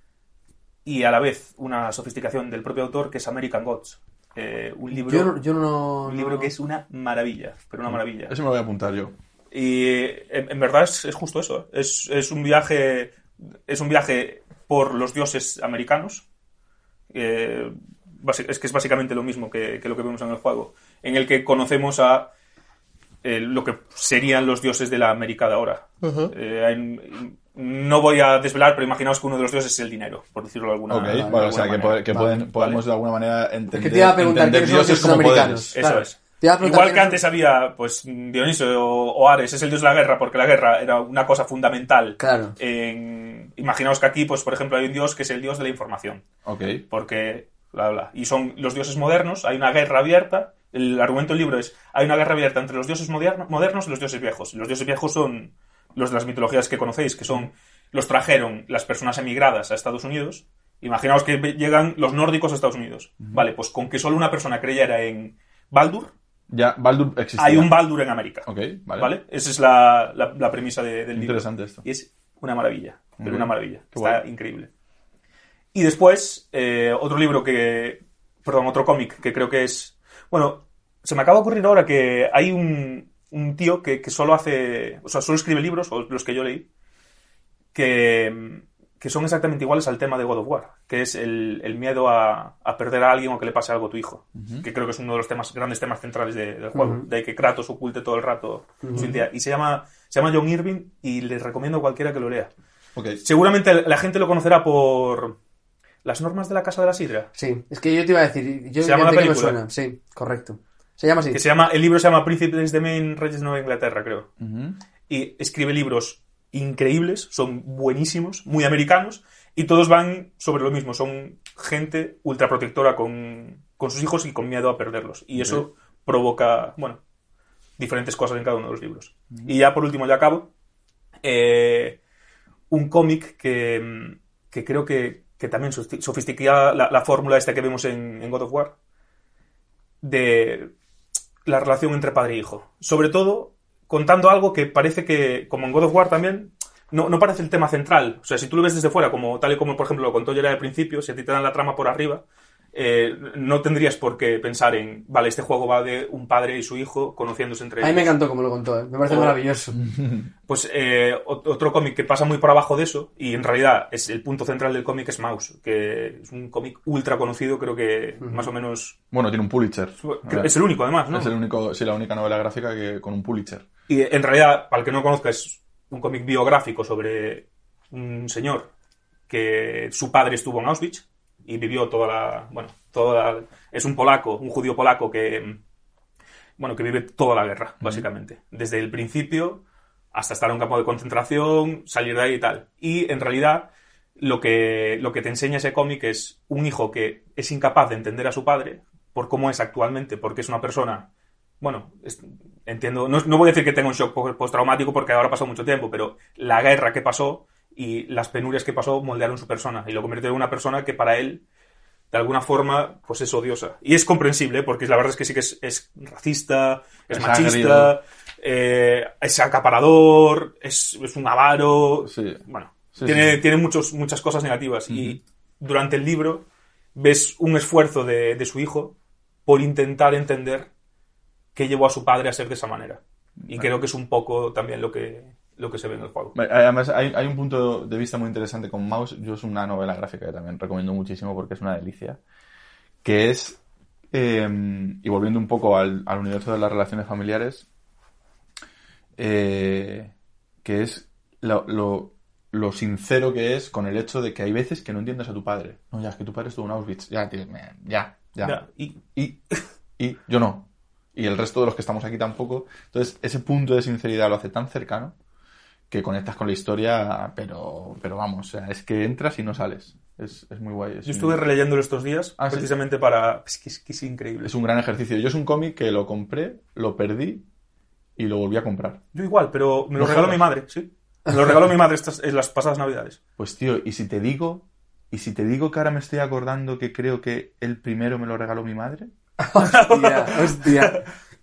y a la vez una sofisticación del propio autor, que es American Gods. Un libro que es una maravilla, pero una maravilla. Eso me lo voy a apuntar yo. Y en verdad es justo eso. Es un viaje por los dioses americanos. Es que es básicamente lo mismo que lo que vemos en el juego, en el que conocemos a lo que serían los dioses de la América de ahora. No voy a desvelar, pero imaginaos que uno de los dioses es el dinero, por decirlo de alguna manera. O sea, que podemos de alguna manera entender, te iba a preguntar, dioses como americanos. Poderes. Eso es. Igual que antes había Dioniso o Ares, es el dios de la guerra, porque la guerra era una cosa fundamental en imaginaos que aquí, pues por ejemplo, hay un dios que es el dios de la información. Ok. Porque, bla, bla. Y son los dioses modernos, hay una guerra abierta. El argumento del libro es, hay una guerra abierta entre los dioses modernos y los dioses viejos. Los dioses viejos son los de las mitologías que conocéis, que son, los trajeron las personas emigradas a Estados Unidos. Imaginaos que llegan los nórdicos a Estados Unidos. Vale, pues con que solo una persona creyera en Baldur, Ya, Baldur existía. hay un Baldur en América. Ok, vale. ¿Vale? Esa es la premisa del libro. Interesante esto. Y es una maravilla, pero una maravilla. Qué Está guay. increíble. Y después, otro cómic que creo que es... Bueno, se me acaba de ocurrir ahora que hay un tío que solo hace... O sea, solo escribe libros, o los que yo leí, que son exactamente iguales al tema de God of War, que es el miedo a perder a alguien o que le pase algo a tu hijo, que creo que es uno de los grandes temas centrales del juego, de que Kratos oculte todo el rato su identidad. Y se llama John Irving y les recomiendo a cualquiera que lo lea. Ok. Seguramente la gente lo conocerá por las normas de la Casa de la Sidra. Sí, es que yo te iba a decir... Se llama la que me película. suena. Sí, correcto. Se llama así. El libro se llama Príncipes de Maine, Reyes de Nueva Inglaterra, creo. Y escribe libros increíbles, son buenísimos, muy americanos, y todos van sobre lo mismo. Son gente ultraprotectora con sus hijos y con miedo a perderlos. Y eso provoca, bueno, diferentes cosas en cada uno de los libros. Y ya por último, ya acabo, un cómic que creo que también sofistica la fórmula esta que vemos en God of War, de la relación entre padre e hijo. Sobre todo contando algo que parece que, como en God of War también, no parece el tema central. O sea, si tú lo ves desde fuera, tal y como por ejemplo lo contó Gerard al principio, si a ti te dan la trama por arriba, no tendrías por qué pensar en, vale, este juego va de un padre y su hijo conociéndose entre ellos. A mí me encantó como lo contó, me parece maravilloso. Pues otro cómic que pasa muy por abajo de eso, y en realidad es el punto central del cómic, es Maus, que es un cómic ultra conocido, creo que más o menos... Bueno, tiene un Pulitzer. Es el único, además, ¿no? Es la única novela gráfica con un Pulitzer. Y en realidad, para el que no lo conozca, es un cómic biográfico sobre un señor que su padre estuvo en Auschwitz y vivió es un polaco, un judío polaco que vive toda la guerra, básicamente. Desde el principio hasta estar en un campo de concentración, salir de ahí y tal. Y en realidad lo que te enseña ese cómic es un hijo que es incapaz de entender a su padre por cómo es actualmente, porque es una persona... Bueno, entiendo, no voy a decir que tenga un shock postraumático porque ahora ha pasado mucho tiempo, pero la guerra que pasó y las penurias que pasó moldearon su persona y lo convirtió en una persona que para él, de alguna forma, pues es odiosa. Y es comprensible, porque la verdad es que sí que es racista, es machista, es acaparador, es un avaro. Sí. Bueno, tiene muchas cosas negativas. Y durante el libro ves un esfuerzo de su hijo por intentar entender qué llevó a su padre a ser de esa manera. Y creo que es un poco también lo que se ve en el juego. Además, hay un punto de vista muy interesante con Maus. Yo es una novela gráfica que también recomiendo muchísimo porque es una delicia. Que es, y volviendo un poco al universo de las relaciones familiares, que es lo sincero que es con el hecho de que hay veces que no entiendes a tu padre. No, ya, es que tu padre estuvo en Auschwitz. Ya, tío, ya. Y yo no. Y el resto de los que estamos aquí tampoco. Entonces, ese punto de sinceridad lo hace tan cercano que conectas con la historia, pero vamos, o sea, es que entras y no sales. Es muy guay. Yo estuve releyéndolo estos días, precisamente para... Es que es increíble. Es un gran ejercicio. Yo es un cómic que lo compré, lo perdí y lo volví a comprar. Yo igual, pero me lo regaló mi madre, ¿sí? Me lo regaló mi madre en las pasadas Navidades. Pues tío, ¿y si te digo que ahora me estoy acordando que creo que el primero me lo regaló mi madre? Hostia.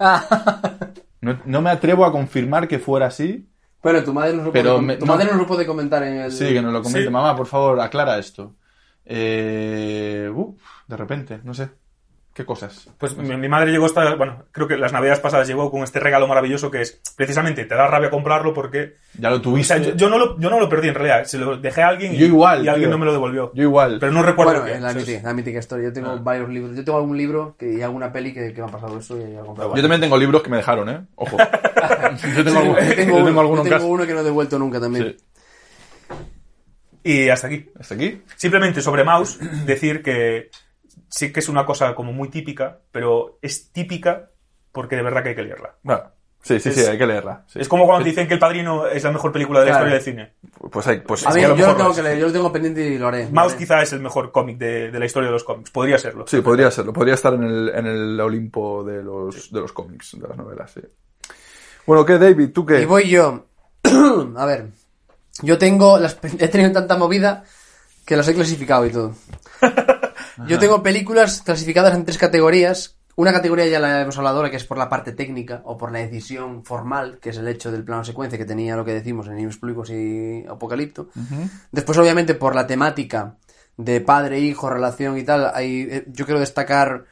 No me atrevo a confirmar que fuera así. Bueno, tu madre nos lo puede comentar en el... Sí, que nos lo comente. Sí. Mamá, por favor, aclara esto. De repente, no sé. ¿Qué cosas? Pues mi madre llegó creo que las Navidades pasadas llegó con este regalo maravilloso que es, precisamente, te da rabia comprarlo porque... Ya lo tuviste. O sea, yo no lo perdí en realidad. Se lo dejé a alguien y alguien no me lo devolvió. Yo igual. Pero no recuerdo. Bueno, la mítica historia. Yo tengo varios libros. Yo tengo algún libro y alguna peli que me ha pasado eso y he comprado. Yo también tengo libros que me dejaron, ¿eh? Ojo. Yo tengo uno que no he devuelto nunca también. Sí. Y hasta aquí. ¿Hasta aquí? Simplemente sobre Maus, decir que sí que es una cosa como muy típica, pero es típica porque de verdad que hay que leerla. Bueno, sí, hay que leerla. Sí. Es como cuando dicen que El Padrino es la mejor película de la historia del cine. Pues A Es mí, que a lo yo lo mejor tengo no que es. leer, yo lo tengo pendiente y lo haré. Mouse quizá es el mejor cómic de la historia de los cómics. Podría serlo. Sí, podría serlo. Podría estar en el Olimpo de los cómics, de las novelas, sí. Bueno, ¿qué, David? ¿Tú qué? Y voy yo. A ver. Yo tengo... He tenido tanta movida que las he clasificado y todo. Yo tengo películas clasificadas en 3 categorías. Una categoría ya la hemos hablado ahora, que es por la parte técnica o por la decisión formal, que es el hecho del plano secuencia que tenía lo que decimos en Enemigos Públicos y Apocalipto. Después, obviamente, por la temática de padre, hijo, relación y tal, yo quiero destacar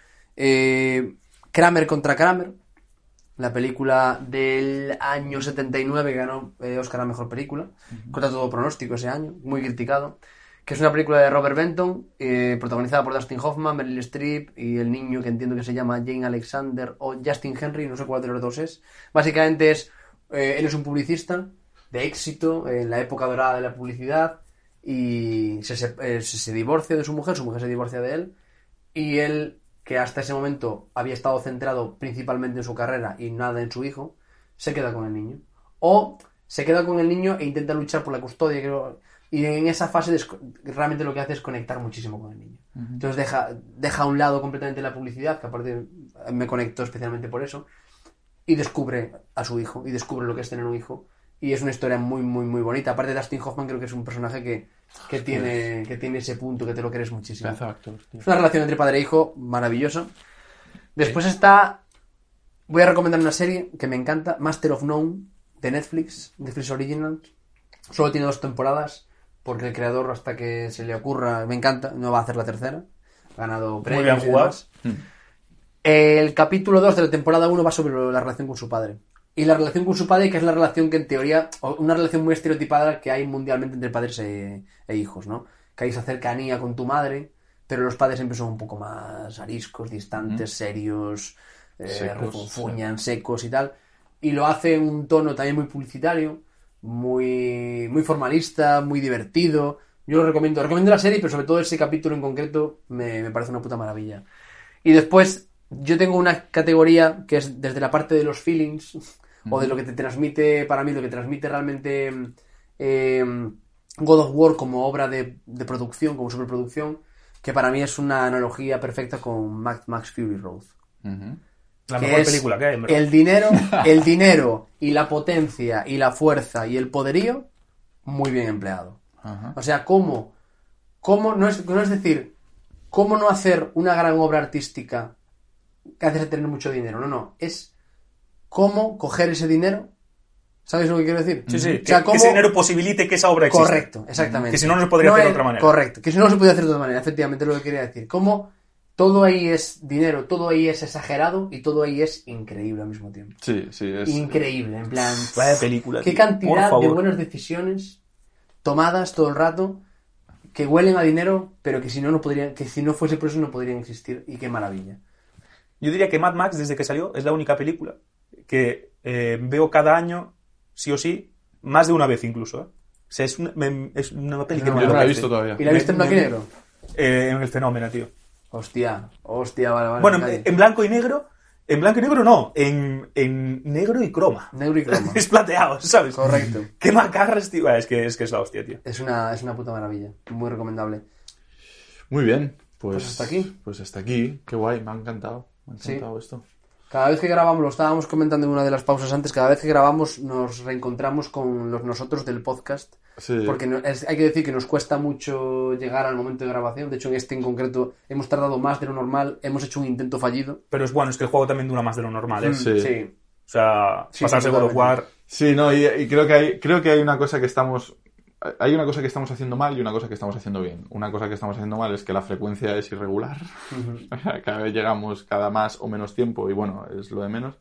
Kramer contra Kramer, la película del año 79 que ganó Oscar a Mejor Película, contra todo pronóstico ese año, muy criticado, que es una película de Robert Benton, protagonizada por Dustin Hoffman, Meryl Streep y el niño que entiendo que se llama Jane Alexander o Justin Henry, no sé cuál de los dos es. Básicamente él es un publicista de éxito en la época dorada de la publicidad y se divorcia de su mujer se divorcia de él, y él, que hasta ese momento había estado centrado principalmente en su carrera y nada en su hijo, se queda con el niño. O se queda con el niño e intenta luchar por la custodia, creo. Y en esa fase realmente lo que hace es conectar muchísimo con el niño. Entonces deja a un lado completamente la publicidad, que aparte me conectó especialmente por eso, y descubre a su hijo, y descubre lo que es tener un hijo. Y es una historia muy, muy, muy bonita. Aparte de Dustin Hoffman, creo que es un personaje que tiene ese punto que te lo crees muchísimo. Es una relación entre padre e hijo maravillosa. Después voy a recomendar una serie que me encanta, Master of None, de Netflix Original. Solo tiene 2 temporadas, porque el creador, hasta que se le ocurra, me encanta, no va a hacer la tercera. Ha ganado premios. Muy bien jugado. El capítulo 2 de la temporada 1 va sobre la relación con su padre. Y la relación con su padre, que es la relación que en teoría, una relación muy estereotipada que hay mundialmente entre padres e hijos, ¿no? Que hay esa cercanía con tu madre, pero los padres siempre son un poco más ariscos, distantes, serios, refunfuñan, secos y tal. Y lo hace en un tono también muy publicitario, muy, muy formalista, muy divertido. Yo lo recomiendo la serie, pero sobre todo ese capítulo en concreto me parece una puta maravilla. Y después yo tengo una categoría que es desde la parte de los feelings o de lo que te transmite, para mí lo que transmite realmente God of War como obra de producción, como superproducción, que para mí es una analogía perfecta con Max Fury Road. La Que mejor es película que hay, en verdad. el dinero y la potencia y la fuerza y el poderío muy bien empleado. O sea, cómo no es decir, cómo no hacer una gran obra artística que haces a tener mucho dinero. No, es cómo coger ese dinero. ¿Sabes lo que quiero decir? Sí, sí. O sea, que ese dinero posibilite que esa obra exista. Correcto, exactamente. Que si no, no se podría hacer de otra manera. Correcto, que si no se podría hacer de otra manera, efectivamente es lo que quería decir. Cómo todo ahí es dinero, todo ahí es exagerado y todo ahí es increíble al mismo tiempo. Sí, es... Increíble, en plan... Vaya película, qué tío. cantidad Por de favor. buenas decisiones tomadas todo el rato que huelen a dinero, pero que si no podrían, que si no fuese por eso no podrían existir. Y qué maravilla. Yo diría que Mad Max, desde que salió, es la única película que veo cada año, sí o sí, más de una vez incluso. O sea, es una peli que Yo me no la he parece. visto todavía. ¿Y la viste en blanco y negro? En El Fenómeno, tío. Hostia, vale. Bueno, calle. en blanco y negro no, en negro y croma. Negro y croma. Es plateado, ¿sabes? Correcto. Qué macarras, tío. Es que es la hostia, tío. Es una puta maravilla. Muy recomendable. Muy bien, pues hasta aquí. Pues hasta aquí. Qué guay, me ha encantado. Me ha encantado esto. Cada vez que grabamos, lo estábamos comentando en una de las pausas antes, cada vez que grabamos nos reencontramos con nosotros del podcast. Sí. Porque hay que decir que nos cuesta mucho llegar al momento de grabación. De hecho, en este en concreto hemos tardado más de lo normal. Hemos hecho un intento fallido. Pero es bueno, es que el juego también dura más de lo normal, ¿eh? Sí. O sea, Sí, pasarse God of War... Sí, no, y creo que hay una cosa que estamos... Hay una cosa que estamos haciendo mal y una cosa que estamos haciendo bien. Una cosa que estamos haciendo mal es que la frecuencia es irregular. Cada vez llegamos cada más o menos tiempo y bueno, es lo de menos.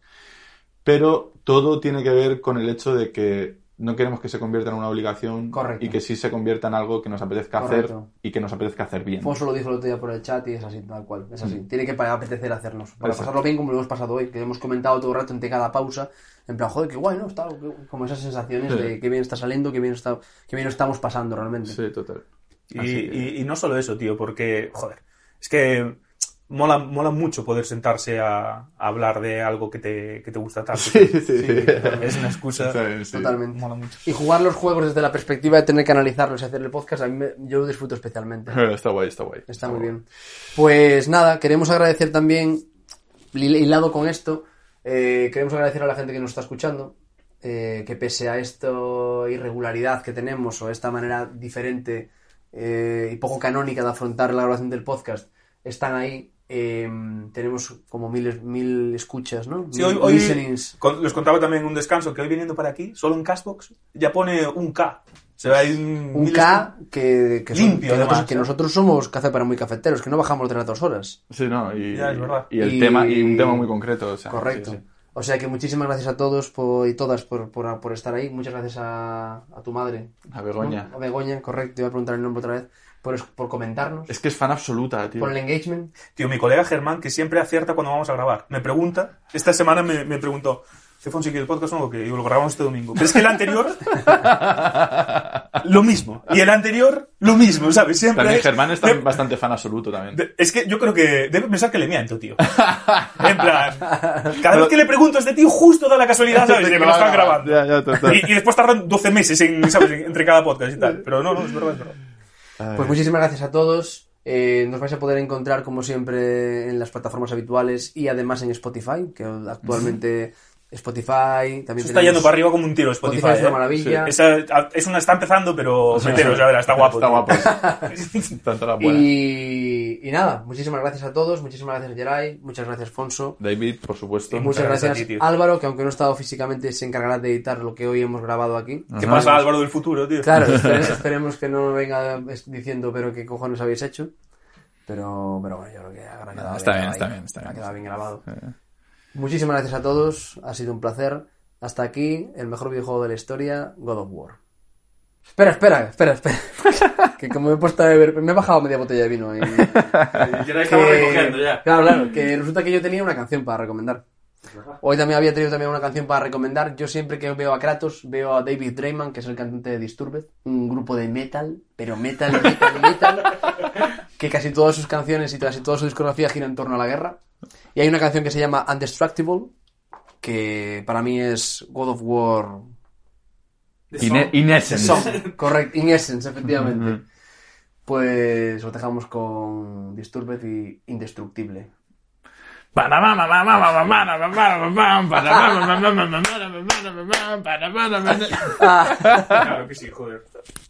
Pero todo tiene que ver con el hecho de que no queremos que se convierta en una obligación. Correcto. Y que sí se convierta en algo que nos apetezca Correcto. hacer y que nos apetezca hacer bien. Fonso lo dijo el otro día por el chat y es así, tal cual. Es así. Tiene que apetecer hacernos. Para pasarlo bien como lo hemos pasado hoy. Que hemos comentado todo el rato entre cada pausa. En plan, joder, qué guay, ¿no? Está, como esas sensaciones de qué bien está saliendo, qué bien lo estamos pasando realmente. Sí, total. Y no solo eso, tío, porque, joder, es que mola mucho poder sentarse a hablar de algo que te gusta tanto. Sí. Es una excusa. Sí. Totalmente. Mola mucho. Y jugar los juegos desde la perspectiva de tener que analizarlos y hacer el podcast, yo lo disfruto especialmente. Está guay. Está muy bien. Pues nada, queremos agradecer también, hilado con esto, queremos agradecer a la gente que nos está escuchando, que pese a esta irregularidad que tenemos o esta manera diferente y poco canónica de afrontar la grabación del podcast, están ahí. Tenemos como mil escuchas, ¿no? Sí, Mil hoy listenings. les contaba también en un descanso que hoy viniendo para aquí, solo en Castbox, ya pone un K. O sea, hay Un K que limpio, además, que nosotros somos café para muy cafeteros, que no bajamos de las 2 horas. Sí, no, y, Ya, es verdad. y el tema, y un tema muy concreto. O sea, Correcto. sí. O sea que muchísimas gracias a todos y todas por estar ahí. Muchas gracias a tu madre. A Begoña. ¿No? A Begoña, correcto. Te iba a preguntar el nombre otra vez. Por comentarnos. Es que es fan absoluta, tío. Por el engagement. Tío, mi colega Germán, que siempre acierta cuando vamos a grabar, me pregunta, esta semana me preguntó, Fonsi, ¿que el podcast nuevo que digo, lo grabamos este domingo? Pero es que el anterior, lo mismo. Y el anterior, lo mismo, ¿sabes? Siempre. También Germán es también bastante fan absoluto también. Es que yo creo que debe pensar que le miento, tío. En plan, cada vez que le pregunto a este tío, justo da la casualidad, ¿sabes? Que me lo están grabando. Ya, total. Y después tardan 12 meses ¿sabes? Entre cada podcast y tal. Pero no, es verdad. Pues muchísimas gracias a todos. Nos vais a poder encontrar, como siempre, en las plataformas habituales y además en Spotify, que actualmente Spotify también Eso está yendo para arriba como un tiro Spotify Spotify. es una maravilla. Sí. Está empezando, pero meteros, ya verás, está guapo. Está guapo. Tanto la buena. Y nada, muchísimas gracias a todos, muchísimas gracias Geray, muchas gracias Fonso. David, por supuesto. Y muchas gracias a ti, tío. Álvaro, que aunque no ha estado físicamente se encargará de editar lo que hoy hemos grabado aquí. ¿Qué pasa, Álvaro del futuro, tío? Claro, esperemos que no venga diciendo pero qué cojones habéis hecho. Pero bueno, yo creo que habrá quedado Está bien. Ha quedado bien grabado. Muchísimas gracias a todos, ha sido un placer. Hasta aquí, el mejor videojuego de la historia, God of War. Espera. Que como me he puesto a beber, me he bajado media botella de vino. Ya la estamos recogiendo ya. Claro, que resulta que yo tenía una canción para recomendar. Hoy también había tenido una canción para recomendar. Yo siempre que veo a Kratos, veo a David Draiman, que es el cantante de Disturbed, un grupo de metal, pero metal, que casi todas sus canciones y casi toda su discografía gira en torno a la guerra. Y hay una canción que se llama Undestructible, que para mí es God of War... In essence. Correcto, in essence, efectivamente. Pues os dejamos con Disturbed y Indestructible. Claro que sí, joder.